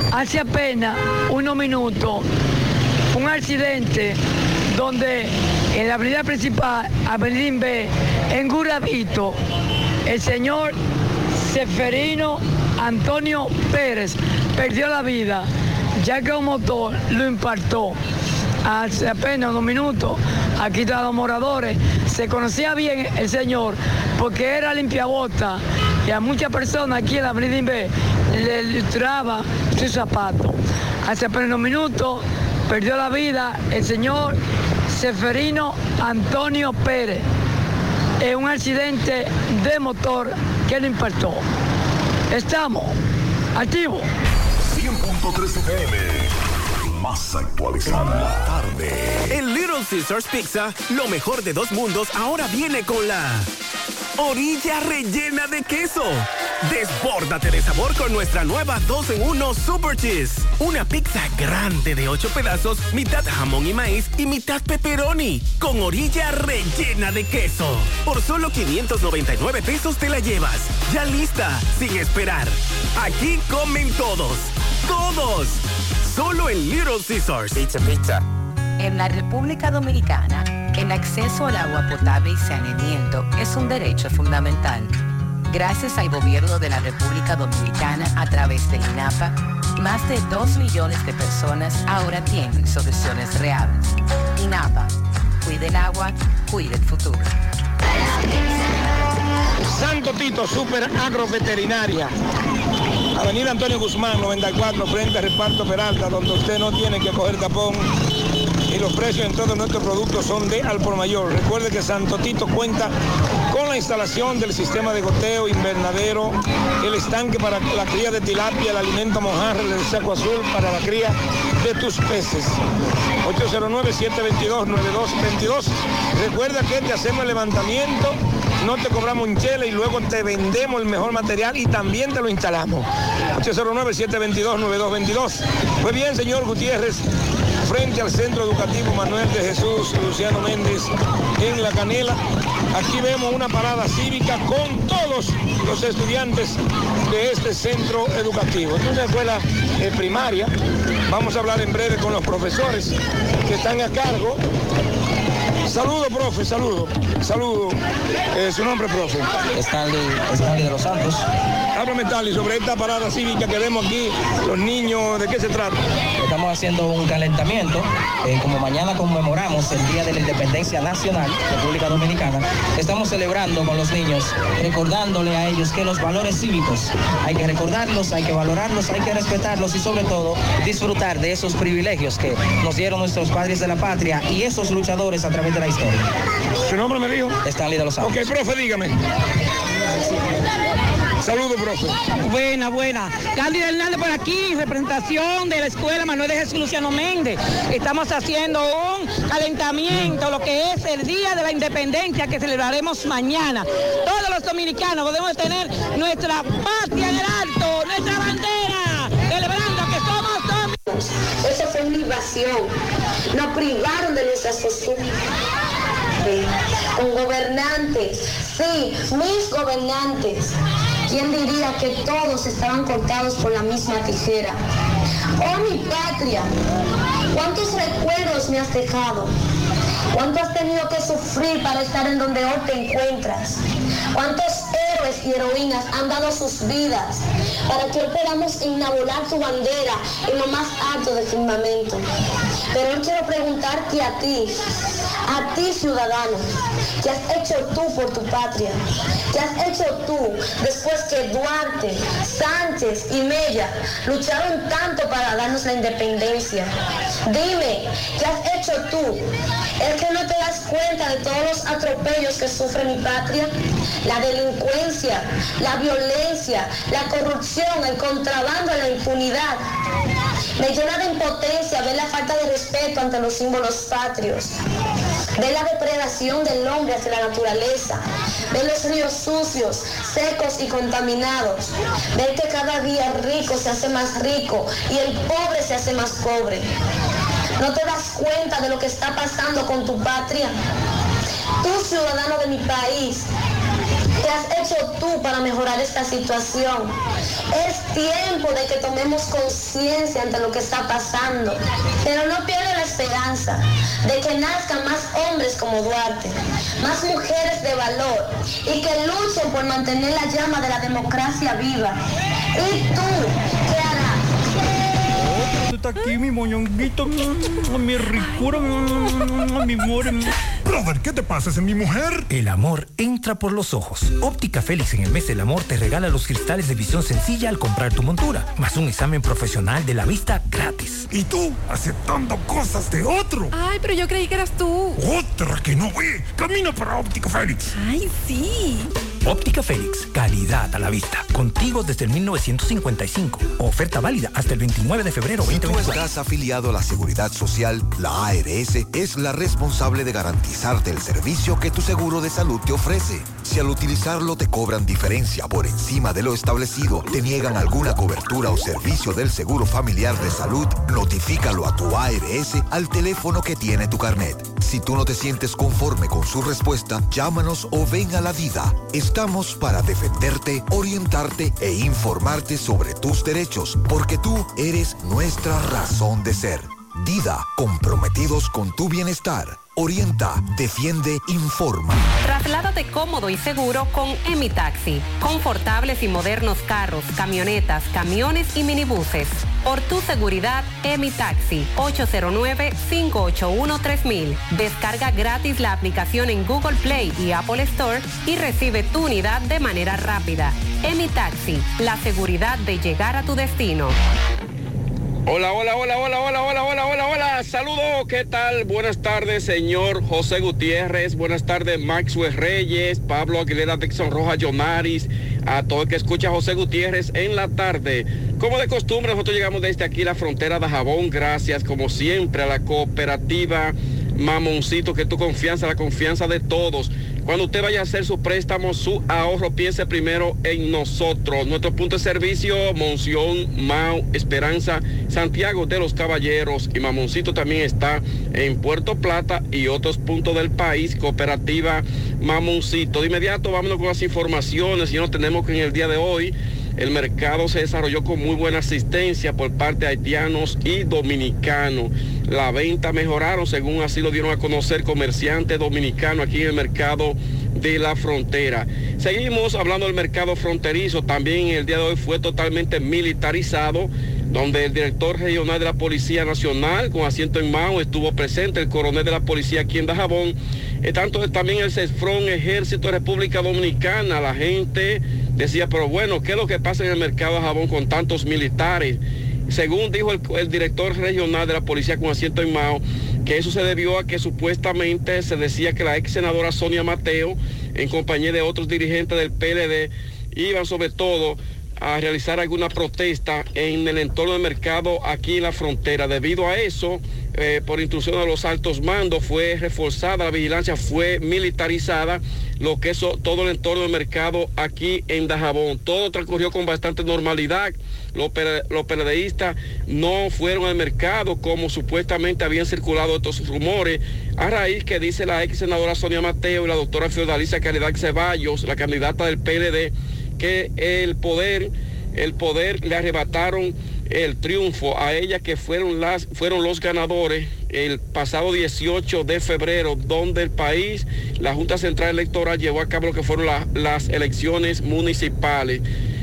hace apenas unos minutos, un accidente donde en la avenida principal, Avenida Inver, en Gurabito, el señor Seferino Antonio Pérez perdió la vida, ya que un motor lo impactó. Hace apenas unos minutos, aquí están los moradores, se conocía bien el señor porque era limpiabota y a muchas personas aquí en la Avenida Inver le listraba sus zapatos. Hace apenas unos minutos perdió la vida el señor Seferino Antonio Pérez en un accidente de motor que lo impactó. Estamos activos. cien punto tres F M, más actualizada la tarde. En Little Caesars Pizza, lo mejor de dos mundos ahora viene con la orilla rellena de queso. Desbórdate de sabor con nuestra nueva dos en uno Super Cheese. Una pizza grande de ocho pedazos, mitad jamón y maíz y mitad pepperoni, con orilla rellena de queso. Por solo quinientos noventa y nueve pesos te la llevas. Ya lista, sin esperar. Aquí comen todos. ¡Todos! Solo en Little Caesars. Pizza, pizza. En la República Dominicana, el acceso al agua potable y saneamiento es un derecho fundamental. Gracias al gobierno de la República Dominicana a través del INAPA, más de dos millones de personas ahora tienen soluciones reales. INAPA, cuide el agua, cuide el futuro. Santo Tito, Super Agroveterinaria. Avenida Antonio Guzmán, noventa y cuatro, frente a Reparto Peralta, donde usted no tiene que coger tapón. Y los precios en todos nuestros productos son de al por mayor. Recuerde que Santo Tito cuenta con la instalación del sistema de goteo, invernadero, el estanque para la cría de tilapia, el alimento mojarra, el saco azul para la cría de tus peces. ocho cero nueve, siete dos dos, nueve dos dos dos. Recuerda que te hacemos el levantamiento, no te cobramos un chele y luego te vendemos el mejor material y también te lo instalamos. ocho cero nueve, siete dos dos, nueve dos dos dos. Pues bien, señor Gutiérrez, frente al Centro Educativo Manuel de Jesús Luciano Méndez en La Canela, aquí vemos una parada cívica con todos los estudiantes de este centro educativo. Es una escuela eh, primaria. Vamos a hablar en breve con los profesores que están a cargo. Saludo, profe, saludo, saludo. Eh, ¿Su nombre, profe? Stanley, Stanley de los Santos. Háblame, Stanley, sobre esta parada cívica que vemos aquí, los niños, ¿de qué se trata? Estamos haciendo un calentamiento, eh, como mañana conmemoramos el Día de la Independencia Nacional, República Dominicana, estamos celebrando con los niños, recordándole a ellos que los valores cívicos hay que recordarlos, hay que valorarlos, hay que respetarlos y sobre todo disfrutar de esos privilegios que nos dieron nuestros padres de la patria y esos luchadores a través de la historia. ¿Su nombre me dijo? Stanley de los Santos. Ok, profe, dígame. Saludos, profe. Buena, buena. Cándida Hernández por aquí, representación de la Escuela Manuel de Jesús Luciano Méndez. Estamos haciendo un calentamiento, lo que es el Día de la Independencia que celebraremos mañana. Todos los dominicanos podemos tener nuestra patria en el alto, nuestra bandera, celebrando que somos dominicanos. Eso fue una invasión. Nos privaron de nuestras costumbres. Con gobernantes, sí, mis gobernantes. ¿Quién diría que todos estaban cortados por la misma tijera? Oh, mi patria, ¿cuántos recuerdos me has dejado? ¿Cuánto has tenido que sufrir para estar en donde hoy te encuentras? ¿Cuántos héroes y heroínas han dado sus vidas para que hoy podamos inaughurar tu bandera en lo más alto del firmamento? Pero hoy quiero preguntarte a ti, a ti ciudadano, ¿qué has hecho tú por tu patria? ¿Qué has hecho tú después que Duarte, Sánchez y Mella lucharon tanto para darnos la independencia? Dime, ¿qué has hecho tú? ¿Es que no te das cuenta de todos los atropellos que sufre mi patria? La delincuencia, la violencia, la corrupción, el contrabando, la impunidad. Me llena de impotencia ver la falta de respeto ante los símbolos patrios. Ver la depredación del hombre hacia la naturaleza. Ver los ríos sucios, secos y contaminados. Ver que cada día el rico se hace más rico y el pobre se hace más pobre. ¿No te das cuenta de lo que está pasando con tu patria? Tú, ciudadano de mi país, ¿qué has hecho tú para mejorar esta situación? Es tiempo de que tomemos conciencia ante lo que está pasando, pero no pierda la esperanza de que nazcan más hombres como Duarte, más mujeres de valor y que luchen por mantener la llama de la democracia viva. ¿Y tú qué harás? Tú estás aquí, mi moñonguito, mi ricura, mi amor. Brother, ¿qué te pasa? ¿Es mi mujer? El amor entra por los ojos. Óptica Félix en el mes del amor te regala los cristales de visión sencilla al comprar tu montura, más un examen profesional de la vista gratis. ¿Y tú aceptando cosas de otro? Ay, pero yo creí que eras tú. Otra que no ve. Camina para Óptica Félix. Ay, sí. Óptica Félix, calidad a la vista. Contigo desde el mil novecientos cincuenta y cinco. Oferta válida hasta el veintinueve de febrero Si veinte veinticuatro. tú estás afiliado a la Seguridad Social, la A R S es la responsable de garantizarte el servicio que tu seguro de salud te ofrece. Si al utilizarlo te cobran diferencia por encima de lo establecido, te niegan alguna cobertura o servicio del Seguro Familiar de Salud, notifícalo a tu A R S al teléfono que tiene tu carnet. Si tú no te sientes conforme con su respuesta, llámanos o ven a la Dida. Estamos para defenderte, orientarte e informarte sobre tus derechos, porque tú eres nuestra razón de ser. Dida, comprometidos con tu bienestar. Orienta, defiende, informa. Trasládate cómodo y seguro con Emitaxi. Confortables y modernos carros, camionetas, camiones y minibuses. Por tu seguridad, Emitaxi. ocho cero nueve, cinco ocho uno, tres mil. Descarga gratis la aplicación en Google Play y Apple Store y recibe tu unidad de manera rápida. Emitaxi, la seguridad de llegar a tu destino. Hola, hola, hola, hola, hola, hola, hola, hola, hola. Saludos, ¿qué tal? Buenas tardes, señor José Gutiérrez. Buenas tardes, Maxwell Reyes, Pablo Aguilera, Dixon Rojas, Yonaris. A todo el que escucha a José Gutiérrez en la tarde. Como de costumbre, nosotros llegamos desde aquí, la frontera de Jabón. Gracias, como siempre, a la cooperativa Mamoncito, que tu confianza, la confianza de todos. Cuando usted vaya a hacer su préstamo, su ahorro, piense primero en nosotros. Nuestro punto de servicio, Monción, Mau, Esperanza, Santiago de los Caballeros y Mamoncito también está en Puerto Plata y otros puntos del país. Cooperativa Mamoncito. De inmediato, vámonos con las informaciones. Y nos tenemos que en el día de hoy el mercado se desarrolló con muy buena asistencia por parte de haitianos y dominicanos. La venta mejoraron, según así lo dieron a conocer comerciantes dominicanos aquí en el mercado de la frontera. Seguimos hablando del mercado fronterizo. También el día de hoy fue totalmente militarizado, donde el director regional de la Policía Nacional, con asiento en Mao, estuvo presente, el coronel de la policía aquí en Dajabón, eh, tanto también el CESFRON, Ejército de República Dominicana. La gente decía, pero bueno, ¿qué es lo que pasa en el mercado de Dajabón con tantos militares? Según dijo el, el director regional de la policía con asiento en Mao, que eso se debió a que supuestamente se decía que la ex senadora Sonia Mateo, en compañía de otros dirigentes del P L D, iban sobre todo a realizar alguna protesta en el entorno del mercado aquí en la frontera. Debido a eso, eh, por instrucción de los altos mandos, fue reforzada la vigilancia, fue militarizada lo que es todo el entorno del mercado aquí en Dajabón. Todo transcurrió con bastante normalidad. Los, los periodistas no fueron al mercado como supuestamente habían circulado estos rumores, a raíz que dice la ex senadora Sonia Mateo y la doctora Fiordalisa Caridad Ceballos, la candidata del P L D, que el poder, el poder le arrebataron el triunfo a ella, que fueron las, fueron los ganadores el pasado dieciocho de febrero, donde el país, la Junta Central Electoral llevó a cabo lo que fueron la, las elecciones municipales.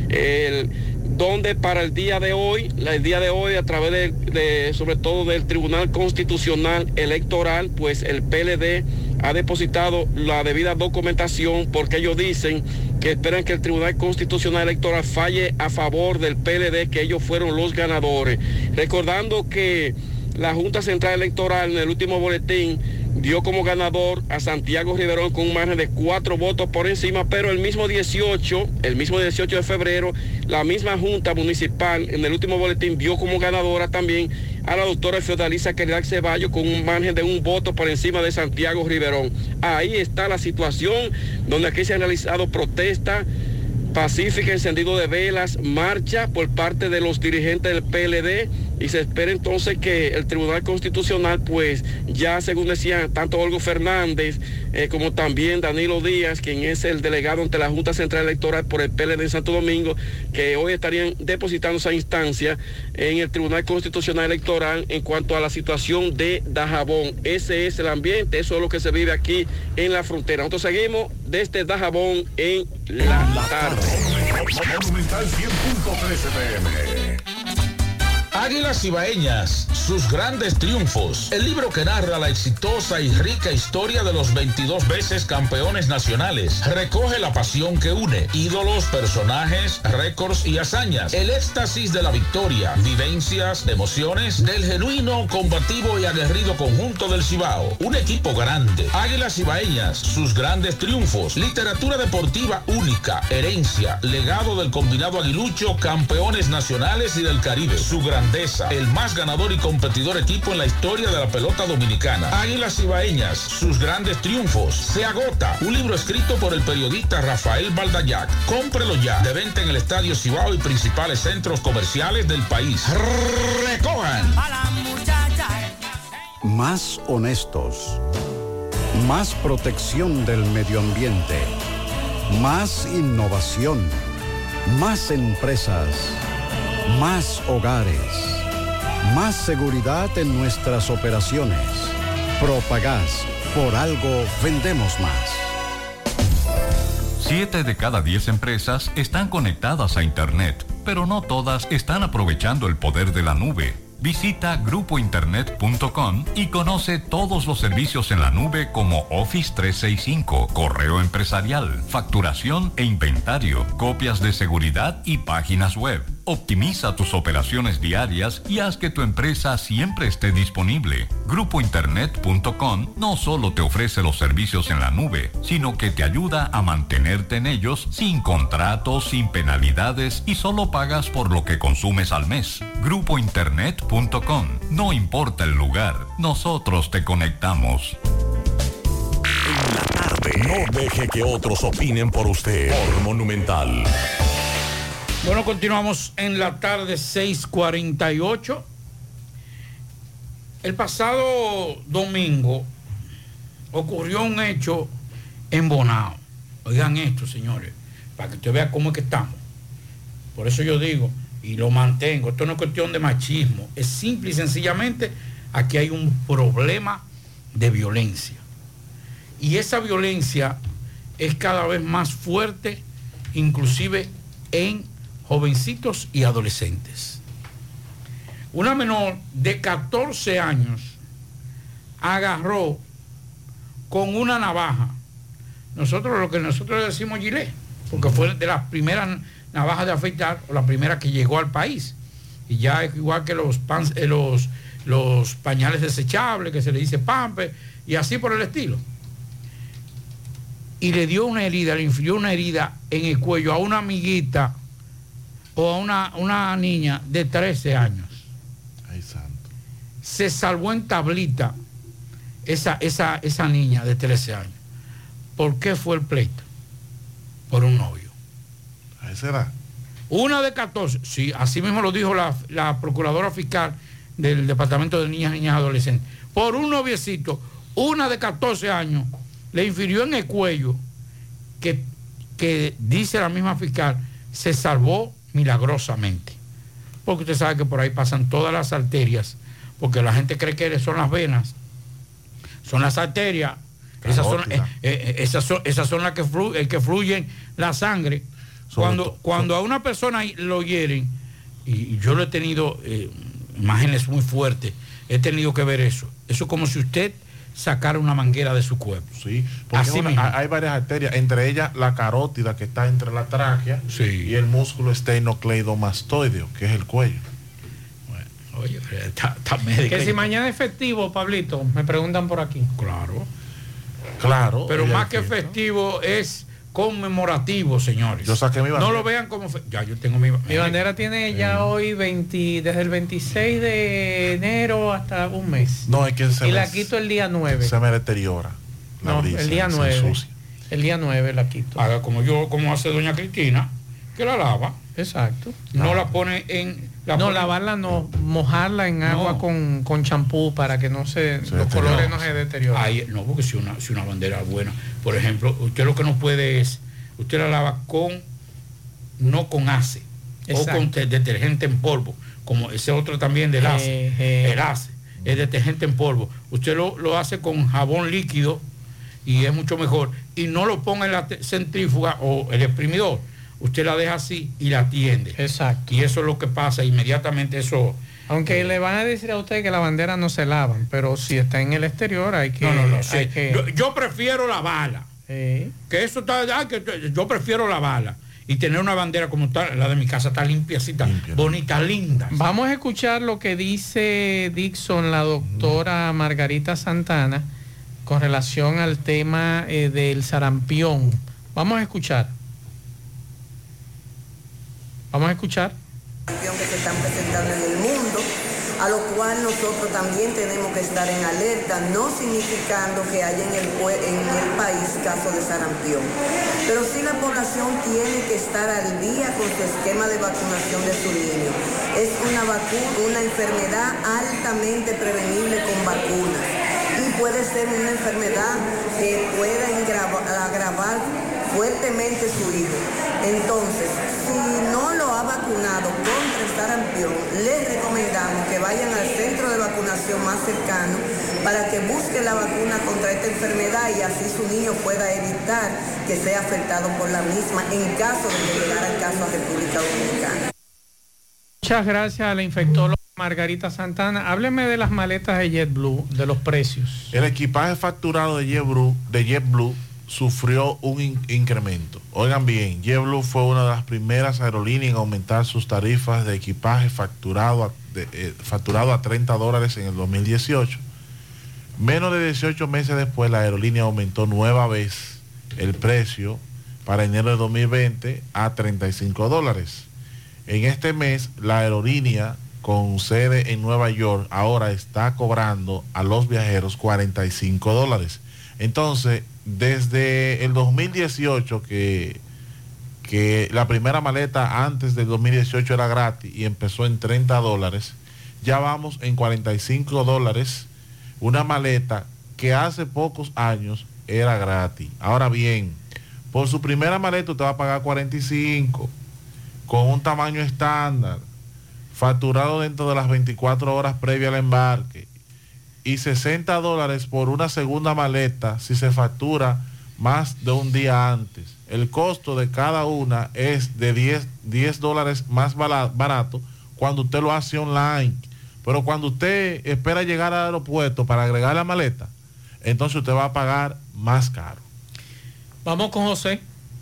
El, donde para el día de hoy, el día de hoy a través de, de sobre todo del Tribunal Constitucional Electoral, pues el P L D ha depositado la debida documentación, porque ellos dicen que esperan que el Tribunal Constitucional Electoral falle a favor del P L D, que ellos fueron los ganadores. Recordando que la Junta Central Electoral en el último boletín dio como ganador a Santiago Riverón con un margen de cuatro votos por encima, pero el mismo dieciocho, el mismo dieciocho de febrero, la misma Junta Municipal en el último boletín dio como ganadora también a la doctora Fiordalisa Caridad Ceballos con un margen de un voto por encima de Santiago Riverón. Ahí está la situación, donde aquí se han realizado protestas pacíficas, encendido de velas, marcha por parte de los dirigentes del P L D, y se espera entonces que el Tribunal Constitucional, pues ya según decían tanto Olgo Fernández eh, como también Danilo Díaz, quien es el delegado ante la Junta Central Electoral por el P L D en Santo Domingo, que hoy estarían depositando esa instancia en el Tribunal Constitucional Electoral en cuanto a la situación de Dajabón. Ese es el ambiente, eso es lo que se vive aquí en la frontera. Nosotros seguimos desde Dajabón en la, la tarde. Monumental cien punto trece P M. Águilas Ibaeñas, sus grandes triunfos. El libro que narra la exitosa y rica historia de los veintidós veces campeones nacionales. Recoge la pasión que une, ídolos, personajes, récords y hazañas. El éxtasis de la victoria, vivencias, emociones del genuino, combativo y aguerrido conjunto del Cibao. Un equipo grande. Águilas Ibaeñas, sus grandes triunfos. Literatura deportiva única, herencia, legado del combinado aguilucho, campeones nacionales y del Caribe. Su gran el más ganador y competidor equipo en la historia de la pelota dominicana. Águilas Ibaeñas, sus grandes triunfos. Se agota. Un libro escrito por el periodista Rafael Baldayac. Cómprelo ya. De venta en el Estadio Cibao y principales centros comerciales del país. Recojan. Más honestos. Más protección del medio ambiente. Más innovación. Más empresas. Más hogares, más seguridad en nuestras operaciones. Propagás, por algo vendemos más. Siete de cada diez empresas están conectadas a Internet, pero no todas están aprovechando el poder de la nube. Visita grupo internet punto com y conoce todos los servicios en la nube como Office trescientos sesenta y cinco, correo empresarial, facturación e inventario, copias de seguridad y páginas web. Optimiza tus operaciones diarias y haz que tu empresa siempre esté disponible. grupo internet punto com no solo te ofrece los servicios en la nube, sino que te ayuda a mantenerte en ellos sin contratos, sin penalidades y solo pagas por lo que consumes al mes. grupo internet punto com. No importa el lugar, nosotros te conectamos. En la tarde, no deje que otros opinen por usted. Por Monumental. Bueno, continuamos en la tarde, seis cuarenta y ocho. El pasado domingo ocurrió un hecho en Bonao. Oigan esto, señores, para que usted vea cómo es que estamos. Por eso yo digo, y lo mantengo, esto no es cuestión de machismo, es simple y sencillamente, aquí hay un problema de violencia. Y esa violencia es cada vez más fuerte, inclusive en jovencitos y adolescentes. Una menor de catorce años agarró con una navaja, nosotros lo que nosotros decimos gilet, porque fue de las primeras navajas de afeitar, o la primera que llegó al país, y ya es igual que los, pan, eh, los, los pañales desechables, que se le dice pampe, y así por el estilo. Y le dio una herida, le infirió una herida en el cuello a una amiguita o a una, una niña de trece años. Ay, santo. Se salvó en tablita esa, esa, esa niña de trece años. ¿Por qué fue el pleito? Por un novio. ¿A esa edad? Una de catorce, sí, así mismo lo dijo la, la procuradora fiscal del Departamento de Niñas, Niñas y Adolescentes. Por un noviecito, una de catorce años, le infirió en el cuello, que, que dice la misma fiscal, se salvó milagrosamente. Porque usted sabe que por ahí pasan todas las arterias, porque la gente cree que son las venas, son las arterias, esas son, eh, eh, esas son, esas son las que, flu, eh, que fluyen la sangre. Cuando, cuando a una persona lo hieren, y yo lo he tenido, eh, imágenes muy fuertes, he tenido que ver eso. Eso es como si usted sacara una manguera de su cuerpo. Sí, porque así una, hay varias arterias, entre ellas la carótida que está entre la tráquea, sí, y el músculo esternocleidomastoideo, que es el cuello. Bueno, oye, está, está médica. Que si mañana es festivo, Pablito, me preguntan por aquí. Claro. Claro. Pero más que festivo es conmemorativo, señores. Yo saqué mi bandera. No lo vean como fe... ya yo tengo mi bandera. Mi bandera tiene ya eh. hoy veinte, desde el veintiséis de enero hasta un mes. No, es que se y me, la quito el día nueve. Se me deteriora. La no, brisa, el día nueve. El día nueve la quito. Haga como yo, como hace doña Cristina, que la lava. Exacto. No la pone en... La no, pone... lavarla no, mojarla en agua No. con, con champú para que no se, Se los colores no. no se deterioren. Ahí, no, porque si una, si una bandera buena, por ejemplo, usted lo que no puede es, usted la lava con, no con ace, Exacto. o con te- detergente en polvo, como ese otro también del ace, Eh, eh. el ace, es detergente en polvo. Usted lo, lo hace con jabón líquido y es mucho mejor, y no lo ponga en la te- centrífuga o el exprimidor. Usted la deja así y la atiende. Exacto. Y eso es lo que pasa, inmediatamente eso... Aunque le van a decir a usted que la bandera no se lavan, pero si está en el exterior hay que... No, no, no. hay sí. que- Yo, yo prefiero la bala. Sí. Que eso está... ah, que yo prefiero la bala. Y tener una bandera como tal, la de mi casa está limpiacita, bonita, linda. Vamos a escuchar lo que dice Dixon, la doctora Margarita Santana, con relación al tema eh, del sarampión. Vamos a escuchar. Vamos a escuchar. Que se están presentando en el mundo, a lo cual nosotros también tenemos que estar en alerta, no significando que haya en el, pue- en el país casos de sarampión. Pero sí la población tiene que estar al día con su esquema de vacunación de su niño. Es una, vacu- una enfermedad altamente prevenible con vacunas y puede ser una enfermedad que pueda engrava- agravar fuertemente su hijo. Entonces, si no lo ha vacunado contra el sarampión, les recomendamos que vayan al centro de vacunación más cercano para que busquen la vacuna contra esta enfermedad y así su niño pueda evitar que sea afectado por la misma en caso de que llegara el caso a República Dominicana. Muchas gracias a la infectóloga Margarita Santana. Hábleme de las maletas de JetBlue, de los precios. El equipaje facturado de JetBlue, de JetBlue sufrió un in- incremento. Oigan bien, JetBlue fue una de las primeras aerolíneas en aumentar sus tarifas de equipaje facturado a, de, eh, facturado a treinta dólares en el dos mil dieciocho. Menos de dieciocho meses después, la aerolínea aumentó nueva vez el precio para enero de dos mil veinte a treinta y cinco dólares. En este mes, la aerolínea con sede en Nueva York ahora está cobrando a los viajeros cuarenta y cinco dólares. Entonces, desde el dos mil dieciocho, que, que la primera maleta antes del dos mil dieciocho era gratis y empezó en treinta dólares, ya vamos en cuarenta y cinco dólares, una maleta que hace pocos años era gratis. Ahora bien, por su primera maleta usted va a pagar cuarenta y cinco, con un tamaño estándar, facturado dentro de las veinticuatro horas previas al embarque, y sesenta dólares por una segunda maleta si se factura más de un día antes. El costo de cada una es de diez dólares más barato cuando usted lo hace online. Pero cuando usted espera llegar al aeropuerto para agregar la maleta, entonces usted va a pagar más caro. Vamos con José.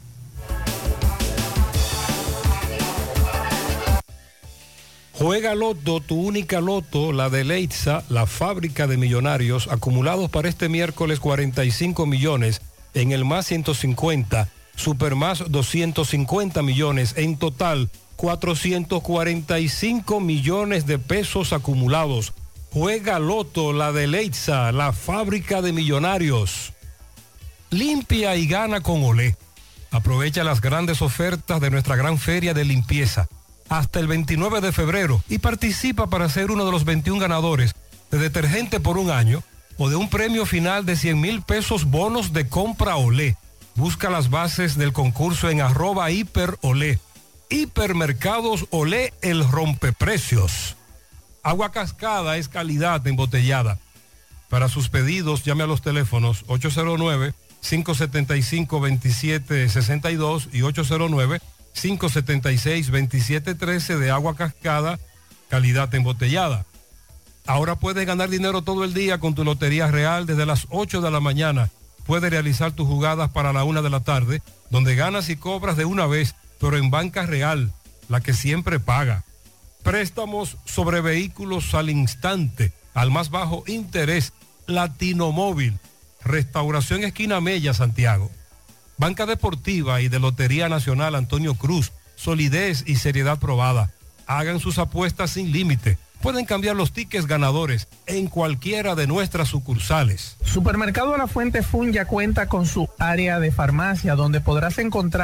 Juega Loto, tu única Loto, la de Leitza, la fábrica de millonarios, acumulados para este miércoles cuarenta y cinco millones, en el más ciento cincuenta, Super más doscientos cincuenta millones, en total cuatrocientos cuarenta y cinco millones de pesos acumulados. Juega Loto, la de Leitza, la fábrica de millonarios. Limpia y gana con Olé. Aprovecha las grandes ofertas de nuestra gran feria de limpieza hasta el veintinueve de febrero y participa para ser uno de los veintiún ganadores de detergente por un año o de un premio final de cien mil pesos bonos de compra Olé. Busca las bases del concurso en arroba hiper Olé. Hipermercados Olé, el rompeprecios. Agua Cascada es calidad embotellada. Para sus pedidos llame a los teléfonos ocho cero nueve, cinco siete cinco, dos siete seis dos y ocho cero nueve, cinco siete seis, dos siete uno tres de Agua Cascada, calidad embotellada. Ahora puedes ganar dinero todo el día con tu Lotería Real desde las ocho de la mañana. Puedes realizar tus jugadas para la una de la tarde, donde ganas y cobras de una vez, pero en Banca Real, la que siempre paga. Préstamos sobre vehículos al instante, al más bajo interés. Latino Móvil, Restauración Esquina Mella, Santiago. Banca Deportiva y de Lotería Nacional Antonio Cruz, solidez y seriedad probada. Hagan sus apuestas sin límite. Pueden cambiar los tickets ganadores en cualquiera de nuestras sucursales. Supermercado La Fuente Fun ya cuenta con su área de farmacia, donde podrás encontrar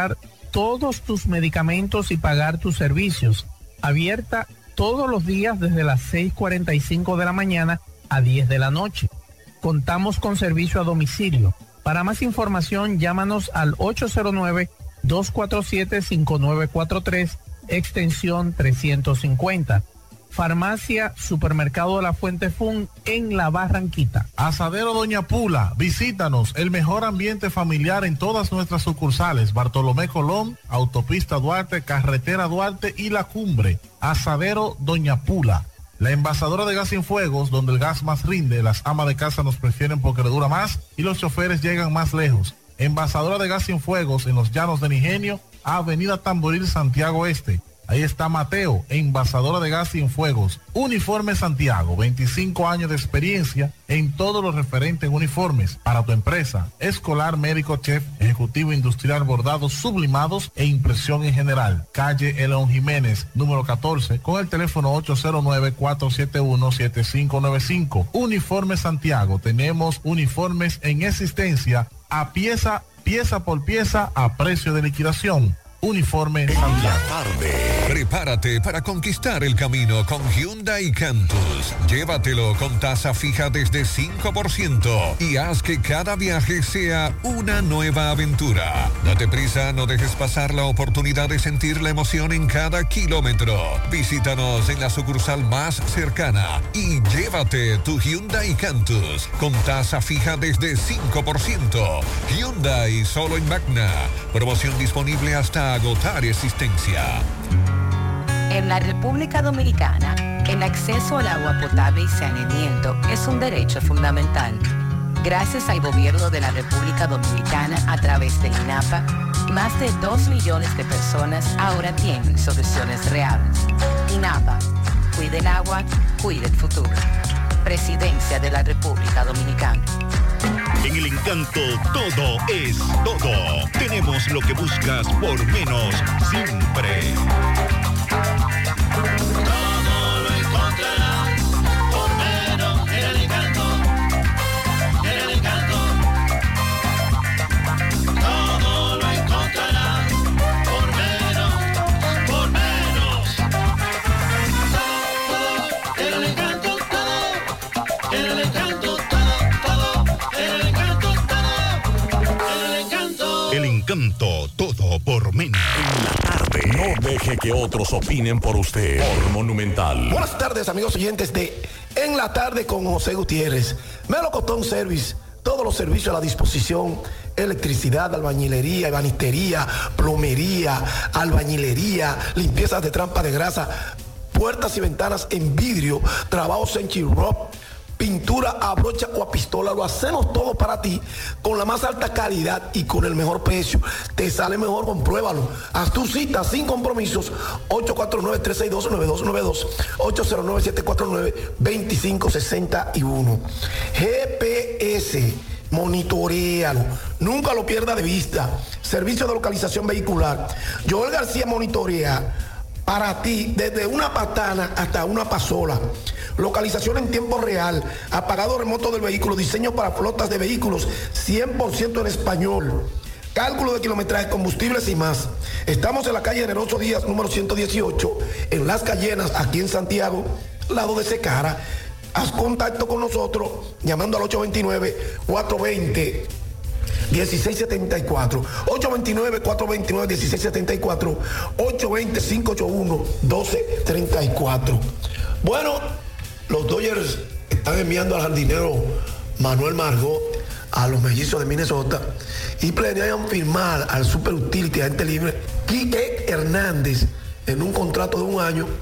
todos tus medicamentos y pagar tus servicios. Abierta todos los días desde las seis cuarenta y cinco de la mañana a diez de la noche. Contamos con servicio a domicilio. Para más información, llámanos al ocho cero nueve, dos cuatro siete, cinco nueve cuatro tres, extensión trescientos cincuenta. Farmacia Supermercado de la Fuente Fun en La Barranquita. Asadero Doña Pula, visítanos, el mejor ambiente familiar en todas nuestras sucursales, Bartolomé Colón, Autopista Duarte, Carretera Duarte y La Cumbre. Asadero Doña Pula. La envasadora de gas sin fuegos, donde el gas más rinde, las amas de casa nos prefieren porque le dura más y los choferes llegan más lejos. Envasadora de gas sin fuegos en los Llanos de Nigenio, Avenida Tamboril, Santiago Este. Ahí está Mateo, envasadora de gas sin fuegos. Uniforme Santiago, veinticinco años de experiencia en todo lo referente en uniformes. Para tu empresa, escolar, médico, chef, ejecutivo, industrial, bordados, sublimados e impresión en general. Calle Elon Jiménez, número catorce, con el teléfono ocho cero nueve, cuatro siete uno, siete cinco nueve cinco. Uniforme Santiago, tenemos uniformes en existencia a pieza, pieza por pieza a precio de liquidación. Uniforme Santiago. En la tarde, prepárate para conquistar el camino con Hyundai Cantus. Llévatelo con tasa fija desde cinco por ciento y haz que cada viaje sea una nueva aventura. Date prisa, no dejes pasar la oportunidad de sentir la emoción en cada kilómetro. Visítanos en la sucursal más cercana y llévate tu Hyundai Cantus con tasa fija desde cinco por ciento. Hyundai solo en Magna. Promoción disponible hasta agotar existencia. En la República Dominicana, el acceso al agua potable y saneamiento es un derecho fundamental. Gracias al gobierno de la República Dominicana a través del INAPA, más de dos millones de personas ahora tienen soluciones reales. INAPA, cuide el agua, cuide el futuro. Presidencia de la República Dominicana. En El Encanto todo es todo. Tenemos lo que buscas por menos siempre. Todo lo encontrarás por menos en El Encanto. En El Encanto. Todo lo encontrarás por menos, por menos. Todo, todo, en El Encanto, todo. En El Encanto, todo, todo. En El Encanto, todo. En El Encanto. El Encanto, todo por menos. En la tarde, no deje que otros opinen por usted. Por Monumental. Buenas tardes, amigos oyentes de En la Tarde con José Gutiérrez. Melocotón Service, todos los servicios a la disposición: electricidad, albañilería, ebanistería, plomería, albañilería, limpiezas de trampa de grasa, puertas y ventanas en vidrio, trabajos en chirrop, pintura a brocha o a pistola. Lo hacemos todo para ti con la más alta calidad y con el mejor precio. Te sale mejor, compruébalo. Haz tu cita sin compromisos. ocho cuatro nueve, tres seis dos, nueve dos nueve dos, ocho cero nueve, siete cuatro nueve, dos cinco seis uno. G P S, monitorealo, nunca lo pierda de vista. Servicio de localización vehicular. Joel García monitorea para ti desde una patana hasta una pasola. Localización en tiempo real, apagado remoto del vehículo, diseño para flotas de vehículos, cien por ciento en español, cálculo de kilometraje, combustibles y más. Estamos en la calle Generoso Díaz, número ciento dieciocho, en Las Cayenas, aquí en Santiago, lado de Secara. Haz contacto con nosotros llamando al ocho dos nueve, cuatro dos cero, uno seis siete cuatro, ocho dos nueve, cuatro dos nueve, uno seis siete cuatro, ocho dos cero, cinco ocho uno, uno dos tres cuatro. Bueno, los Dodgers están enviando al jardinero Manuel Margot a los Mellizos de Minnesota y planean firmar al super utility agente libre Quique Hernández en un contrato de un año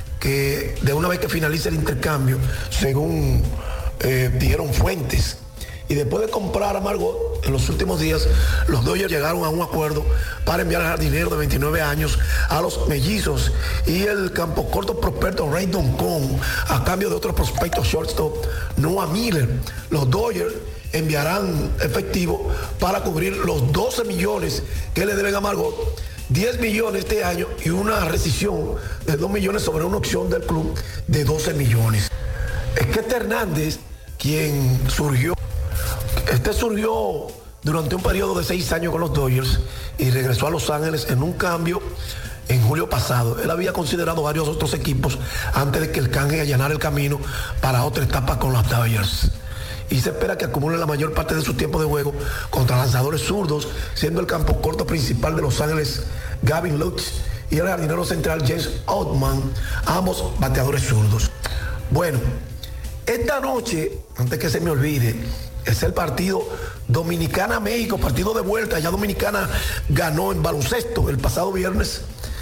que de una vez que finalice el intercambio, según eh, dijeron fuentes. Y después de comprar a Margot, en los últimos días, los Dodgers llegaron a un acuerdo para enviar al jardinero de veintinueve años a los Mellizos y el campo corto prospecto Ray Doncón a cambio de otro prospecto shortstop Noah Miller. Los Dodgers enviarán efectivo para cubrir los doce millones que le deben a Margot, diez millones este año y una rescisión de dos millones sobre una opción del club de doce millones. Es que este Hernández, quien surgió Este surgió durante un periodo de seis años con los Dodgers y regresó a Los Ángeles en un cambio en julio pasado. Él había considerado varios otros equipos antes de que el canje allanara el camino para otra etapa con los Dodgers. Y se espera que acumule la mayor parte de su tiempo de juego contra lanzadores zurdos, siendo el campo corto principal de Los Ángeles Gavin Lux y el jardinero central James Outman, ambos bateadores zurdos. Bueno, esta noche, antes que se me olvide, es el partido Dominicana-México, partido de vuelta. Ya Dominicana ganó en baloncesto el pasado viernes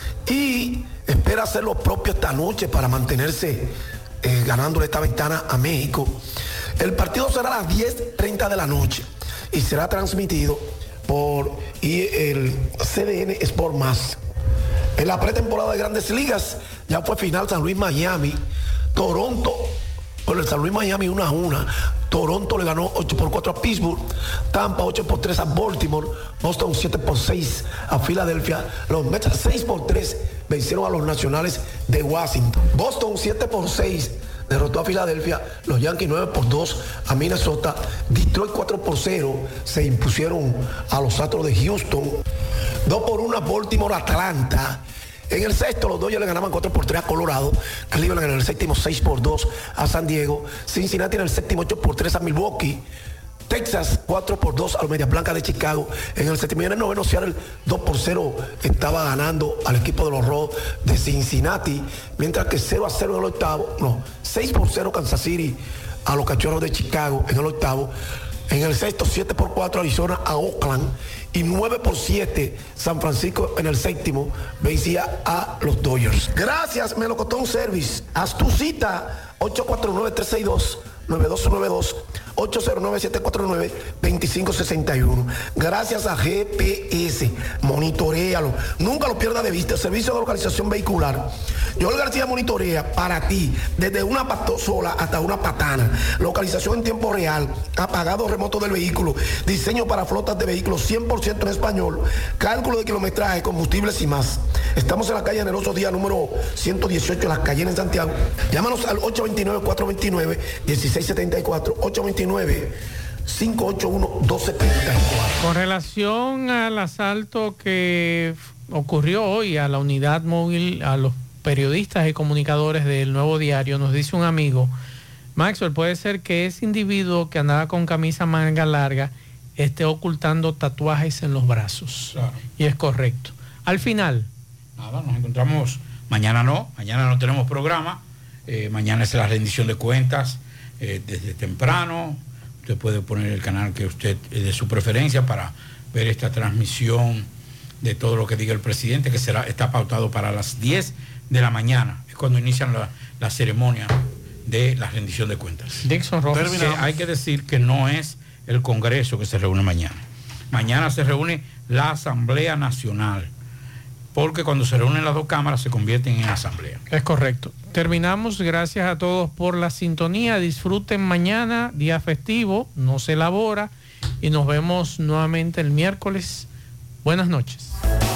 y espera hacer lo propio esta noche para mantenerse eh, ganándole esta ventana a México. El partido será a las diez treinta de la noche y será transmitido por y el C D N Sport Más. En la pretemporada de Grandes Ligas ya fue final San Luis Miami, Toronto, por el San Luis Miami uno a uno. Toronto le ganó ocho por cuatro a Pittsburgh, Tampa ocho por tres a Baltimore, Boston siete por seis a Filadelfia, los Mets seis por tres vencieron a los Nacionales de Washington. Boston siete por seis derrotó a Filadelfia, los Yankees nueve por dos a Minnesota, Detroit cuatro por cero se impusieron a los Astros de Houston, dos por uno a Baltimore, Atlanta. En el sexto, los Dodgers le ganaban cuatro por tres a Colorado, Cleveland en el séptimo seis por dos a San Diego, Cincinnati en el séptimo ocho por tres a Milwaukee, Texas cuatro por dos a los Medias Blancas de Chicago, en el séptimo y en el noveno Seattle dos por cero estaba ganando al equipo de los Rojos de Cincinnati, mientras que cero a cero en el octavo, no, seis por cero Kansas City a los Cachorros de Chicago en el octavo. En el sexto, siete por cuatro Arizona a Oakland y nueve por siete San Francisco en el séptimo vencía a los Dodgers. Gracias, Melocotón Service. Haz tu cita ocho cuatro nueve, tres seis dos, nueve dos nueve dos, ocho cero nueve, siete cuatro nueve, dos cinco seis uno. Gracias a G P S. Monitoréalo. Nunca lo pierdas de vista. El servicio de localización vehicular. Joel García monitorea para ti desde una pasola hasta una patana. Localización en tiempo real, apagado remoto del vehículo, diseño para flotas de vehículos cien por ciento en español, cálculo de kilometraje, combustibles y más. Estamos en la calle Generoso Díaz número ciento dieciocho en Las Cayenas en Santiago. Llámanos al ocho dos nueve, cuatro dos nueve, uno seis siete cuatro, ocho dos nueve, cinco ocho uno, dos siete cuatro. Con relación al asalto que ocurrió hoy a la unidad móvil, a los periodistas y comunicadores del Nuevo Diario, nos dice un amigo, Maxwell, puede ser que ese individuo que andaba con camisa manga larga esté ocultando tatuajes en los brazos. Claro. Y es correcto. Al final. Nada, nos encontramos, mañana no, mañana no tenemos programa, eh, mañana es la rendición de cuentas eh, desde temprano. Usted puede poner el canal que usted eh, de su preferencia para ver esta transmisión de todo lo que diga el presidente, que será está pautado para las diez de la mañana, es cuando inician la, la ceremonia de la rendición de cuentas. Dixon Rojas. Que hay que decir que no es el Congreso que se reúne mañana. Mañana se reúne la Asamblea Nacional, porque cuando se reúnen las dos cámaras se convierten en asamblea. Es correcto. Terminamos. Gracias a todos por la sintonía. Disfruten mañana, día festivo, no se elabora, y nos vemos nuevamente el miércoles. Buenas noches.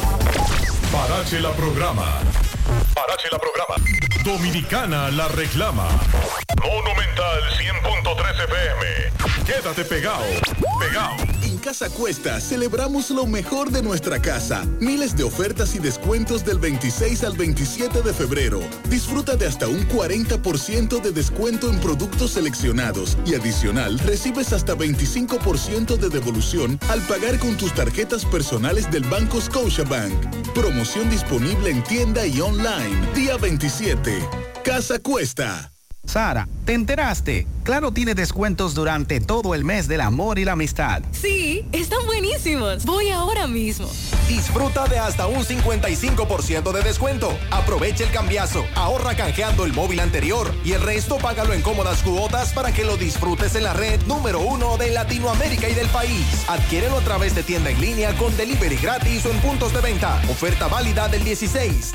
Parache la programa. Parache la programa. Dominicana la reclama. Monumental cien punto tres F M. Quédate pegado. Pegado. En Casa Cuesta celebramos lo mejor de nuestra casa. Miles de ofertas y descuentos del veintiséis al veintisiete de febrero. Disfruta de hasta un cuarenta por ciento de descuento en productos seleccionados y adicional recibes hasta veinticinco por ciento de devolución al pagar con tus tarjetas personales del Banco Scotiabank. Promoción disponible en tienda y online. Día veintisiete. Casa Cuesta. Sara, ¿te enteraste? Claro tiene descuentos durante todo el mes del amor y la amistad. Sí, están buenísimos. Voy ahora mismo. Disfruta de hasta un cincuenta y cinco por ciento de descuento. Aprovecha el cambiazo, ahorra canjeando el móvil anterior y el resto págalo en cómodas cuotas para que lo disfrutes en la red número uno de Latinoamérica y del país. Adquiérelo a través de tienda en línea con delivery gratis o en puntos de venta. Oferta válida del dieciséis